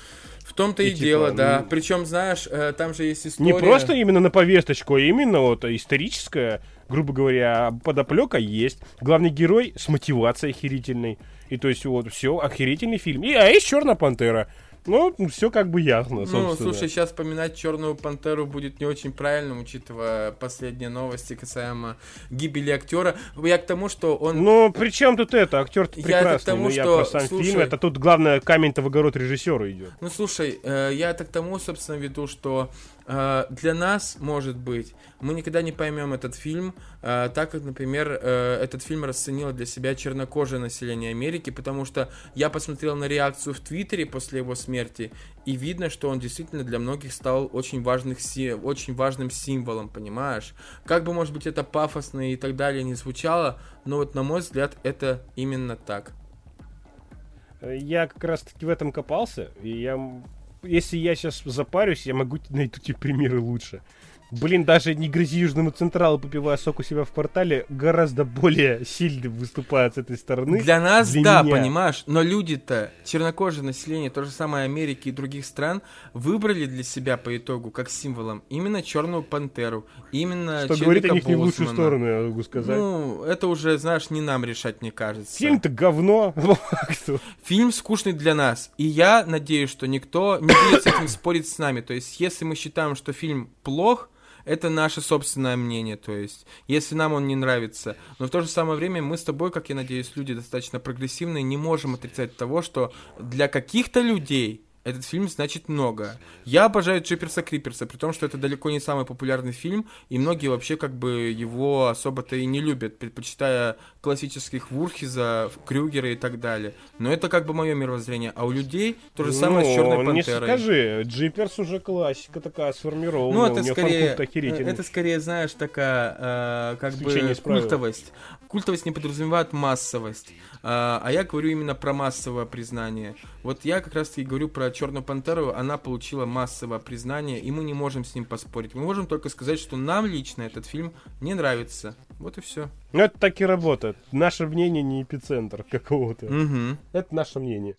В том-то и, и дело, типа, да. Ну... Причем, знаешь, там же есть история... Не просто именно на повесточку, а именно вот историческая, грубо говоря, подоплека есть. Главный герой с мотивацией охерительной. И то есть вот все, охерительный фильм. И, а есть «Черная пантера». Ну, все как бы ясно, собственно. Ну, слушай, сейчас вспоминать «Черную пантеру» будет не очень правильно, учитывая последние новости касаемо гибели актера. Я к тому, что он... Ну, при чем тут это? Актер-то прекрасный, к тому, но я что... про сам слушай... фильм. Это тут, главное, камень-то в огород режиссеру идет. Ну, слушай, э, я это к тому, собственно, веду, что э, для нас, может быть, мы никогда не поймем этот фильм, э, так как, например, э, этот фильм расценило для себя чернокожее население Америки, потому что я посмотрел на реакцию в Твиттере после его смерти, и видно, что он действительно для многих стал очень, важных, очень важным символом, понимаешь? Как бы, может быть, это пафосно и так далее не звучало, но вот, на мой взгляд, это именно так. Я как раз-таки в этом копался, и я... если я сейчас запарюсь, я могу найти тебе примеры лучше. Блин, даже «Не грози Южному Централу, попивая сок у себя в портале» гораздо более сильно выступает с этой стороны. Для нас, для да, меня. Понимаешь, но люди-то, чернокожее население, то же самое Америки и других стран, выбрали для себя по итогу, как символом, именно «Черную пантеру», именно Что Чедвика говорит о них не в лучшую сторону, я могу сказать. Ну, это уже, знаешь, не нам решать, мне кажется. Фильм-то говно. Фильм скучный для нас, и я надеюсь, что никто не будет с этим спорить с нами. То есть, если мы считаем, что фильм плох, это наше собственное мнение, то есть, если нам он не нравится. Но в то же самое время мы с тобой, как я надеюсь, люди достаточно прогрессивные, не можем отрицать того, что для каких-то людей этот фильм значит много. Я обожаю Джиперса Криперса, при том, что это далеко не самый популярный фильм, и многие вообще как бы его особо-то и не любят, предпочитая классических Вурхиза, Крюгера и так далее. Но это как бы мое мировоззрение. А у людей то же самое ну, с «Черной пантерой». Не скажи, Джиперс уже классика такая сформированная, ну, это у него скорее, охерительный. Это скорее, знаешь, такая э, как бы культовость. Культовость не подразумевает массовость. А, а я говорю именно про массовое признание. Вот я как раз-таки говорю про «Черную пантеру», она получила массовое признание, и мы не можем с ним поспорить. Мы можем только сказать, что нам лично этот фильм не нравится. Вот и все. Ну, это так и работает. Наше мнение не эпицентр какого-то. Угу. Это наше мнение.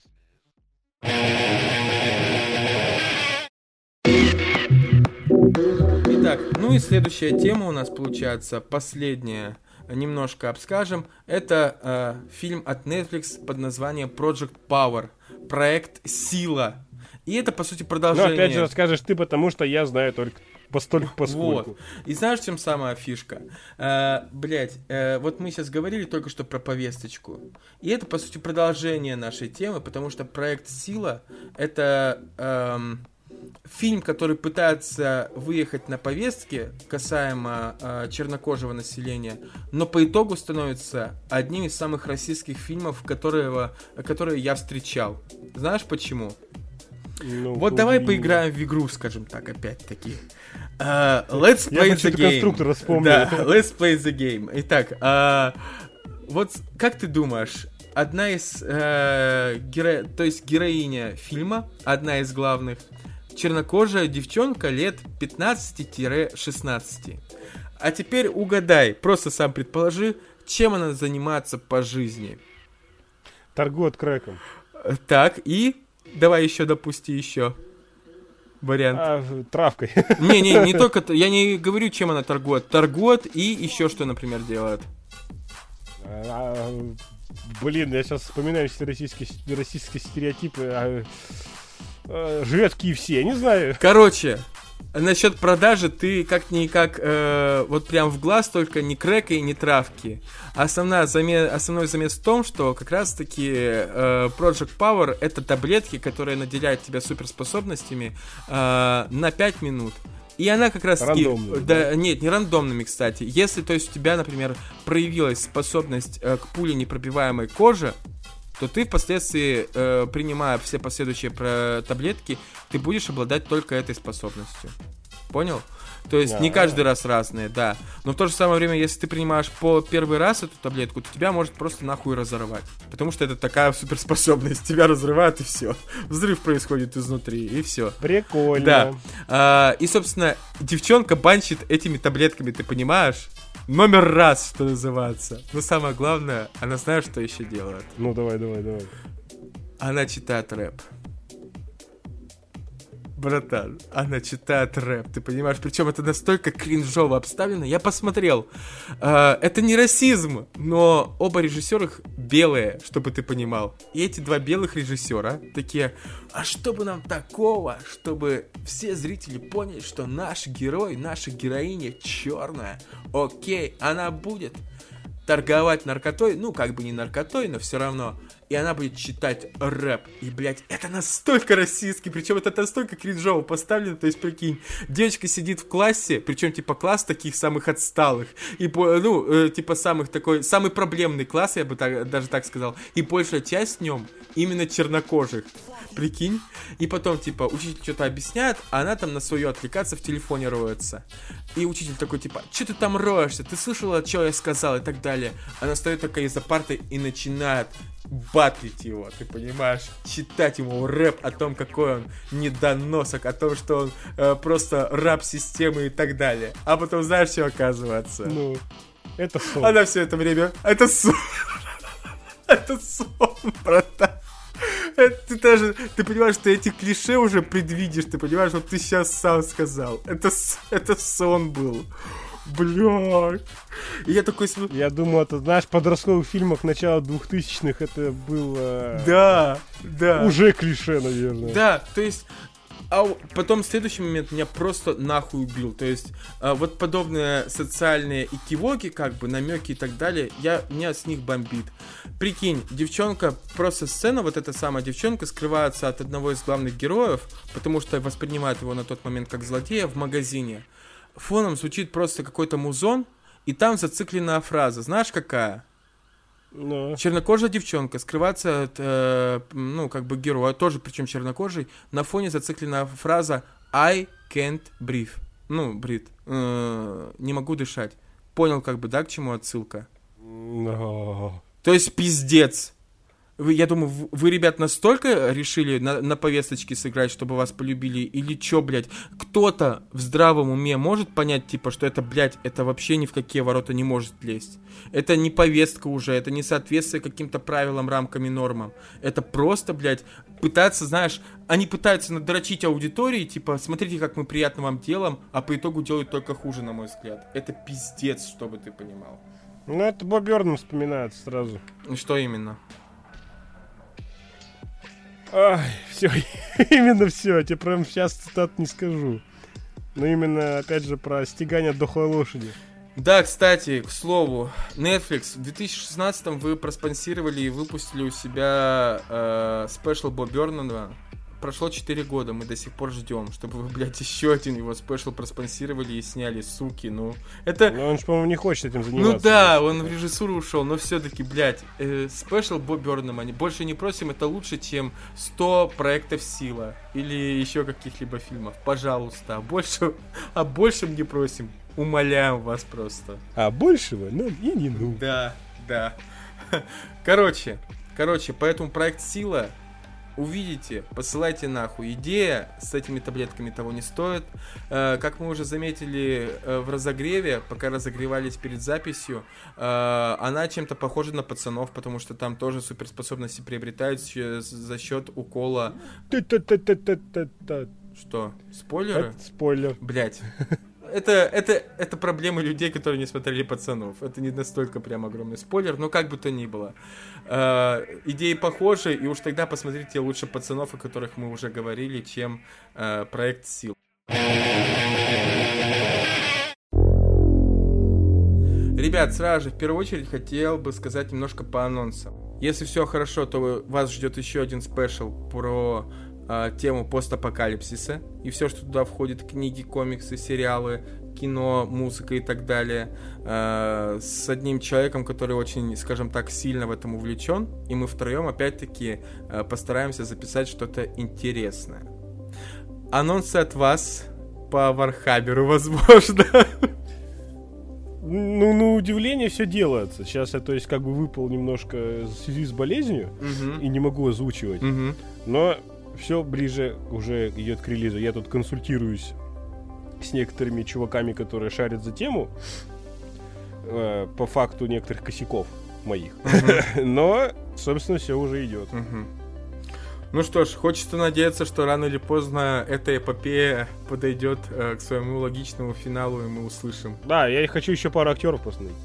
Итак, ну и следующая тема у нас получается последняя. Немножко обскажем. Это э, фильм от Netflix под названием Project Power. Проект Сила. И это, по сути, продолжение... Ну, опять же, расскажешь ты, потому что я знаю только постольку поскольку. Вот. И знаешь, в чем самая фишка? Э, блять, э, вот мы сейчас говорили только что про повесточку. И это, по сути, продолжение нашей темы, потому что проект Сила — это... Эм, фильм, который пытается выехать на повестке касаемо э, чернокожего населения, но по итогу становится одним из самых российских фильмов, которого, которые я встречал. Знаешь почему? Ну, вот ну, давай ну, поиграем в игру, скажем так, опять-таки. Uh, let's play я the game. Конструктора вспомнил. Да, let's play the game. Итак, uh, вот как ты думаешь, одна из uh, геро... то есть героиня фильма, одна из главных, чернокожая девчонка лет пятнадцать-шестнадцать. А теперь угадай, просто сам предположи, чем она занимается по жизни. Торгует крэком. Так, и давай еще допусти еще вариант. А, травкой. Не-не, не только... Я не говорю, чем она торгует. Торгует и еще что, например, делает. А, блин, я сейчас вспоминаю все российские, российские стереотипы. А, а, живет в кей эф си, я не знаю. Короче, насчет продажи ты как-никак э, вот прям в глаз только не крэка и не травки. Основная заме... Основной замес в том, что как раз-таки э, Project Power — это таблетки, которые наделяют тебя суперспособностями э, на пять минут. И она как раз таки... Да, да? Нет, не рандомными, кстати. Если, то есть, у тебя, например, проявилась способность э, к пуленепробиваемой коже, то ты впоследствии, э, принимая все последующие про таблетки, ты будешь обладать только этой способностью. Понял? То есть, да, не каждый раз разные, да. Но в то же самое время, если ты принимаешь по первый раз эту таблетку, то тебя может просто нахуй разорвать. Потому что это такая суперспособность. Тебя разрывают, и все. Взрыв происходит изнутри, и все. Прикольно. Да. А, и, собственно, девчонка банчит этими таблетками, ты понимаешь? Номер раз, что называется. Но самое главное, она знает, что еще делает. Ну, давай, давай, давай. Она читает рэп. Она читает рэп. Братан, она читает рэп, ты понимаешь? Причем это настолько кринжово обставлено. Я посмотрел. Э, это не расизм, но оба режиссера белые, чтобы ты понимал. И эти два белых режиссера такие: а что бы нам такого, чтобы все зрители поняли, что наш герой, наша героиня черная. Окей, она будет торговать наркотой, ну, как бы не наркотой, но все равно. И она будет читать рэп. И, блядь, это настолько российский, причем это настолько кринжово поставлено. То есть, прикинь, девочка сидит в классе, причем, типа, класс таких самых отсталых. И, ну, э, типа, самых такой, самый проблемный класс, я бы так, даже так сказал. И большая часть в нем именно чернокожих. Прикинь. И потом, типа, учитель что-то объясняет, а она там на свое отвлекаться в телефоне роется. И учитель такой, типа: что ты там роешься? Ты слышала, что я сказал? И так далее. Она стоит такая из-за парты и начинает батлить его, ты понимаешь? Читать ему рэп о том, какой он недоносок, о том, что он э, просто раб системы и так далее. А потом знаешь, что оказывается? Ну, это сон. Она все это время... Это сон. Это сон, братан. Это, ты даже, ты понимаешь, ты эти клише уже предвидишь, ты понимаешь, вот ты сейчас сам сказал. Это, это сон был. Блядь. И я такой смотрю... Я думаю, это, знаешь, в подростковых фильмах начала двухтысячных это было... Да, да. Уже клише, наверное. Да, то есть... А потом в следующий момент меня просто нахуй убил. То есть, а, вот подобные социальные экивоки, как бы, намеки и так далее, я, меня с них бомбит. Прикинь, девчонка, просто сцена, вот эта самая девчонка скрывается от одного из главных героев, потому что воспринимает его на тот момент как злодея в магазине. Фоном звучит просто какой-то музон, и там зациклена фраза. Знаешь, какая? No. Чернокожая девчонка скрывается от, э, ну, как бы героя, тоже причем чернокожий, на фоне зациклена фраза I can't breathe. Ну, breathe. Э, не могу дышать. Понял, как бы, да, к чему отсылка? No. То есть пиздец. Вы, я думаю, вы, вы, ребят, настолько решили на, на повесточке сыграть, чтобы вас полюбили, или чё, блядь? Кто-то в здравом уме может понять, типа, что это, блядь, это вообще ни в какие ворота не может лезть. Это не повестка уже, это не соответствие каким-то правилам, рамкам и нормам. Это просто, блядь, пытаться, знаешь, они пытаются надрочить аудитории, типа, смотрите, как мы приятно вам делаем, а по итогу делают только хуже, на мой взгляд. Это пиздец, чтобы ты понимал. Ну, это Боб Бёрнам вспоминается сразу. Что именно? Ай, все, именно все, я тебе прям сейчас цитат не скажу. Но именно, опять же, про стегание дохлой лошади. Да, кстати, к слову, Netflix в две тысячи шестнадцатом вы проспонсировали и выпустили у себя э, спешл Боб Бёрнама. Прошло четыре года, мы до сих пор ждем, чтобы вы, блядь, еще один его спешл проспонсировали и сняли, суки, ну... Это... Но он же, по-моему, не хочет этим заниматься. Ну да, он в режиссуру ушел, но все-таки, блядь, э, спешл Боб Бёрнама, больше не просим, это лучше, чем сто проектов Сила или еще каких-либо фильмов, пожалуйста, а больше, а большим не просим, умоляем вас просто. А большего нам и не нужно. Да, да. Короче, короче, поэтому проект Сила... Увидите, посылайте нахуй. Идея с этими таблетками того не стоит. Э, как мы уже заметили э, в разогреве, пока разогревались перед записью, э, она чем-то похожа на пацанов, потому что там тоже суперспособности приобретаются за счет укола. Что? Спойлеры? Это спойлер. Блять. Это, это, это проблемы людей, которые не смотрели «Пацанов». Это не настолько прям огромный спойлер, но как бы то ни было. Э, идеи похожи, и уж тогда посмотрите лучше «Пацанов», о которых мы уже говорили, чем э, проект «Сил». Ребят, сразу же, в первую очередь, хотел бы сказать немножко по анонсам. Если все хорошо, то вас ждет еще один спешл про... тему постапокалипсиса и все, что туда входит: книги, комиксы, сериалы, кино, музыка и так далее, э, с одним человеком, который очень, скажем так, сильно в этом увлечен, и мы втроем опять-таки э, постараемся записать что-то интересное. Анонсы от вас по Вархаммеру, возможно. Ну, на удивление все делается. Сейчас я, то есть, как бы выпал немножко в связи с болезнью Угу. и не могу озвучивать. Угу. Но все ближе уже идет к релизу. Я тут консультируюсь с некоторыми чуваками, которые шарят за тему, э, по факту некоторых косяков моих. Uh-huh. Но, собственно, все уже идет. Uh-huh. Ну что ж, хочется надеяться, что рано или поздно эта эпопея подойдет э, к своему логичному финалу, и мы услышим. Да, я хочу еще пару актеров просто найти.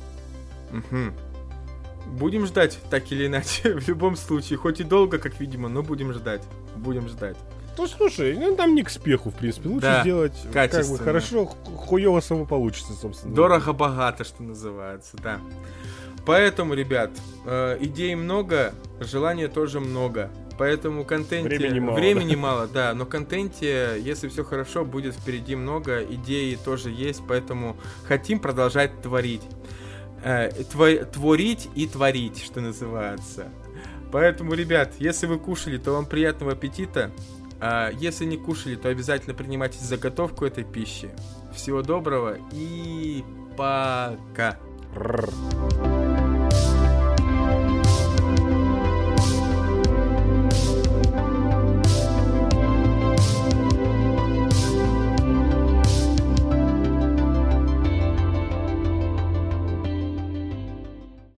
Угу. Будем ждать, так или иначе, в любом случае. Хоть и долго, как видимо, но будем ждать. Будем ждать. Ну, слушай, ну, там не к спеху, в принципе. Лучше да, сделать как бы хорошо, хуёво само получится, собственно. Дорого-богато, что называется, да. Поэтому, ребят, э, идей много, желания тоже много. Поэтому контенте... Времени мало. Времени мало, да. Но контенте, если все хорошо, будет впереди много. Идеи тоже есть, поэтому хотим продолжать творить. Э, тво- творить и творить, что называется. Поэтому, ребят, если вы кушали, то вам приятного аппетита. А если не кушали, то обязательно принимайте заготовку этой пищи. Всего доброго и пока. Р-р.